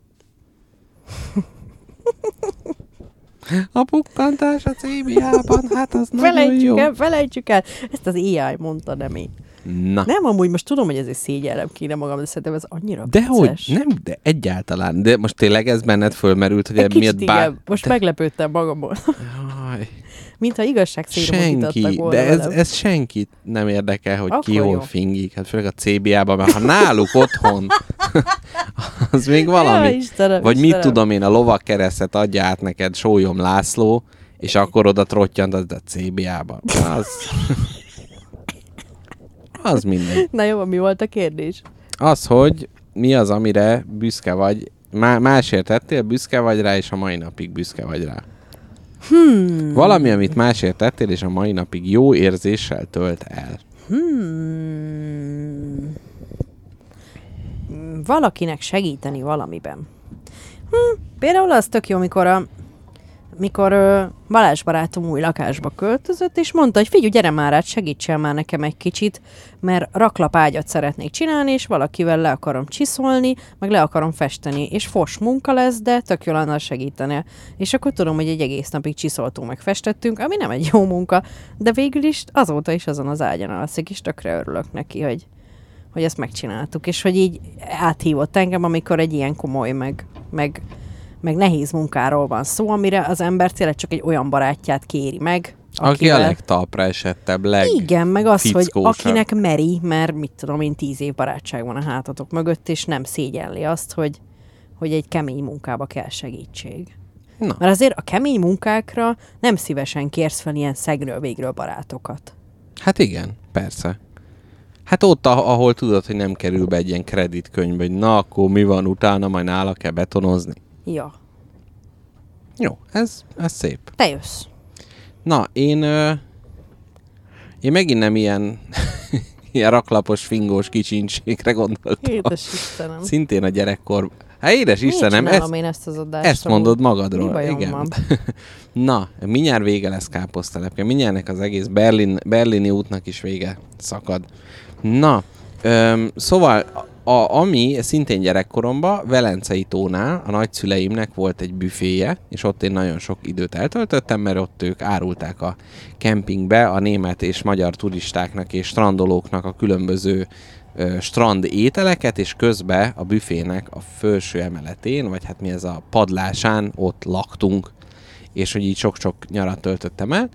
A pukkantás a cé bé á-ban, hát az nagyon Felejtsük jó. el, felejtsük el. Ezt az á i mondta, nem én. Na. Nem, amúgy most tudom, hogy ezért szégyellem kéne magam, de szerintem ez annyira De vicces. hogy? Nem, de egyáltalán. De most tényleg ez benned fölmerült, hogy Egy emiatt kicsit bár... igen. Most de... meglepődtem magamból. Jaj. Mintha igazságszégre Senki, mutattak volna de ez, velem. ez senkit nem érdekel, hogy Akkor ki hol jó. fingik. Hát főleg a cé bé á-ban, mert ha náluk otthon, az még valami. Ja, Istenem, Vagy mit Istenem. tudom én, a lovakkeresztet adja át neked Sólyom László, és akkor oda trottyant az a cé bé á-ban. Az... az mindegy. Na jó, mi volt a kérdés? Az, hogy mi az, amire büszke vagy, má- másért tettél, büszke vagy rá, és a mai napig büszke vagy rá. Hmm. Valami, amit másért tettél, és a mai napig jó érzéssel tölt el. Hmm. Valakinek segíteni valamiben. Hm, például az tök jó, mikor a mikor ö, Balázs barátom új lakásba költözött, és mondta, hogy figyelj, gyere már át, segítsen már nekem egy kicsit, mert raklapágyat szeretnék csinálni, és valakivel le akarom csiszolni, meg le akarom festeni, és fos munka lesz, de tök jó lenne segíteni. És akkor tudom, hogy egy egész napig csiszoltunk, meg festettünk, ami nem egy jó munka, de végül is azóta is azon az ágyon alszik, és tökre örülök neki, hogy, hogy ezt megcsináltuk, és hogy így áthívott engem, amikor egy ilyen komoly, meg, meg meg nehéz munkáról van szó, amire az ember tényleg csak egy olyan barátját kéri meg, Aki akivel... a legtalpra esettebb, leg... Igen, meg az, hogy fickósabb. akinek meri, mert mit tudom én, tíz év barátság van a hátatok mögött, és nem szégyelli azt, hogy, hogy egy kemény munkába kell segítség. Na. Mert azért a kemény munkákra nem szívesen kérsz fel ilyen szegről végről barátokat. Hát igen, persze. Hát ott, ah- ahol tudod, hogy nem kerül be egy ilyen kreditkönyvbe, hogy na, akkor mi van utána, majd nála kell betonozni. Ja. Jó, ez, ez szép. Te jössz. Na, én... Ö, én megint nem ilyen, ilyen raklapos, fingós kicsinységre gondoltam. Édes Istenem. Szintén a gyerekkor... Hát édes Miért Istenem, csinálom ezt, én ezt az adást? ezt amúgy? mondod Mi magadról. bajom Igen. van? Na, mindjárt vége lesz káposztelepke. Mindjártnek az egész Berlin, berlini útnak is vége szakad. Na, öm, szóval... A, ami szintén gyerekkoromban, Velencei tónál a nagyszüleimnek volt egy büféje, és ott én nagyon sok időt eltöltöttem, mert ott ők árulták a kempingbe a német és magyar turistáknak és strandolóknak a különböző ö, strand ételeket, és közben a büfének a felső emeletén, vagy hát mi ez a padlásán ott laktunk, és hogy így sok-sok nyarat töltöttem el,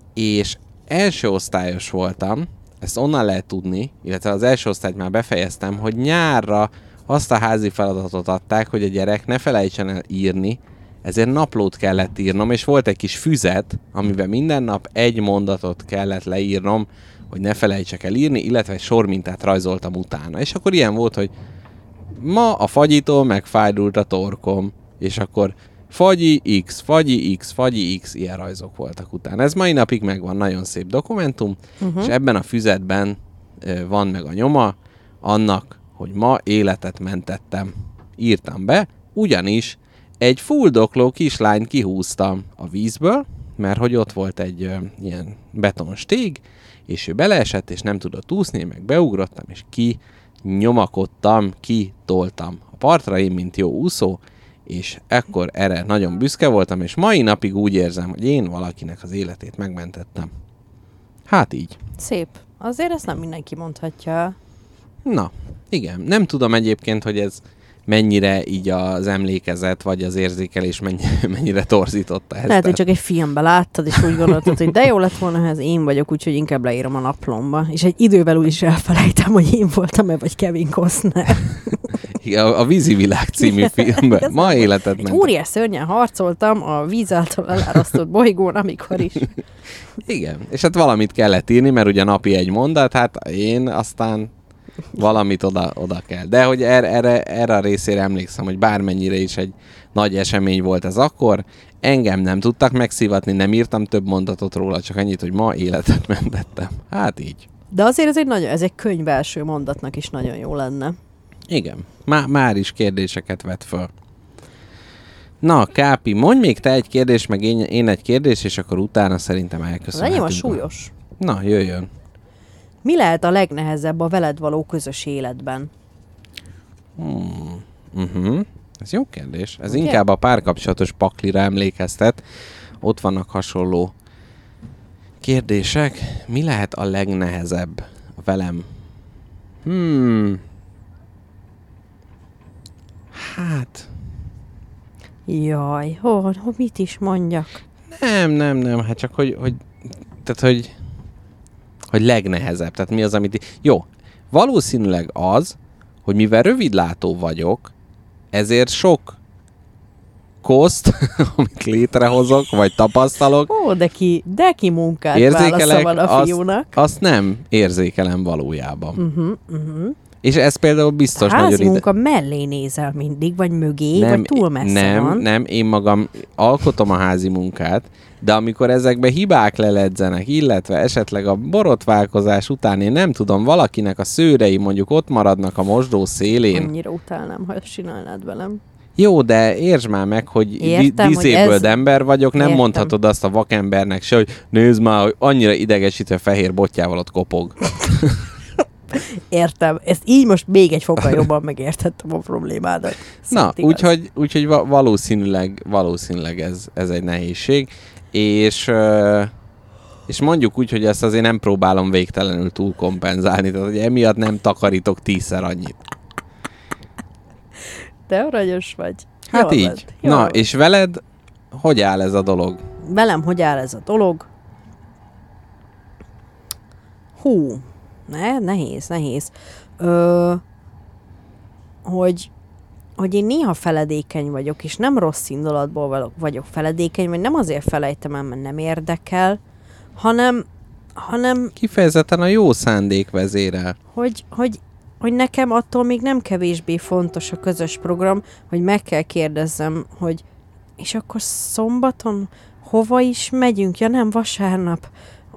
és első osztályos voltam, ezt onnan lehet tudni, illetve az első osztályt már befejeztem, hogy nyárra azt a házi feladatot adták, hogy a gyerek ne felejtsen el írni, ezért naplót kellett írnom, és volt egy kis füzet, amiben minden nap egy mondatot kellett leírnom, hogy ne felejtsek el írni, illetve egy sormintát rajzoltam utána. És akkor ilyen volt, hogy ma a fagyitól megfájdult a torkom, és akkor Fagyi X, Fagyi X, Fagyi X, ilyen rajzok voltak utána. Ez mai napig megvan, nagyon szép dokumentum, uh-huh. és ebben a füzetben ö, van meg a nyoma annak, hogy ma életet mentettem. Írtam be, ugyanis egy fuldokló kislányt kihúztam a vízből, mert hogy ott volt egy ö, ilyen betonstég, és ő beleesett, és nem tudott úszni, meg beugrottam, és ki nyomakodtam, ki toltam a partra, én mint jó úszó, és ekkor erre nagyon büszke voltam, és mai napig úgy érzem, hogy én valakinek az életét megmentettem. Hát így. Szép. Azért ezt nem mindenki mondhatja. Na, igen. Nem tudom egyébként, hogy ez mennyire így az emlékezet, vagy az érzékelés mennyire, mennyire torzította ezt. Lehet, hogy csak egy filmben láttad, és úgy gondoltad, hogy de jó lett volna, ha ez én vagyok, úgyhogy inkább leírom a naplomba. És egy idővel úgy is elfelejtem, hogy én voltam-e, vagy Kevin Costner. A, a Vízi világ című filmben. Ma életed Egy ment. óriás szörnyen harcoltam a víz által elárasztott bolygón, amikor is. Igen, és hát valamit kellett írni, mert ugye napi egy mondat, hát én aztán valamit oda, oda kell. De hogy erre, erre, erre a részére emlékszem, hogy bármennyire is egy nagy esemény volt ez akkor, engem nem tudtak megszivatni, nem írtam több mondatot róla, csak annyit, hogy ma életet mentettem. Hát így. De azért ez egy, nagyon, ez egy könyv első mondatnak is nagyon jó lenne. Igen, Má, már is kérdéseket vet föl. Na, Kápi, mondj még te egy kérdés, meg én, én egy kérdés, és akkor utána szerintem elköszönhetünk. Legyen a súlyos. Na, jöjjön. Mi lehet a legnehezebb a veled való közös életben? Hmm. Uh-huh. Ez jó kérdés. Ez Ugye? inkább a párkapcsolatos paklira emlékeztet. Ott vannak hasonló kérdések. Mi lehet a legnehezebb velem? Hmm. Hát... Jaj, ho, ho, mit is mondjak? Nem, nem, nem. Hát csak, hogy... hogy tehát, hogy... Hogy legnehezebb. Tehát mi az, amit... Jó. Valószínűleg az, hogy mivel rövidlátó vagyok, ezért sok koszt, amit létrehozok, vagy tapasztalok, Ó, de ki, de ki munkát érzékelek, válasza van a azt, fiúnak. azt nem érzékelem valójában. Uh-huh, uh-huh. És ez például biztos Házi nagyon ide... munka mellé nézel mindig, vagy mögé, nem, vagy túl messze nem, van. nem, én magam alkotom a házi munkát, de amikor ezekbe hibák leledzenek, illetve esetleg a borotválkozás után én nem tudom, valakinek a szőrei mondjuk ott maradnak a mosdó szélén. Annyira utálnám, ha ezt csinálnád velem. Jó, de értsd már meg, hogy Értem, disabled hogy ez... ember vagyok, nem Értem. mondhatod azt a vakembernek se, hogy nézd már, hogy annyira idegesítve fehér botjával ott kopog. Értem. Ezt így most még egy fokkal jobban megértettem a problémádat. Na, Szent igaz. úgyhogy, úgyhogy va- valószínűleg, valószínűleg ez, ez egy nehézség, és, ö, és mondjuk úgy, hogy ezt azért nem próbálom végtelenül túl kompenzálni, tehát hogy emiatt nem takarítok tízszer annyit. Te aranyos vagy. Hát Jól így. van, jól Na, van. és veled hogy áll ez a dolog? Velem hogy áll ez a dolog? Hú, ne, nehéz, nehéz. Ö, hogy, hogy én néha feledékeny vagyok, és nem rossz indulatból vagyok feledékeny, vagy nem azért felejtem el, mert nem érdekel, hanem, hanem Kifejezetten a jó szándék vezérel. hogy, hogy, hogy nekem attól még nem kevésbé fontos a közös program, hogy meg kell kérdezzem, hogy és akkor szombaton hova is megyünk? Ja nem, vasárnap.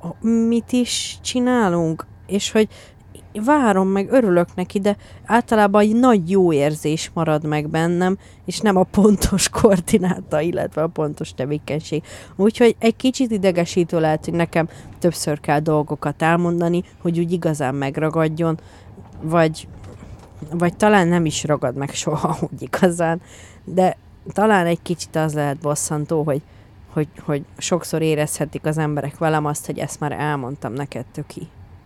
Mit is csinálunk? És hogy várom meg, örülök neki, de általában egy nagy jó érzés marad meg bennem, és nem a pontos koordináta, illetve a pontos tevékenység. Úgyhogy egy kicsit idegesítő lehet, hogy nekem többször kell dolgokat elmondani, hogy úgy igazán megragadjon, vagy, vagy talán nem is ragad meg soha úgy igazán, de talán egy kicsit az lehet bosszantó, hogy, hogy, hogy sokszor érezhetik az emberek velem azt, hogy ezt már elmondtam neked, töki.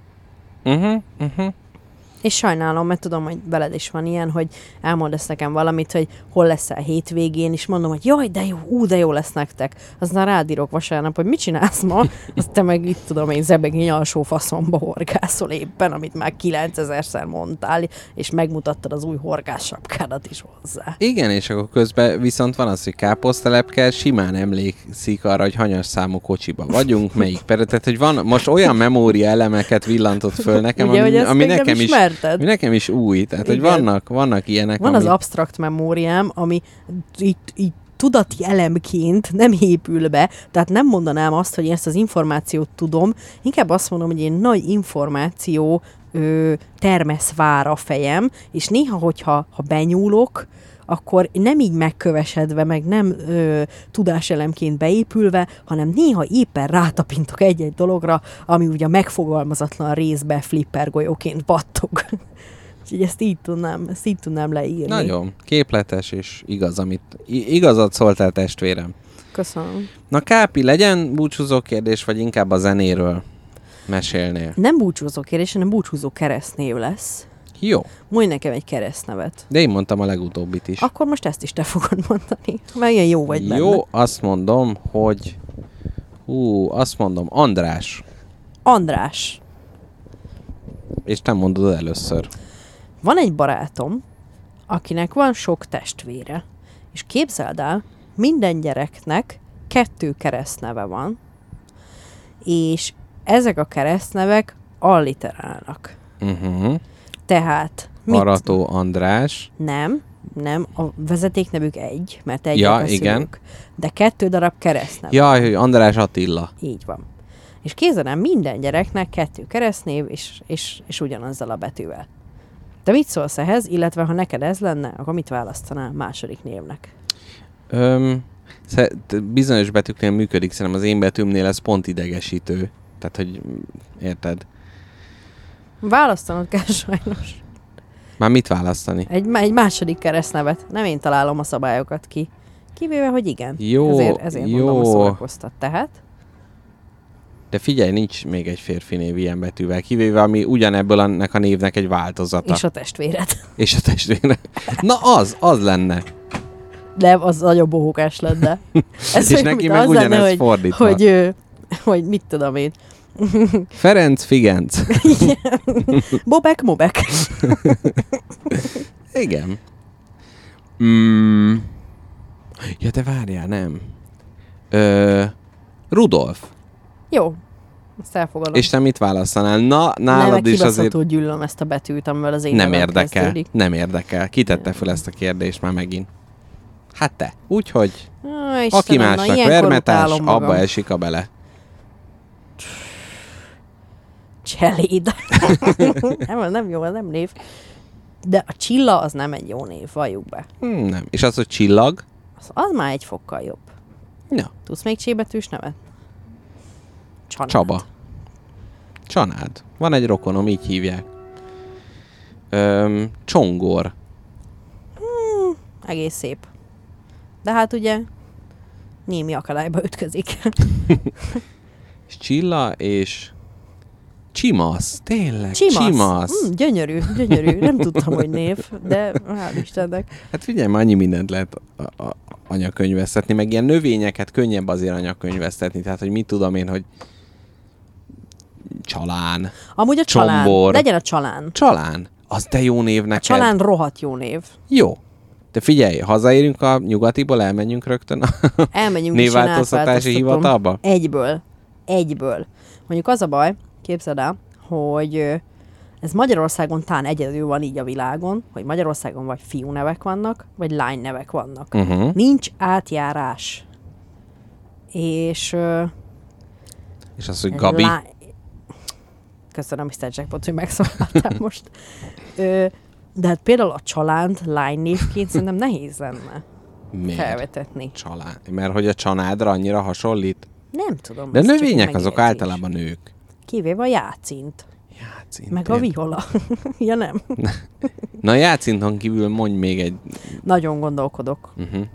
Uh-huh, uh-huh. És sajnálom, mert tudom, hogy veled is van ilyen, hogy elmondasz nekem valamit, hogy hol leszel hétvégén, és mondom, hogy jaj, de jó, ú, de jó lesz nektek. Aztán rádírok vasárnap, hogy mit csinálsz ma, azt te meg itt tudom én zebegény alsó faszomba horgászol éppen, amit már kilencezerszer mondtál, és megmutattad az új horgássapkádat is hozzá. Igen, és akkor közben viszont van az, hogy káposztelepke simán emlékszik arra, hogy hanyas számú kocsiba vagyunk, melyik perre. Tehát, hogy van most olyan memória elemeket villantott föl nekem, Ugye, ami, hogy ezt ami még nem nekem is, ismerted? ami nekem is új. Tehát, hogy Igen. vannak, vannak ilyenek, Van ami... az absztrakt memóriám, ami itt, itt tudati elemként nem épül be, tehát nem mondanám azt, hogy én ezt az információt tudom, inkább azt mondom, hogy egy nagy információ ö, termesz vár a fejem, és néha, hogyha ha benyúlok, akkor nem így megkövesedve, meg nem ö, tudáselemként beépülve, hanem néha éppen rátapintok egy-egy dologra, ami ugye megfogalmazatlan részbe flipper golyóként battog. Úgyhogy ezt így tudnám, ezt így tudnám leírni. Nagyon képletes és igaz, amit i- igazat szóltál, testvérem. Köszönöm. Na Kápi, legyen búcsúzó kérdés, vagy inkább a zenéről mesélnél? Nem búcsúzó kérdés, hanem búcsúzó keresztnév lesz. Jó, Mondj nekem egy keresztnevet. de én mondtam a legutóbbit is. Akkor most ezt is te fogod mondani. Mert ilyen jó vagy benne. Jó, azt mondom, hogy... Hú, azt mondom, András. András. És te mondod először. Van egy barátom, akinek van sok testvére. És képzeld el, minden gyereknek kettő keresztneve van, és ezek a keresztnevek alliterálnak. Uh-huh. Tehát... mit- Arató András. Nem, nem, a vezetéknevük egy, mert egy Ja, a szülők. igen. De kettő darab keresztnev. Jaj, hogy András Attila. Így van. És képzeld el, minden gyereknek kettő keresztnév, és, és, és ugyanazzal a betűvel. De mit szólsz ehhez, illetve ha neked ez lenne, akkor mit választanál második névnek? Öm, sze- bizonyos betűknél működik, szerintem az én betűmnél ez pont idegesítő. Tehát, hogy mm, érted? Választanod kell sajnos. Már mit választani? Egy, egy második keresztnevet. Nem én találom a szabályokat ki. Kivéve, hogy igen. Jó, ezért, ezért jó. mondom, a szórakoztat. Tehát De figyelj, nincs még egy férfi név ilyen betűvel, kivéve ami ugyanebből ennek a névnek egy változata. és a testvéred. És a testvére. Na az, az lenne. De az nagyon bohókás lenne. Ez És olyan, neki mint meg az ugyanez lenne, hogy, fordítva. hogy, ö, hogy mit tudom én. Ferenc Figenc. Bobek, mobek. Igen. Mm. Ja, de várjál, nem. Ö, Rudolf. Jó, ezt elfogadom. És te mit választanál? Na, nem, nálad meg is azért kibaszható gyűlöm ezt a betűt, amivel az én nem nevem érdekel. kezdődik. Nem érdekel. Kitette fel ezt a kérdést már megint. Hát te. Úgyhogy, Á, aki Istenem, na, másnak ilyenkor vermetás, utálom magam. abba esik a bele. Cseléd. nem, nem jó, nem név. De a Csilla az nem egy jó név, valljuk be. Hmm, nem. És az, hogy csillag? Az, az már egy fokkal jobb. Ja. Tudsz még csébetűs nevet? Csanád. Csaba. Csanád. Van egy rokonom, így hívják. Öm, Csongor. Hmm, egész szép. De hát ugye némi akadályba ütközik. És Csilla és Csimasz. Tényleg, Csimasz. Csimasz. Hmm, gyönyörű, gyönyörű. Nem tudtam, hogy név, de hál' Istennek. Hát figyelj, már annyi mindent lehet a, a, anyakönyvesztetni, meg ilyen növényeket könnyebb azért anyakönyvesztetni. Tehát, hogy mit tudom én, hogy csalán. Amúgy a csalán. Csombor. Legyen a csalán. Csalán. Az de jó név neked. Csalán rohadt jó név. Jó. De figyelj, hazaérünk a nyugatiból, elmenjünk rögtön a Elmegyünk is, én névváltoztatási átváltoztatom. hivatalba? Egyből. Egyből. Mondjuk az a baj, képzeld el, hogy ö, ez Magyarországon tán egyedül van így a világon, hogy Magyarországon vagy fiú nevek vannak, vagy lány nevek vannak. Uh-huh. Nincs átjárás. És... Ö, És az, hogy Gabi. Lá... Köszönöm, miszter Jackpot, hogy megszólaltál most. Ö, de hát például a csalánt lánynévként szerintem nehéz lenne Miért? felvetetni. Csalán. Mert hogy a csanádra annyira hasonlít? Nem tudom. De ez csak növények egy azok megjegyzés. általában nők. Kivéve a játszint. Játszint. Meg a viola. ja nem. Na a játszinton kívül mondj még egy... Nagyon gondolkodok. Uh-huh.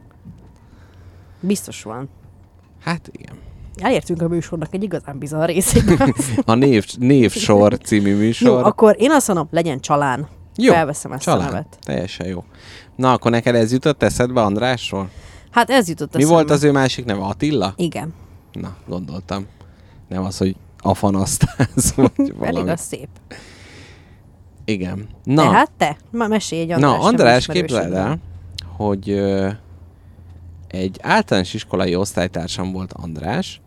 Biztos van. Hát igen. Elértünk a műsornak egy igazán bizarr részében. A név, Névsor című műsor. Jó, akkor én azt mondom, legyen csalán. Jó, Felveszem ezt csalán. a nevet. Teljesen jó. Na, akkor neked ez jutott eszedbe Andrásról? Hát ez jutott Mi eszembe. volt az ő másik neve? Attila? Igen. Na, gondoltam. Nem az, hogy Afanasztász, vagy Elég valami. az szép. Igen. Na. Na, Tehát te? Ma mesélj egy András. Na, András, nem képzeld ismerősödről. el, hogy ö, egy általános iskolai osztálytársam volt András,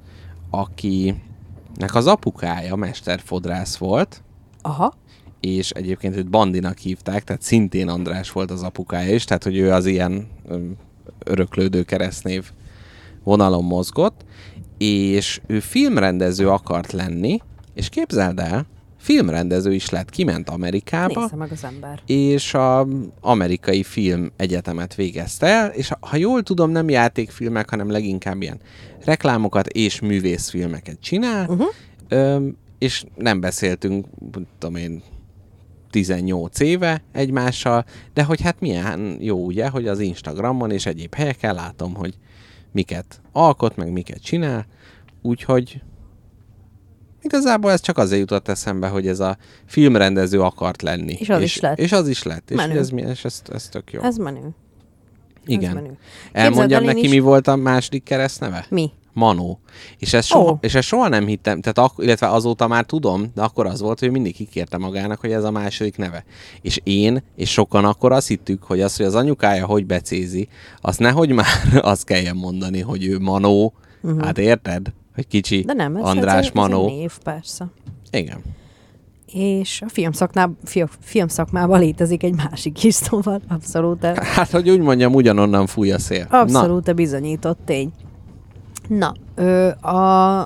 akinek az apukája mesterfodrász volt, Aha. és egyébként őt Bandinak hívták, tehát szintén András volt az apukája is, tehát hogy ő az ilyen ö, öröklődő keresztnév vonalon mozgott, és ő filmrendező akart lenni, és képzeld el, filmrendező is lett, kiment Amerikába, Nézze meg az ember. és a amerikai film egyetemet végezte el, és ha jól tudom, nem játékfilmek, hanem leginkább ilyen reklámokat és művészfilmeket csinál, Uh-huh. Öm, és nem beszéltünk, tudom én, tizennyolc éve egymással, de hogy hát milyen jó ugye, hogy az Instagramon és egyéb helyeken látom, hogy miket alkot, meg miket csinál, úgyhogy igazából ez csak azért jutott eszembe, hogy ez a filmrendező akart lenni. És az és, is lett. És az is lett. És Menő. ez, mi- és ez, ez tök jó. Ez menő. Ez Igen. menő. Elmondjam Képzeld el, én neki, is- mi volt a második keresztneve? Mi? Manó. És ezt soha, Ó. és ezt soha nem hittem, tehát ak- illetve azóta már tudom, de akkor az volt, hogy mindig kikérte magának, hogy ez a második neve. És én, és sokan akkor azt hittük, hogy az, hogy az anyukája hogy becézi, azt nehogy már azt kelljen mondani, hogy ő Manó. Uh-huh. Hát érted? Hogy kicsi De nem, ez, András ez, egy, ez Manó. egy név, persze. Igen. És a filmszakmában, fi, filmszakmában létezik egy másik is, szóval abszolút, Hát, hogy úgy mondjam, ugyanonnan fúj a szél. abszolút a bizonyított tény. Na, ö, a...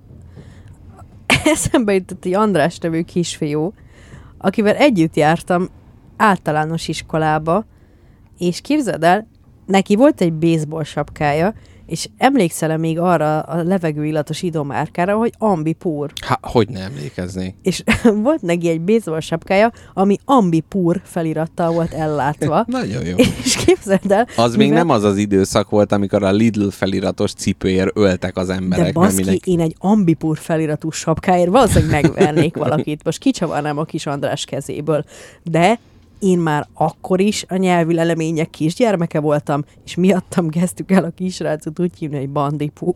eszembe jutott egy András nevű kisfiú, akivel együtt jártam általános iskolába, és képzeld el, neki volt egy baseball sapkája, és emlékszel-e még arra a levegőillatos idomárkára, hogy Ambipur. Há, hogy ne emlékeznék. És volt neki egy baseball sapkája, ami Ambipur felirattal volt ellátva. Nagyon jó. És képzeld el... Az még nem az az időszak volt, amikor a Lidl feliratos cipőért öltek az emberek. De baszki, minek... én egy Ambipur feliratú sapkáért valószínűleg megvernék valakit. Most kicsavarnám a kis András kezéből. De én már akkor is a nyelvi lelemények kisgyermeke voltam, és miattam kezdtük el a kisrácot úgy hívni, hogy Bandipur.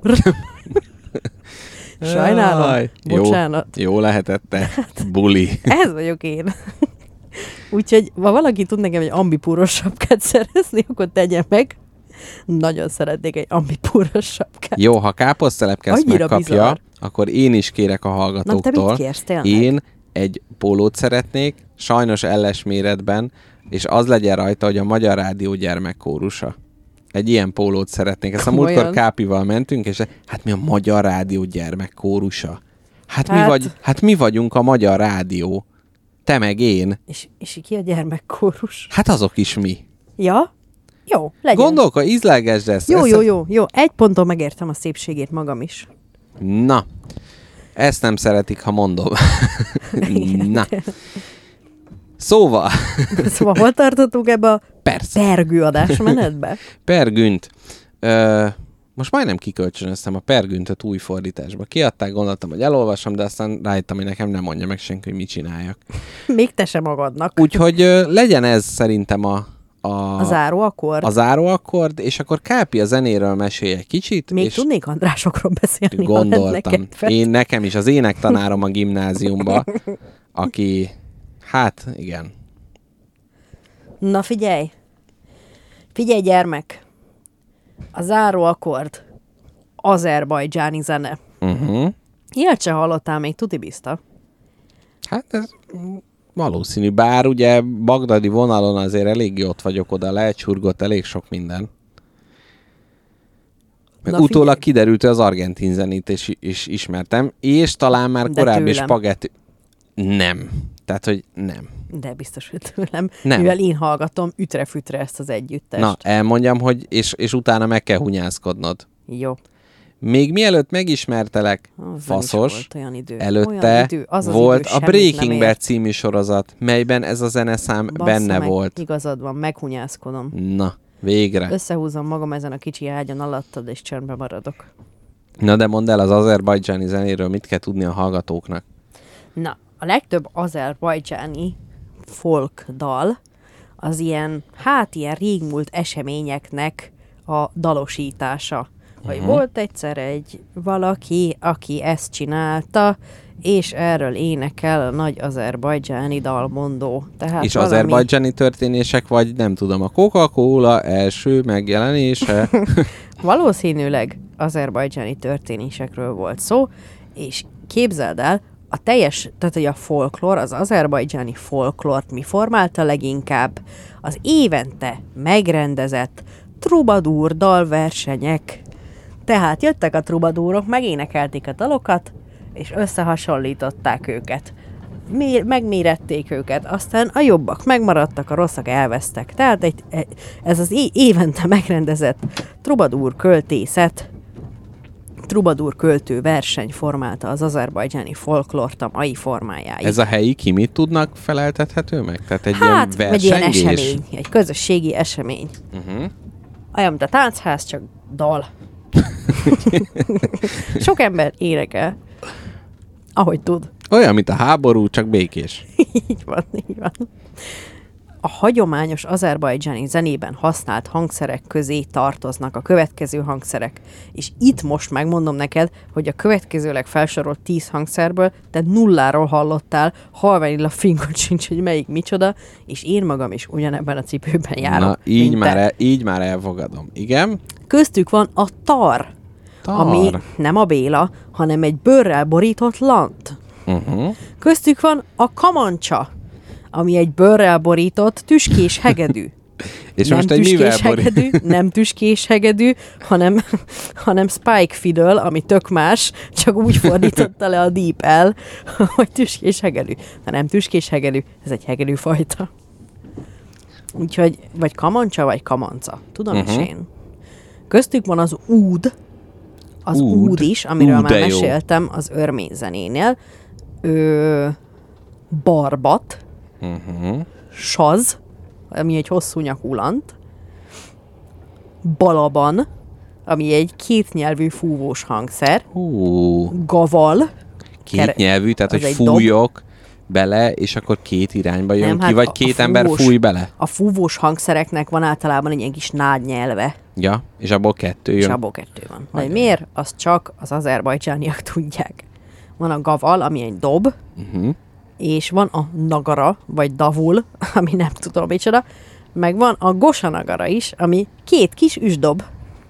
Sajnálom. Jaj, Bocsánat. Jó, jó lehetett te, buli. Ez vagyok én. Úgyhogy, ha valaki tud nekem egy ambipúros sapkát szerezni, akkor tegye meg. Nagyon szeretnék egy ambipúros sapkát. Jó, ha káposztelepke ezt Annyira megkapja, bizarr. akkor én is kérek a Na, te hallgatóktól. mit kérsz, tényleg? Én egy pólót szeretnék, sajnos elles méretben, és az legyen rajta, hogy a Magyar Rádió gyermekkórusa. Egy ilyen pólót szeretnék. Ezt a Komolyan? múltkor Kápival mentünk, és hát mi a Magyar Rádió gyermekkórusa? Hát, Hát- Mi, vagy, hát mi vagyunk a Magyar Rádió. Te meg én. És, és ki a gyermekkórus? Hát azok is mi. Ja? Jó, legyen. Gondolkodj, ízlelgesd ezt. Jó, ezt jó, jó, jó. Egy ponton megértem a szépségét magam is. Na, ezt nem szeretik, ha mondom. Na. Szóval, Szóval hol tartottunk ebbe a persze, pergő adásmenetbe? Pergünt. Ö, most majdnem kikölcsönöztem a Pergüntöt új fordításba. Kiadták, gondoltam, hogy elolvasom, de aztán rájöttem, hogy nekem nem mondja meg senki, hogy mit csináljak. Még te sem magadnak. Úgyhogy ö, legyen ez szerintem a, a, A záró akkord. a záróakkord, és akkor Kápi a zenéről mesélj egy kicsit. Még és tudnék Andrásokról beszélni, ha lenne gondoltam. kedved. Én nekem is az énektanárom a gimnáziumba, aki, hát igen. Na figyelj! Figyelj, gyermek! A záró akkord. Azerbajdzsáni zene. Uh-huh. Ilyet se hallottál még, tuti bizta. Hát ez valószínű, bár ugye bagdadi vonalon azért eléggé ott vagyok, oda lecsurgott elég sok minden. Meg Na, utólag figyelj. kiderült, hogy az argentin zenét is, is ismertem, és talán már De korábbi tőlem. spagetti... Nem. Tehát, hogy nem. De biztos, hogy tőlem. Nem. Mivel én hallgatom ütre-fütre ezt az együttest. Na, elmondjam, hogy és, és utána meg kell hunyászkodnod. Jó. Még mielőtt megismertelek, Azzal is faszos, volt olyan idő. előtte Olyan idő. Az az volt idő a semmit nem Breaking ért. Bad című sorozat, melyben ez a zeneszám Bassza benne meg, volt. Igazad van, meghunyászkodom. Na, végre. Összehúzom magam ezen a kicsi ágyon alattad, és csendben maradok. Na de mondd el, az azerbajdzsáni zenéről mit kell tudni a hallgatóknak? Na, a legtöbb azerbajdzsáni folk dal az ilyen, hát ilyen régmúlt eseményeknek a dalosítása. Hogy Mhm. volt egyszer egy valaki, aki ezt csinálta, és erről énekel a nagy azerbajdzsáni dalmondó. Tehát És valami... azerbajdzsáni történések, vagy nem tudom, a Coca-Cola első megjelenése? Valószínűleg azerbajdzsáni történésekről volt szó, és képzeld el, a teljes, tehát hogy a folklór, az azerbajdzsáni folklórt mi formálta leginkább? Az évente megrendezett trubadúr dalversenyek. Tehát jöttek a trubadúrok, megénekelték a dalokat, és összehasonlították őket. Mér, megmérették őket, aztán a jobbak megmaradtak, a rosszak elvesztek. Tehát egy, egy, ez az é- évente megrendezett trubadúr költészet, trubadúr költő verseny formálta az azerbajdzsáni folklort a mai formájáig. Ez a helyi ki mit tudnak feleltethető meg? Tehát egy hát, ilyen egy ilyen versengés? esemény, egy közösségi esemény. Uh-huh. Olyan, mint a táncház, csak dal. Sok ember énekel, ahogy tud. Olyan, mint a háború, csak békés. Így van, így van. a hagyományos azerbajdzsáni zenében használt hangszerek közé tartoznak a következő hangszerek. És itt most megmondom neked, hogy a következőleg felsorolt tíz hangszerből te nulláról hallottál, halványilla fingod sincs, hogy melyik micsoda, és én magam is ugyanebben a cipőben járok. Na, így már, el, így már elfogadom. Igen? Köztük van a tar, Tar. ami nem a Béla, hanem egy bőrrel borított lant. Uh-huh. Köztük van a kamancsa, ami egy bőrrel borított tüskés hegedű. És nem most egy mivel tüskés borít? hegedű, nem tüskés hegedű, hanem, hanem spike fiddle, ami tök más, csak úgy fordította le a Deep el, hogy tüskés hegedű. De nem tüskés hegedű, ez egy hegedűfajta. Úgyhogy vagy kamancsa, vagy kamanca. Tudom Uh-huh. is én. Köztük van az úd, az Úd. úd, is, amiről Ú, már de jó. meséltem az örmény zenénél. Ö, barbat, Uh-huh. saz, ami egy hosszú nyakú lant, balaban, ami egy kétnyelvű fúvós hangszer, Hú, gaval, két Kere- nyelvű, tehát az hogy egy fújok bele, és akkor két irányba jön Nem, ki, hát vagy a- két a ember fúvós- fúj bele? a fúvós hangszereknek van általában egy ilyen kis nád nyelve, Ja, és abból kettő és jön. abból kettő van. De hogy miért? Azt csak az azerbajdzsániak tudják. Van a gaval, ami egy dob, Uh-huh. és van a nagara, vagy davul, ami nem tudom micsoda, meg van a gosanagara is, ami két kis üsdob.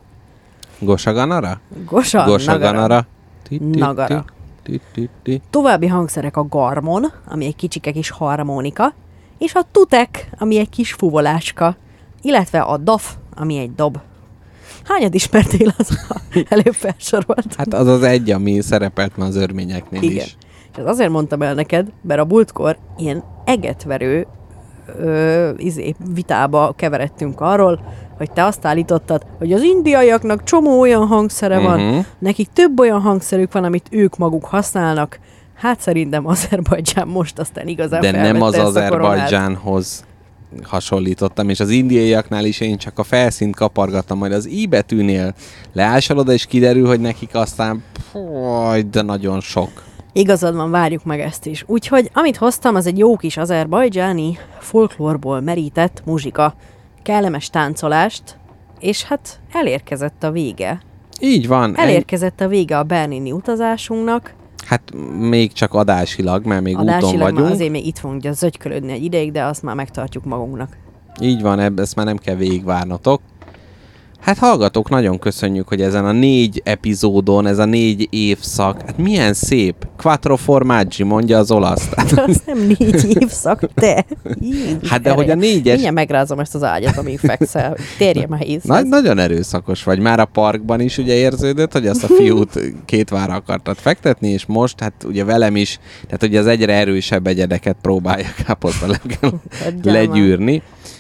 Gosaganara? Gosa, nagara. Gosaganara. Ti, ti, ti, Nagara. ti, ti, ti. További hangszerek a garmon, ami egy kicsike kis harmonika, és a tutek, ami egy kis fuvoláska, illetve a daf, ami egy dob. Hányad ismertél az előbb felsorolt? Hát az az egy, ami szerepelt már az örményeknél Igen. is. És ezt azért mondtam el neked, mert a múltkor ilyen egetverő ö, izé, vitába keveredtünk arról, hogy te azt állítottad, hogy az indiaiaknak csomó olyan hangszere van, Mhm. nekik több olyan hangszerük van, amit ők maguk használnak. Hát szerintem Azerbajdzsán most aztán igazán De nem felvette az ezt a koronát. Azerbajdzsánhoz hasonlítottam, és az indiaiaknál is én csak a felszínt kapargattam, majd az I betűnél leásol oda, és kiderül, hogy nekik aztán poj, de nagyon sok. Igazad van, várjuk meg ezt is. Úgyhogy amit hoztam, az egy jó kis azerbajdzsáni folklórból merített muzsika, kellemes táncolást, és hát elérkezett a vége. Így van. Elérkezett a vége a berlini utazásunknak. Hát még csak adásilag, mert még úton Adásilag már vagyunk. azért még itt fogunk ugye zögykölödni egy ideig, de azt már megtartjuk magunknak. Így van, ebb- ezt már nem kell végigvárnotok. Hát hallgatók, nagyon köszönjük, hogy ezen a négy epizódon, ez a négy évszak, hát milyen szép. Quattro formaggi, mondja az olasz. De az nem négy évszak, te! Jézus Hát de hogy a ereje. négyes... Mindjárt megrázom ezt az ágyat, amíg fekszel, hogy térje már észre. Nagy, nagyon erőszakos vagy. Már a parkban is ugye érződött, hogy azt a fiút két vára akartad fektetni, és most hát ugye velem is, tehát ugye az egyre erősebb egyedeket próbálja káposztalepkel Hagyjál legyűrni.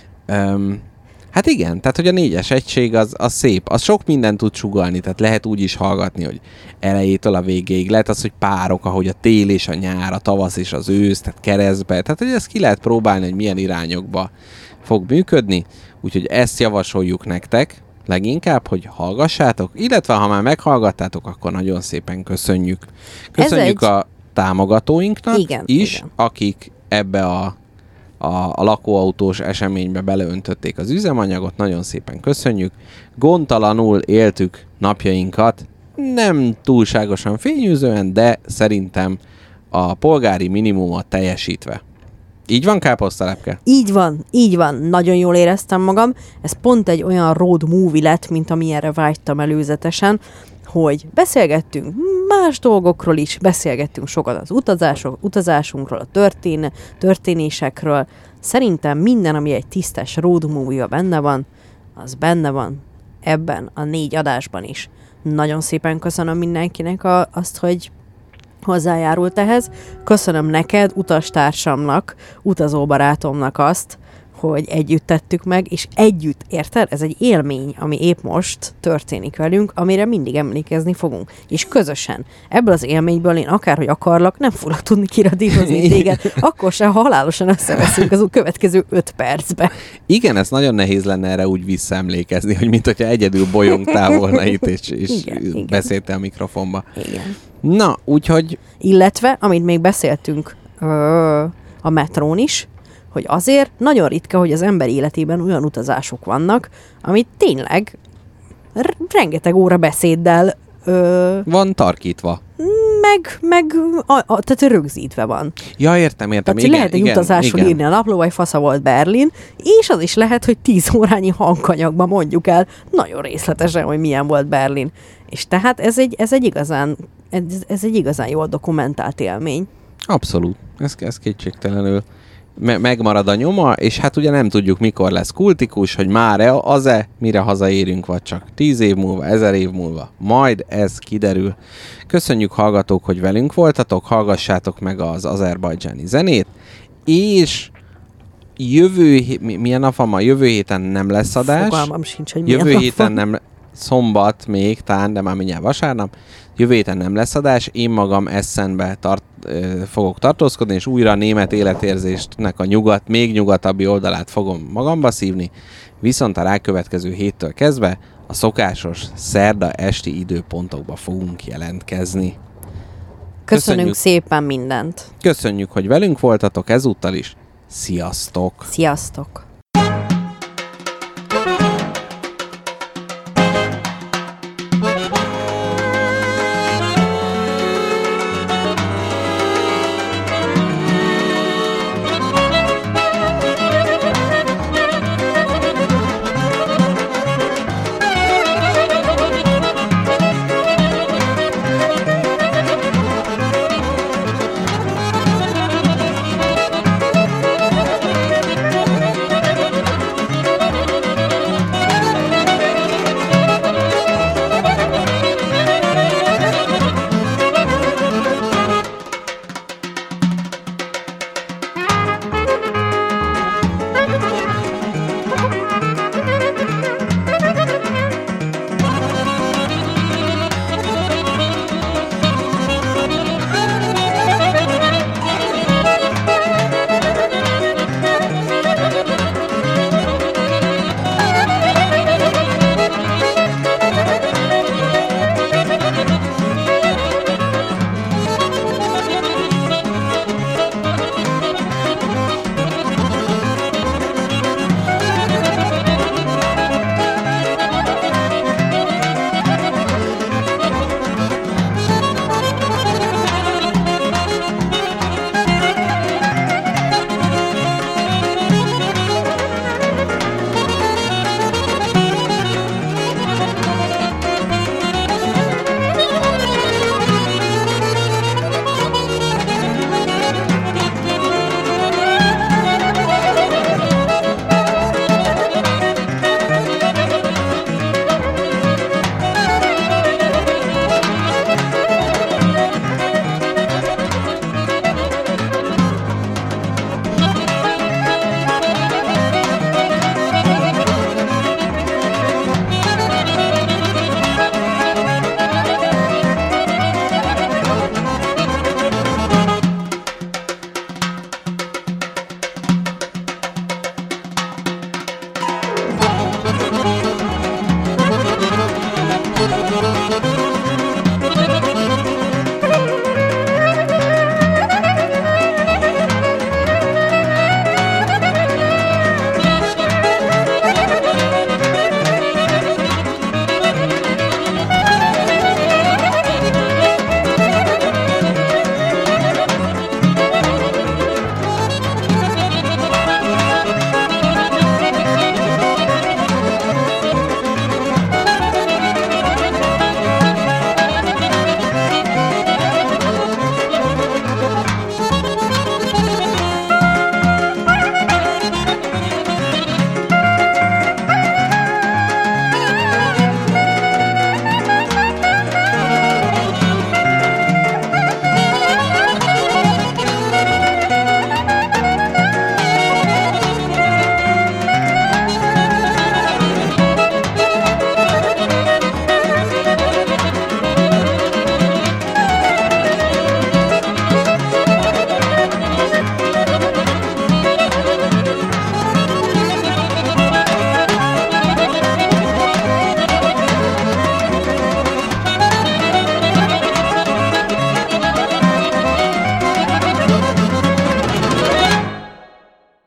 Um, hát igen, tehát hogy a négyes egység az, az szép, az sok mindent tud sugallni, tehát lehet úgy is hallgatni, hogy elejétől a végéig, lehet az, hogy párok, ahogy a tél és a nyár, a tavasz és az ősz, tehát keresztbe, tehát hogy ezt ki lehet próbálni, hogy milyen irányokba fog működni, úgyhogy ezt javasoljuk nektek, leginkább, hogy hallgassátok, illetve ha már meghallgattátok, akkor nagyon szépen köszönjük. Köszönjük egy- a támogatóinknak Igen, is, igen. akik ebbe a, a, a lakóautós eseménybe beleöntötték az üzemanyagot, nagyon szépen köszönjük. Gondtalanul éltük napjainkat, nem túlságosan fényűzően, de szerintem a polgári minimumot teljesítve. Így van, káposztalepke? Így van, így van. Nagyon jól éreztem magam. Ez pont egy olyan road movie lett, mint amilyenre vágytam előzetesen, hogy beszélgettünk más dolgokról is, beszélgettünk sokat az utazások, utazásunkról, a történ, történésekről. Szerintem minden, ami egy tisztes road movie-ba benne van, az benne van ebben a négy adásban is. Nagyon szépen köszönöm mindenkinek a, azt, hogy hozzájárult ehhez. Köszönöm neked, utastársamnak, utazóbarátomnak azt, hogy együtt tettük meg, és együtt, érted? Ez egy élmény, ami épp most történik velünk, amire mindig emlékezni fogunk. És közösen. Ebből az élményből én akárhogy akarlak, nem fogok tudni kiradírozni téged, akkor se halálosan összeveszünk az következő öt percbe. Igen, ez nagyon nehéz lenne erre úgy visszaemlékezni, hogy mint hogyha egyedül bolyongtál volna itt, és, és Igen, igen. beszéltél a mikrofonba. Igen. Na, úgyhogy Illetve, amit még beszéltünk ö, a metrón is, hogy azért nagyon ritka, hogy az ember életében olyan utazások vannak, amit tényleg r- rengeteg óra beszéddel ö, Van tarkítva. meg, meg a, a, tehát rögzítve van. Ja, értem, értem. Tehát Igen, lehet egy igen, utazásról igen. írni a napló, vagy fasza volt Berlin, és az is lehet, hogy tíz órányi hanganyagban mondjuk el nagyon részletesen, hogy milyen volt Berlin. És tehát ez egy, ez egy igazán ez, ez egy igazán jól dokumentált élmény. Abszolút. Ez, ez kétségtelenül me- megmarad a nyoma, és hát ugye nem tudjuk, mikor lesz kultikus, hogy már-e az-e, mire hazaérünk, vagy csak tíz év múlva, ezer év múlva. Majd ez kiderül. Köszönjük, hallgatók, hogy velünk voltatok, hallgassátok meg az azerbajdzsáni zenét, és jövő hé- mi- milyen nap van ma? Jövő héten nem lesz adás. Fogalmam sincs, hogy milyen Jövő nap héten van. nem, szombat még, talán, de már mindjárt vasárnap. Jövő héten nem lesz adás, én magam Essenbe tart, ö, fogok tartózkodni, és újra a német életérzésnek a nyugat, még nyugatabbi oldalát fogom magamba szívni, viszont a rákövetkező héttől kezdve a szokásos szerda esti időpontokba fogunk jelentkezni. Köszönünk, Köszönjük. szépen mindent. Köszönjük, hogy velünk voltatok ezúttal is. Sziasztok! Sziasztok!